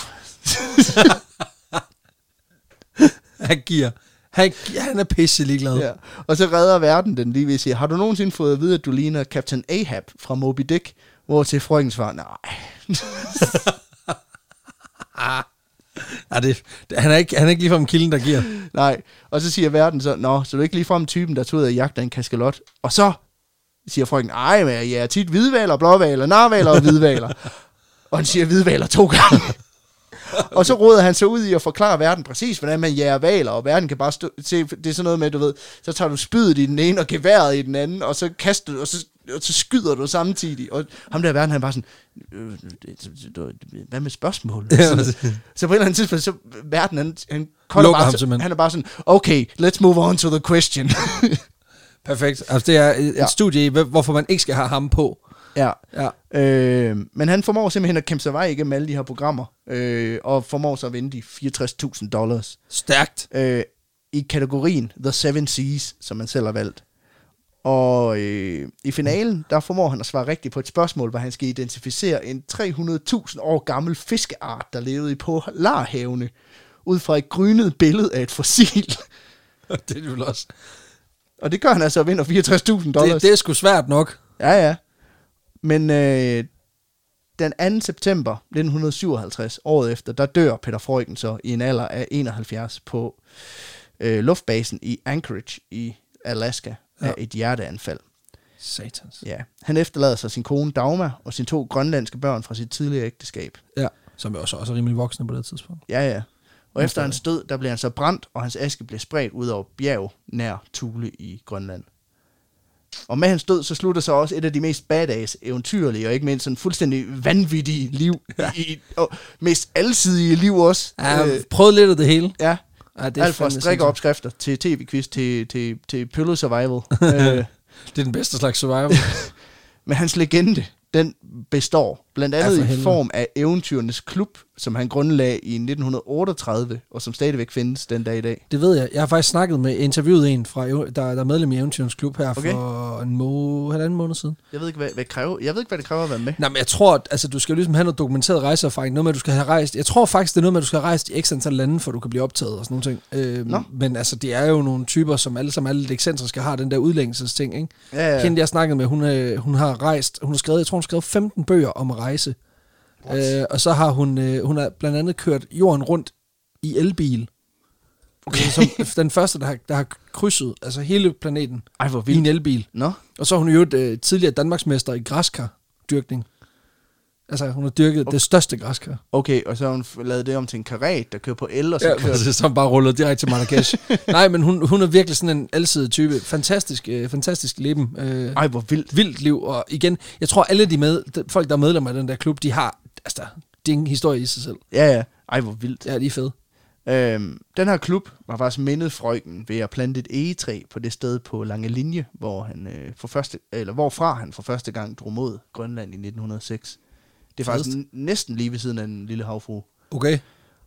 Han giver. Han, han er pisse ligeglad. ja. Og så redder verden den lige ved at sige, har du nogensinde fået at vide, at du ligner Captain Ahab fra Moby Dick? Hvor til Freuchen svarer, nej. Ja, det, det, han, er ikke, han er ikke ligefrem kilden, der giver. Nej, og så siger verden så, nå, så er du ikke ligefrem typen, der tog ud og jagter en kaskelot. Og så siger Freuchen, ej, men jeg er tit hvidvaler, blåvaler, narvaler og hvidvaler. Og han siger hvidvaler to gange. Og så råder han så ud i at forklare verden præcis, hvordan man jager valer, og verden kan bare stå, se, det er sådan noget med, du ved, så tager du spydet i den ene og geværet i den anden, og så kaster du, og så, og så skyder du samtidig. Og ham der verden, han bare sådan, øh, hvad med spørgsmål? Ja, så, så på et eller andet tidspunkt, så verden, han, han, bare, ham, så, han er bare sådan, okay, let's move on to the question. Perfekt. Altså det er et ja. studie i, hvorfor man ikke skal have ham på. Ja, ja. Øh, men han formår simpelthen at kæmpe sig vej igennem alle de her programmer, øh, og formår så at vinde de fireogtres tusind dollars. Stærkt. Øh, I kategorien The Seven Seas, som man selv har valgt. Og øh, i finalen, der formår han at svare rigtigt på et spørgsmål, hvor han skal identificere en tre hundrede tusind år gammel fiskeart, der levede i Polarhavene, ud fra et grynet billede af et fossil. Det er jo også. Og det gør han altså og vinder fireogtres tusind dollars. Det, det er sgu svært nok. Ja, ja. Men øh, den anden september nitten syvoghalvtreds, året efter, der dør Peter Freuchen så i en alder af enoghalvfjerds på øh, luftbasen i Anchorage i Alaska ja. af et hjerteanfald. Satans. Ja. Han efterlader sig sin kone Dagmar og sine to grønlandske børn fra sit tidligere ægteskab. Ja, som er også, også rimelig voksne på det tidspunkt. Ja, ja. Og efter hans død, der blev han så brændt, og hans aske blev spredt ud over bjerg nær Thule i Grønland. Og med hans død, så slutter så også et af de mest badass, eventyrlige og ikke mindst sådan fuldstændig vanvittige liv. Ja. I, og mest alsidige liv også. Ja, øh, prøv lidt af det hele. Ja, ja det er alt fra strikkeopskrifter til tv-quiz til, til, til pølle survival. øh. Det er den bedste slags survival. Men hans legende, den består blandt andet ja, i form af Eventyrernes Klub, som han grundlagde i nitten otteogtredive, og som stadigvæk findes den dag i dag. Det ved jeg. Jeg har faktisk snakket med, interviewet en, fra, der, der er medlem i Eventyrernes Klub her okay. for en må, halvanden måned siden. Jeg ved ikke, hvad, hvad, kræver, jeg ved ikke, hvad det kræver at være med. Nej, men jeg tror, at altså, du skal jo ligesom have noget dokumenteret rejseerfaring. Noget med, at du skal have rejst. Jeg tror faktisk, det er noget med, at du skal have rejst i x antal lande, for du kan blive optaget og sådan nogle ting. Øhm, men altså, det er jo nogle typer, som alle sammen er lidt ekscentriske, har den der udlængselsting, ikke? Ja, ja. Hende, jeg snakkede med, hun, øh, hun har rejst, hun har skrevet, jeg tror, hun har skrevet femten bøger om at rejse. Øh, og så har hun, øh, hun har blandt andet kørt jorden rundt i elbil. Okay. Som den første, der har, der har krydset altså hele planeten. Ej, hvor i en elbil. Nå. Og så har hun jo et øh, tidligere Danmarksmester i græskar-dyrkning. Altså, hun har dyrket okay. det største græskar. Okay, og så har hun lavet det om til en karet, der kører på el, og så ja, kører... Ja, som bare ruller direkte til Marrakesh. Nej, men hun, hun er virkelig sådan en alsidig type. Fantastisk, øh, fantastisk leben. Øh, Ej, hvor vildt. Vildt liv. Og igen, jeg tror, alle de med, de, folk, der er medlemmer af den der klub, de har... Altså, det er en historie i sig selv. Ja, ja. Ej, hvor vildt. Ja, de er fede. Øhm, den her klub var faktisk mindet Freuchen ved at plante et egetræ på det sted på Lange Linje, hvor han øh, for første, eller hvorfra han for første gang drog mod Grønland i nitten hundrede og seks. Det er faktisk n- næsten lige ved siden af en lille havfrue. Okay.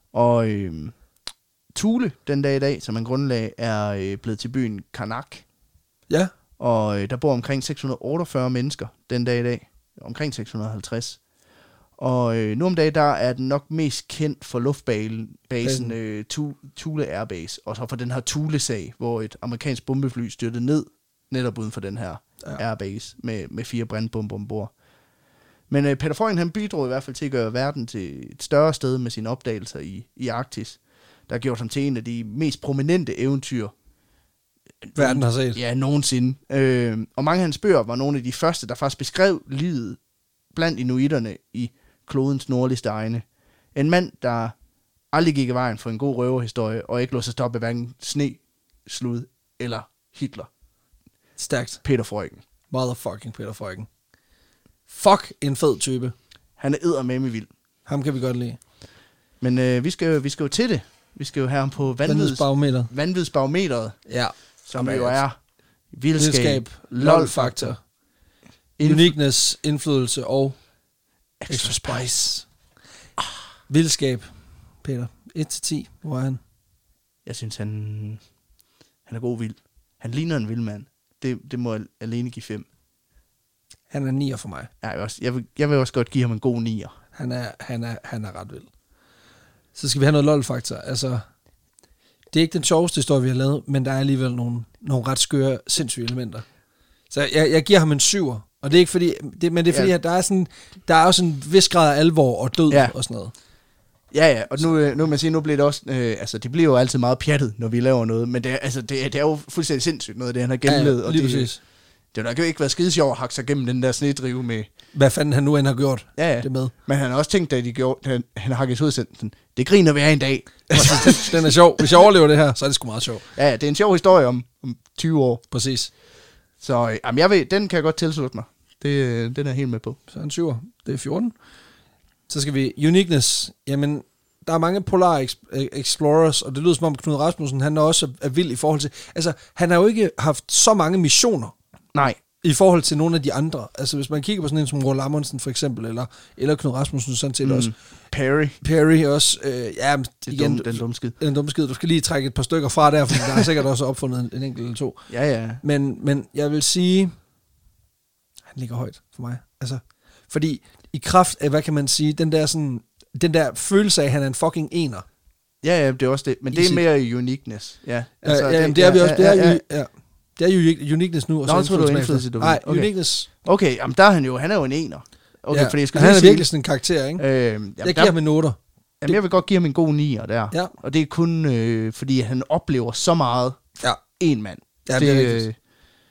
Og øh, Thule, den dag i dag, som man grundlag, er øh, blevet til byen Karnak. Ja. Og øh, der bor omkring seks hundrede og otteogfyrre mennesker den dag i dag. Omkring seks hundrede og halvtreds. Og øh, nu om dagen, der er den nok mest kendt for luftbasen øh, Thule Air Base. Og så for den her Thule-sag, hvor et amerikansk bombefly styrtede ned, netop uden for den her ja. Airbase, med, med fire brandbomber ombord. Men øh, Peter Freuchen, han bidrog i hvert fald til at gøre verden til et større sted med sine opdagelser i, i Arktis. Der har gjort ham til en af de mest prominente eventyr, verden har set. Ja, nogensinde. Øh, og mange af hans bøger var nogle af de første, der faktisk beskrev livet blandt inuitterne i klodens nordligste egne. En mand, der aldrig gik i vejen for en god røverhistorie, og ikke lå sig stoppe af hverken sne, slud eller Hitler. Stærkt. Peter Freuchen. Motherfucking Peter Freuchen. Fuck en fed type. Han er eddermame vild. Ham kan vi godt lide. Men øh, vi, skal, vi skal jo til det. Vi skal jo have ham på vanvidsbarometeret. Vanvidsbarometeret. Ja. Som jo er vildskab, vildskab lol-faktor, uniqueness, indflydelse og extra spice. Ah. Vildskab, Peter. et til ti. Hvor er han? Jeg synes, han, han er god vild. Han ligner en vild mand. Det, det må jeg alene give fem. Han er nier for mig. Ja, jeg, også, jeg, vil, jeg vil også godt give ham en god nier. Han er, han er, han er ret vild. Så skal vi have noget lol-faktor. Altså, det er ikke den sjoveste historie, vi har lavet, men der er alligevel nogle, nogle ret skøre, sindssyge elementer. Så jeg, jeg giver ham en syver. Og det er ikke fordi, det, men det er fordi, ja. at der er sådan, der er også en vis grad af alvor og død ja. og sådan noget. Ja, ja, og nu, nu man siger, nu bliver det også, øh, altså det bliver jo altid meget pjattet, når vi laver noget, men det er, altså, det, det er jo fuldstændig sindssygt noget af det, han har gennemlevet. Ja, ja, og lige det, præcis. Det har jo ikke været skide sjovt at hakke sig gennem den der snedrive med... Hvad fanden han nu end har gjort ja, ja. det med. Men han har også tænkt, da de gjorde, han, han har hakket udsendelsen, det griner vi af en dag. den, den er sjov. Hvis jeg overlever det her, så er det sgu meget sjovt. Ja, det er en sjov historie om, om tyve år. Præcis. Så jamen, jeg ved, den kan jeg godt tilslutte mig. Det, den er jeg helt med på. Så en syver. Det er fjorten. Så skal vi... Uniqueness. Jamen, der er mange Polar Explorers, og det lyder som om Knud Rasmussen, han er også er vild i forhold til... Altså, han har jo ikke haft så mange missioner. Nej. I forhold til nogle af de andre. Altså, hvis man kigger på sådan en som Roald Amundsen for eksempel, eller, eller Knud Rasmussen sådan set mm. også. Perry. Perry også. Øh, ja, igen, dum, den dumme skid. Den dumme skid. Du skal lige trække et par stykker fra der, for der er sikkert også opfundet en, en enkelt eller to. Ja, ja. Men, men jeg vil sige, han ligger højt for mig. Altså, fordi i kraft af, hvad kan man sige, den der sådan, den der følelse af, at han er en fucking ener. Ja, ja, det er også det. Men det er mere uniqueness. Ja, altså, ja, ja det, det er vi også. Det er ja, ja. ja. Det er uniqueness nu. Og Nå, så tror du indflydelse, du Nej, okay. uniqueness. Okay, jamen der er han jo, han er jo en ener. Okay, ja, fordi jeg skal han er sige, virkelig sådan en karakter, ikke? Øh, jamen, jeg giver ham en noter. Jamen, jeg vil godt give ham en god nier der. Ja. Og det er kun, øh, fordi han oplever så meget ja. en mand. Ja, det, det er øh,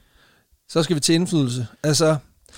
Så skal vi til indflydelse. Altså,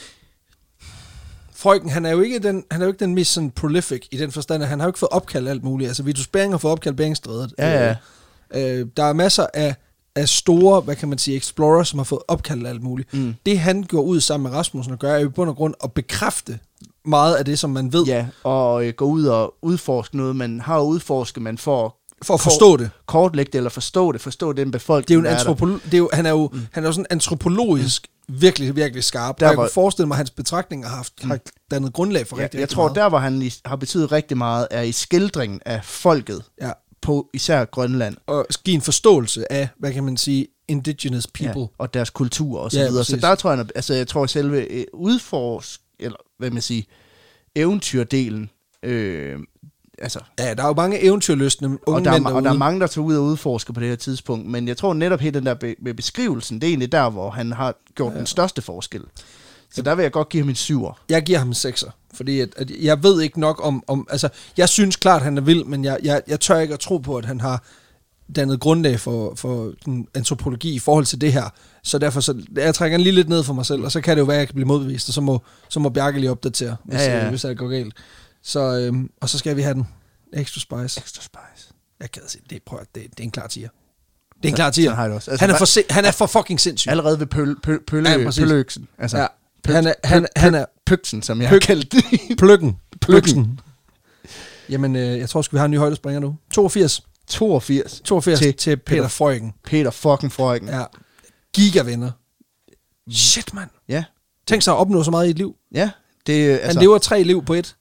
Freuchen, han er jo ikke den, han er jo ikke den mest sådan prolific i den forstand, at han har jo ikke fået opkaldt alt muligt. Altså, Vitus Bering har fået opkaldt Beringstrædet. Ja, ja. Øh, der er masser af af store, hvad kan man sige, explorers, som har fået opkaldt alt muligt. Mm. Det han gjorde ud sammen med Rasmussen og gør, er jo i bund og grund at bekræfte meget af det, som man ved. Ja, og øh, gå ud og udforske noget, man har udforsket, man får for at forstå det. Kortlægge det, eller forstå det, forstå den befolkning. Det er jo en antropolo- det er jo, han er jo, mm. han er jo sådan antropologisk mm. virkelig, virkelig skarp. Der og jeg var, kunne forestille mig, at hans betragtninger har, haft, mm. har dannet grundlag for ja, rigtig, jeg rigtig tror, meget. der hvor han i, har betydet rigtig meget, er i skildringen af folket. Ja. På især Grønland. Og give en forståelse af, hvad kan man sige, indigenous people. Ja, og deres kultur og så ja, videre. Så der tror jeg, altså jeg tror selve øh, udforsk, eller hvad man siger, eventyrdelen, øh, altså... Ja, der er jo mange eventyrlystne unge og der, mænd er, og der er mange, der tager ud og udforsker på det her tidspunkt, men jeg tror netop helt den der be- med beskrivelsen, det er egentlig der, hvor han har gjort ja. den største forskel. Så der vil jeg godt give ham en syver. Jeg giver ham en sekser, fordi at, at jeg ved ikke nok om, om... Altså, jeg synes klart, at han er vild, men jeg, jeg, jeg tør ikke at tro på, at han har dannet grundlag for, for den antropologi i forhold til det her. Så derfor, så, jeg trækker den lige lidt ned for mig selv, og så kan det jo være, at jeg kan blive modbevist, og så må, så må Bjarke lige opdatere, hvis, ja, ja. Øh, hvis det går galt. Så, øhm, og så skal vi have den. Extra spice. Extra spice. Jeg kan sige, det, prøv, det, det er en klar tier. Det er en klar tier. Altså, han, er for se, han er for fucking sindssyg. Allerede ved pøl, pøl, pølle, ja, pøløksen. Altså, ja. Pøk, han er, han, pøk, han er pøksen, som jeg har kaldt det. Pløkken. Pløkken. Jamen, øh, jeg tror, skal vi have en ny højdespringer nu. toogfirs. toogfirs. toogfirs til, til Peter Freuchen. Peter fucking Freuchen. Ja. Gigavinder. Shit, mand. Ja. Tænk sig at opnå så meget i et liv. Ja. Det, altså, han lever tre liv på et.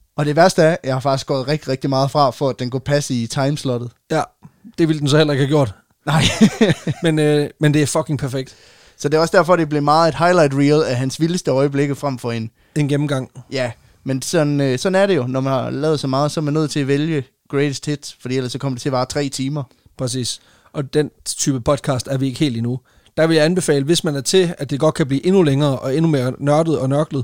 Og det værste er, at jeg har faktisk gået rigtig, rigtig meget fra, for at den kunne passe i timeslottet. Ja, det ville den så heller ikke have gjort. Nej. men, øh, men det er fucking perfekt. Så det er også derfor, det blev meget et highlight reel af hans vildeste øjeblikke frem for en... En gennemgang. Ja, men sådan, øh, sådan er det jo. Når man har lavet så meget, så er man nødt til at vælge greatest hits, fordi ellers så kommer det til at vare tre timer. Præcis. Og den type podcast er vi ikke helt endnu. Der vil jeg anbefale, hvis man er til, at det godt kan blive endnu længere og endnu mere nørdet og nørklet,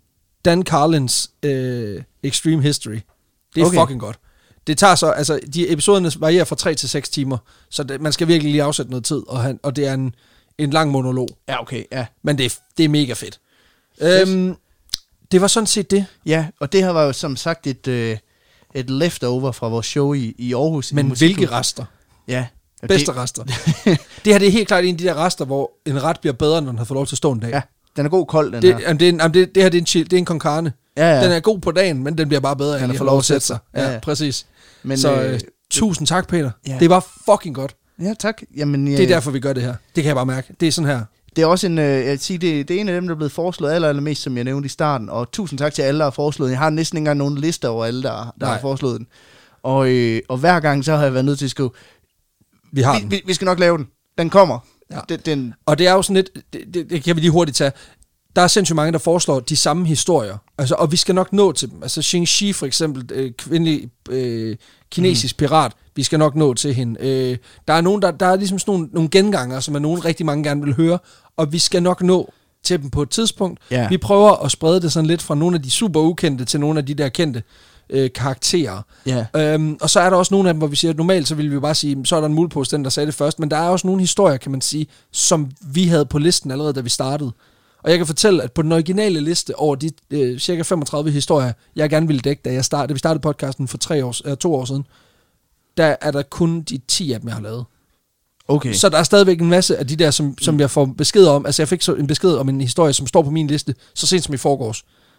Dan Carlins øh, Extreme History. Det er okay. Fucking godt. Det tager så, altså, de episoderne varierer fra tre til seks timer, så det, man skal virkelig lige afsætte noget tid, og, han, og det er en, en lang monolog. Ja, okay, ja. Men det er, det er mega fedt. fedt. Øhm, det var sådan set det. Ja, og det her var jo som sagt et, øh, et leftover fra vores show i, i Aarhus. Men hvilke rester? Ja. Bedste det, rester. Det her det er helt klart en af de der rester, hvor en ret bliver bedre, når den har fået lov til at stå en dag. Ja, den er god kold, den det, her. Jamen, det, er en, jamen, det, det her det er en, chill, det er en con carne. Ja, ja. Den er god på dagen, men den bliver bare bedre, den end får lov at sætte sig. Ja, ja, ja. præcis. Men, så øh, øh, tusind tak, Peter. Ja. Det var fucking godt. Ja, tak. Jamen, det er derfor, vi gør det her. Det kan jeg bare mærke. Det er sådan her. Det er også en, øh, jeg vil sige, det, det er en af dem, der er blevet foreslået aller, aller mest, som jeg nævnte i starten. Og tusind tak til alle, der har foreslået. Jeg har næsten ikke engang nogen lister over alle, der, der har foreslået den. Og, øh, og hver gang, så har jeg været nødt til at skrive, vi, har vi, den. Vi, vi skal nok lave den. Den kommer. Ja. Den, den. Og det er jo sådan lidt, det, det, det kan vi lige hurtigt tage. Der er sindssygt mange, der foreslår de samme historier. Altså, og vi skal nok nå til dem. Altså Xing Shi for eksempel, øh, kvindelig øh, kinesisk mm. pirat. Vi skal nok nå til hende. Øh, der er nogen, der, der er ligesom sådan nogle, nogle genganger, som er nogen rigtig mange gerne vil høre. Og vi skal nok nå til dem på et tidspunkt. Yeah. Vi prøver at sprede det sådan lidt fra nogle af de super ukendte til nogle af de der kendte øh, karakterer. Yeah. Øhm, og så er der også nogle af dem, hvor vi siger, at normalt så ville vi jo bare sige, så er der en mulepose, den der sagde det først. Men der er også nogle historier, kan man sige, som vi havde på listen allerede, da vi startede. Og jeg kan fortælle, at på den originale liste over de øh, cirka femogtredive historier, jeg gerne ville dække, da, jeg start, da vi startede podcasten for tre år, øh, to år siden, der er der kun de ti af dem, jeg har lavet. Okay. Så der er stadigvæk en masse af de der, som, som jeg får besked om. Altså jeg fik så en besked om en historie, som står på min liste, så sent som i forgårs.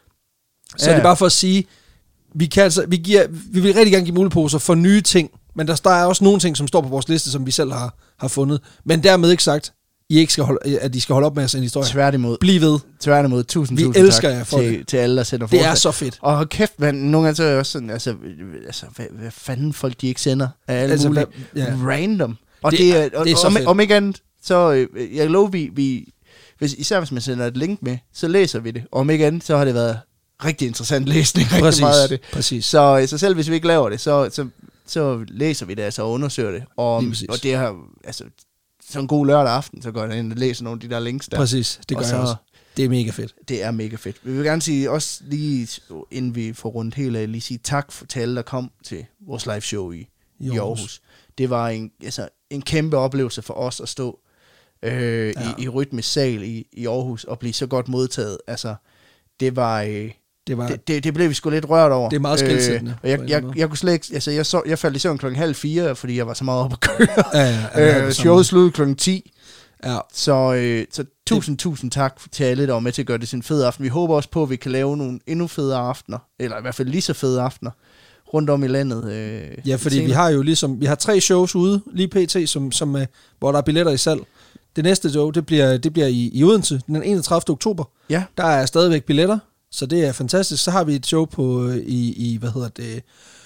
Så ja. Det er bare for at sige, vi, kan altså, vi, giver, vi vil rigtig gerne give muleposer for nye ting, men der, der er også nogle ting, som står på vores liste, som vi selv har, har fundet. Men dermed ikke sagt, I ikke skal holde, at de skal holde op med at sende historier. Tværtimod. Bliv ved. Tværtimod. Tusind, vi tusind elsker tak jer for til, det. til alle, der sender det forslag. Det er så fedt. Og kæft, man, nogle gange så er jeg også sådan, altså, altså hvad, hvad fanden folk de ikke sender af alle altså, mulige hvad, ja. random. Og det, det, er, og, det er så om, fedt. Om ikke andet, så øh, jeg lover, vi, vi hvis, især hvis man sender et link med, så læser vi det. Og om ikke andet, så har det været rigtig interessant læsning. Præcis, rigtig meget af det. Præcis. Så, så selv hvis vi ikke laver det, så, så, så læser vi det, altså og undersøger det. Og, og det har, altså, så en god lørdag aften, så går jeg ind og læser nogle af de der links der. Præcis, det gør så, jeg også. Det er mega fedt. Det er mega fedt. Vi vil gerne sige, også lige inden vi får rundt helt af, lige sige tak for til alle, der kom til vores live show i, i Aarhus. Aarhus. Det var en, altså, en kæmpe oplevelse for os at stå øh, ja. i, i Rytmisk Sal i, i Aarhus og blive så godt modtaget. Altså, det var... Øh, Det, var, det, det, det blev vi sgu lidt rørt over. Det er meget skelsættende. Øh, og jeg, jeg, jeg kunne slet ikke, altså jeg, så, jeg faldt i søvn klokken halv fire, fordi jeg var så meget oppe at køre. Ja, ja, ja, øh, showet sluttede klokken ti. Ja. Så, øh, så tusind, det. tusind tak til alle, der var med til at gøre det til en fed aften. Vi håber også på, at vi kan lave nogle endnu federe aftener, eller i hvert fald lige så fede aftener, rundt om i landet. Øh, ja, fordi senere. vi har jo ligesom, vi har tre shows ude, lige pt, som, som, øh, hvor der er billetter i salg. Det næste show, det bliver, det bliver i, i Odense, den enogtredivte oktober. Ja. Der er stadigvæk billetter. Så det er fantastisk. Så har vi et show på i, i hvad hedder det,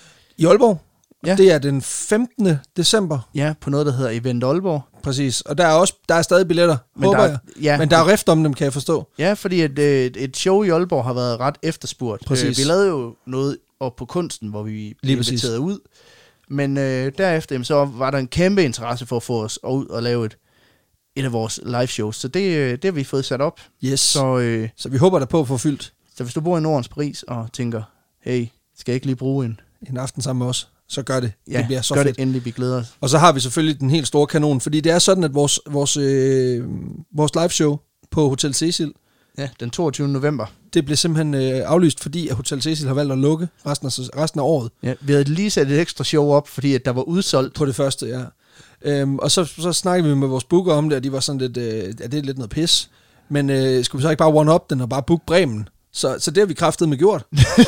i Aalborg. Ja. Det er den femtende december. Ja, på noget, der hedder Event Aalborg. Præcis. Og der er også der er stadig billetter, men håber der, jeg. Ja. Men der er rift om dem, kan jeg forstå. Ja, fordi et, et, et show i Aalborg har været ret efterspurgt. Præcis. Øh, vi lavede jo noget op på Kunsten, hvor vi blev inviteret ud. Men øh, derefter jamen, så var der en kæmpe interesse for at få os ud og lave et, et af vores live shows. Så det, det har vi fået sat op. Yes. Så, øh, så vi håber der på at få fyldt. Så hvis du bor i Nordens Paris og tænker, hey, skal jeg ikke lige bruge en, en aften sammen med os, så gør det. Ja, det bliver så gør fedt. Det endelig, vi glæder os. Og så har vi selvfølgelig den helt store kanon, fordi det er sådan, at vores, vores, øh, vores live show på Hotel Cecil, ja, den toogtyvende november, det blev simpelthen øh, aflyst, fordi at Hotel Cecil har valgt at lukke resten af, resten af året. Ja, vi havde lige sat et ekstra show op, fordi at der var udsolgt. På det første, ja. Øhm, og så, så snakkede vi med vores booker om det, og de var sådan lidt, øh, ja, det er lidt noget pis. Men øh, skulle vi så ikke bare one-up den og bare booke Bremen? Så, så det har vi kraftet med gjort.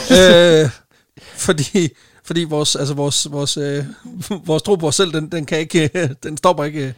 øh, fordi fordi vores, altså vores, vores, øh, vores tro på os selv, den, den, kan ikke, den stopper ikke.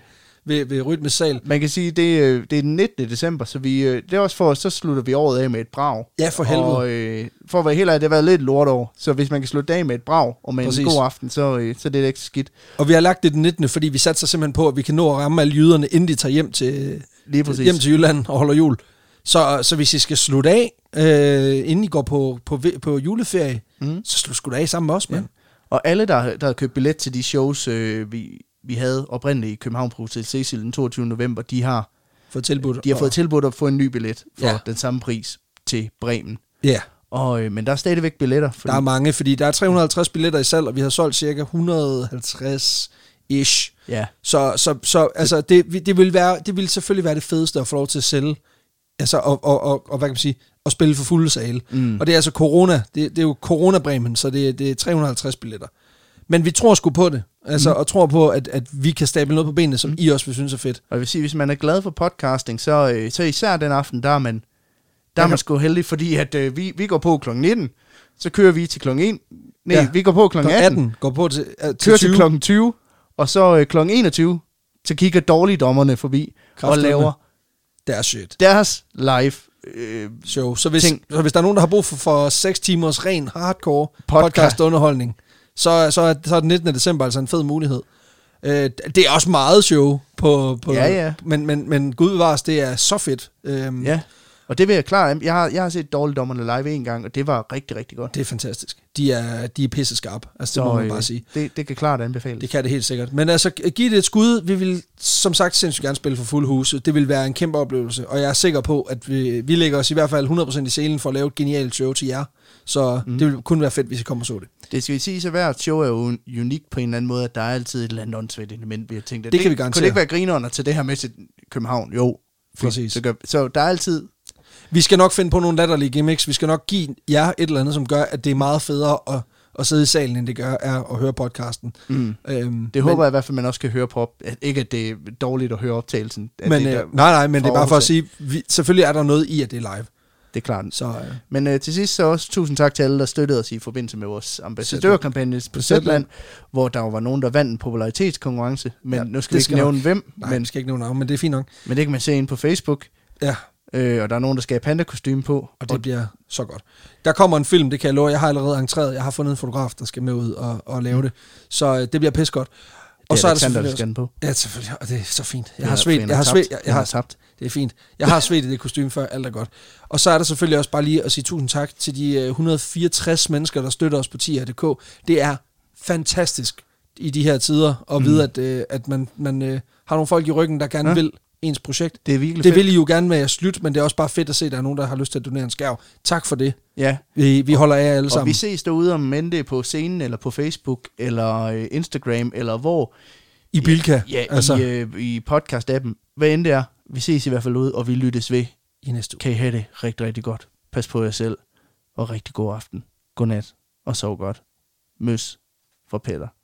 ved, ved Rytmesal. Man kan sige, det, øh, det er den nittende december, så vi, øh, det er også for, så slutter vi året af med et brag. Ja, for helvede. Og øh, for at være helt ærlig, det har været lidt lort over. Så hvis man kan slutte af med et brag, og med Præcis. en god aften, så, øh, så det er det ikke skidt. Og vi har lagt det den nittende, fordi vi satser simpelthen på, at vi kan nå at ramme alle jyderne, inden de tager hjem til, hjem til Jylland og holder jul. Så, så hvis I skal slutte af, øh, inden I går på, på, på juleferie, mm. så slut sgu da af sammen med os, mand. Ja. Og alle, der, der har købt billet til de shows, øh, vi, vi havde oprindeligt i København på Hotel Cecil den toogtyvende november, de har fået tilbudt, de har og... fået tilbudt at få en ny billet for ja. den samme pris til Bremen. Ja. Og, øh, men der er stadigvæk billetter. Fordi... Der er mange, fordi der er tre hundrede og halvtreds billetter i salg, og vi har solgt cirka et hundrede og halvtreds-ish. Ja. Så, så, så altså, det, det, vil være, det vil selvfølgelig være det fedeste at få lov til at sælge, altså, og, og, og, og hvad kan man sige, at spille for fulde sale. Mm. Og det er altså corona, det, det er jo corona-Bremen, så det, det er tre hundrede og halvtreds billetter. Men vi tror sgu på det, altså, mm. og tror på, at, at vi kan stable noget på benene, som mm. I også vil synes er fedt. Og jeg vil sige, hvis man er glad for podcasting, så, øh, så især den aften, der er man, der er man sgu heldig, fordi at, øh, vi, vi går på klokken nitten, så kører vi til klokken en. Nej, ja. vi går på klokken atten, atten går på til, uh, til kører til klokken tyve, og så øh, klokken enogtyve, så kigger dårligdommerne forbi og laver deres shit. Deres live øh, show. Så hvis, så hvis der er nogen, der har brug for, for seks timers ren hardcore podcast, podcast underholdning, så, så, er, så er den nittende december altså en fed mulighed. Øh, det er også meget show på, på ja, ja. Men, men, men gud bevares, det er så fedt. Øhm, ja. Og det vil jeg klart. Jeg har, jeg har set Dårligdommerne live en gang, og det var rigtig, rigtig godt. Det er fantastisk. De er, de er pisse skarpe. Altså, det så, må man bare sige. Det, det kan klart anbefales. Det kan det helt sikkert. Men altså, giv det et skud. Vi vil, som sagt, sindssygt gerne spille for fuld huse. Det vil være en kæmpe oplevelse. Og jeg er sikker på, at vi, vi lægger os i hvert fald hundrede procent i selen for at lave et genialt show til jer. Så mm. det vil kun være fedt, hvis I kommer og så det. Det skal vi sige, så hvert show er jo unikt på en eller anden måde, at der er altid et eller andet åndssvagt element, vi har tænkt. Det, det kan vi garantere. Kunne det ikke være grinerne til det her med til København? Jo. Præcis. Så, gør, så der er altid... Vi skal nok finde på nogle latterlige gimmicks. Vi skal nok give jer et eller andet, som gør, at det er meget federe at, at sidde i salen, end det gør er at høre podcasten. Mm. Øhm, det håber men, jeg i hvert fald, man også kan høre på op. Ikke, at det er dårligt at høre optagelsen. At men, det øh, nej, nej, men det er bare for at sige, vi, selvfølgelig er der noget i, at det er live. Det er klart. Så, øh. Men øh, til sidst så også tusind tak til alle, der støttede os i forbindelse med vores ambassadørkampagne på Zetland, hvor der var nogen, der vandt en popularitetskonkurrence. Men ja, nu skal vi ikke nævne nok. hvem. Nej, men, vi skal ikke nævne navn, men det er fint nok. Men det kan man se inde på Facebook. Ja. Øh, og der er nogen, der skal have pandakostyme på. Og det og bliver så godt. Der kommer en film, det kan jeg love. Jeg har allerede entreret. Jeg har fundet en fotograf, der skal med ud og, og lave mm. det. Så øh, det bliver pis godt. Og det så er er der selvfølgelig også, på. Ja, selvfølgelig. Og det er så fint. Jeg har svedt. Jeg har svedt. Jeg, jeg har tabt. Det er fint. Jeg har svedt i det kostume før. Alt er godt. Og så er der selvfølgelig også bare lige at sige tusind tak til de et hundrede og fireogtres mennesker, der støtter os på tier punktum d k. Det er fantastisk i de her tider at mm. vide, at, øh, at man, man øh, har nogle folk i ryggen, der gerne ja. vil ens projekt. Det er virkelig Det fedt. vil I jo gerne med at slutte, men det er også bare fedt at se, at der er nogen, der har lyst til at donere en skærv. Tak for det. Ja. Vi, vi holder af alle sammen. Og vi ses derude om Mente på scenen, eller på Facebook, eller Instagram, eller hvor. I Bilka. Ja, altså. i, øh, i podcast-appen. Hvad end det er. Vi ses i hvert fald ude, og vi lyttes ved. I næste uge. Kan I have det rigtig, rigtig godt. Pas på jer selv, og rigtig god aften. Godnat, og sov godt. Møs for Peter.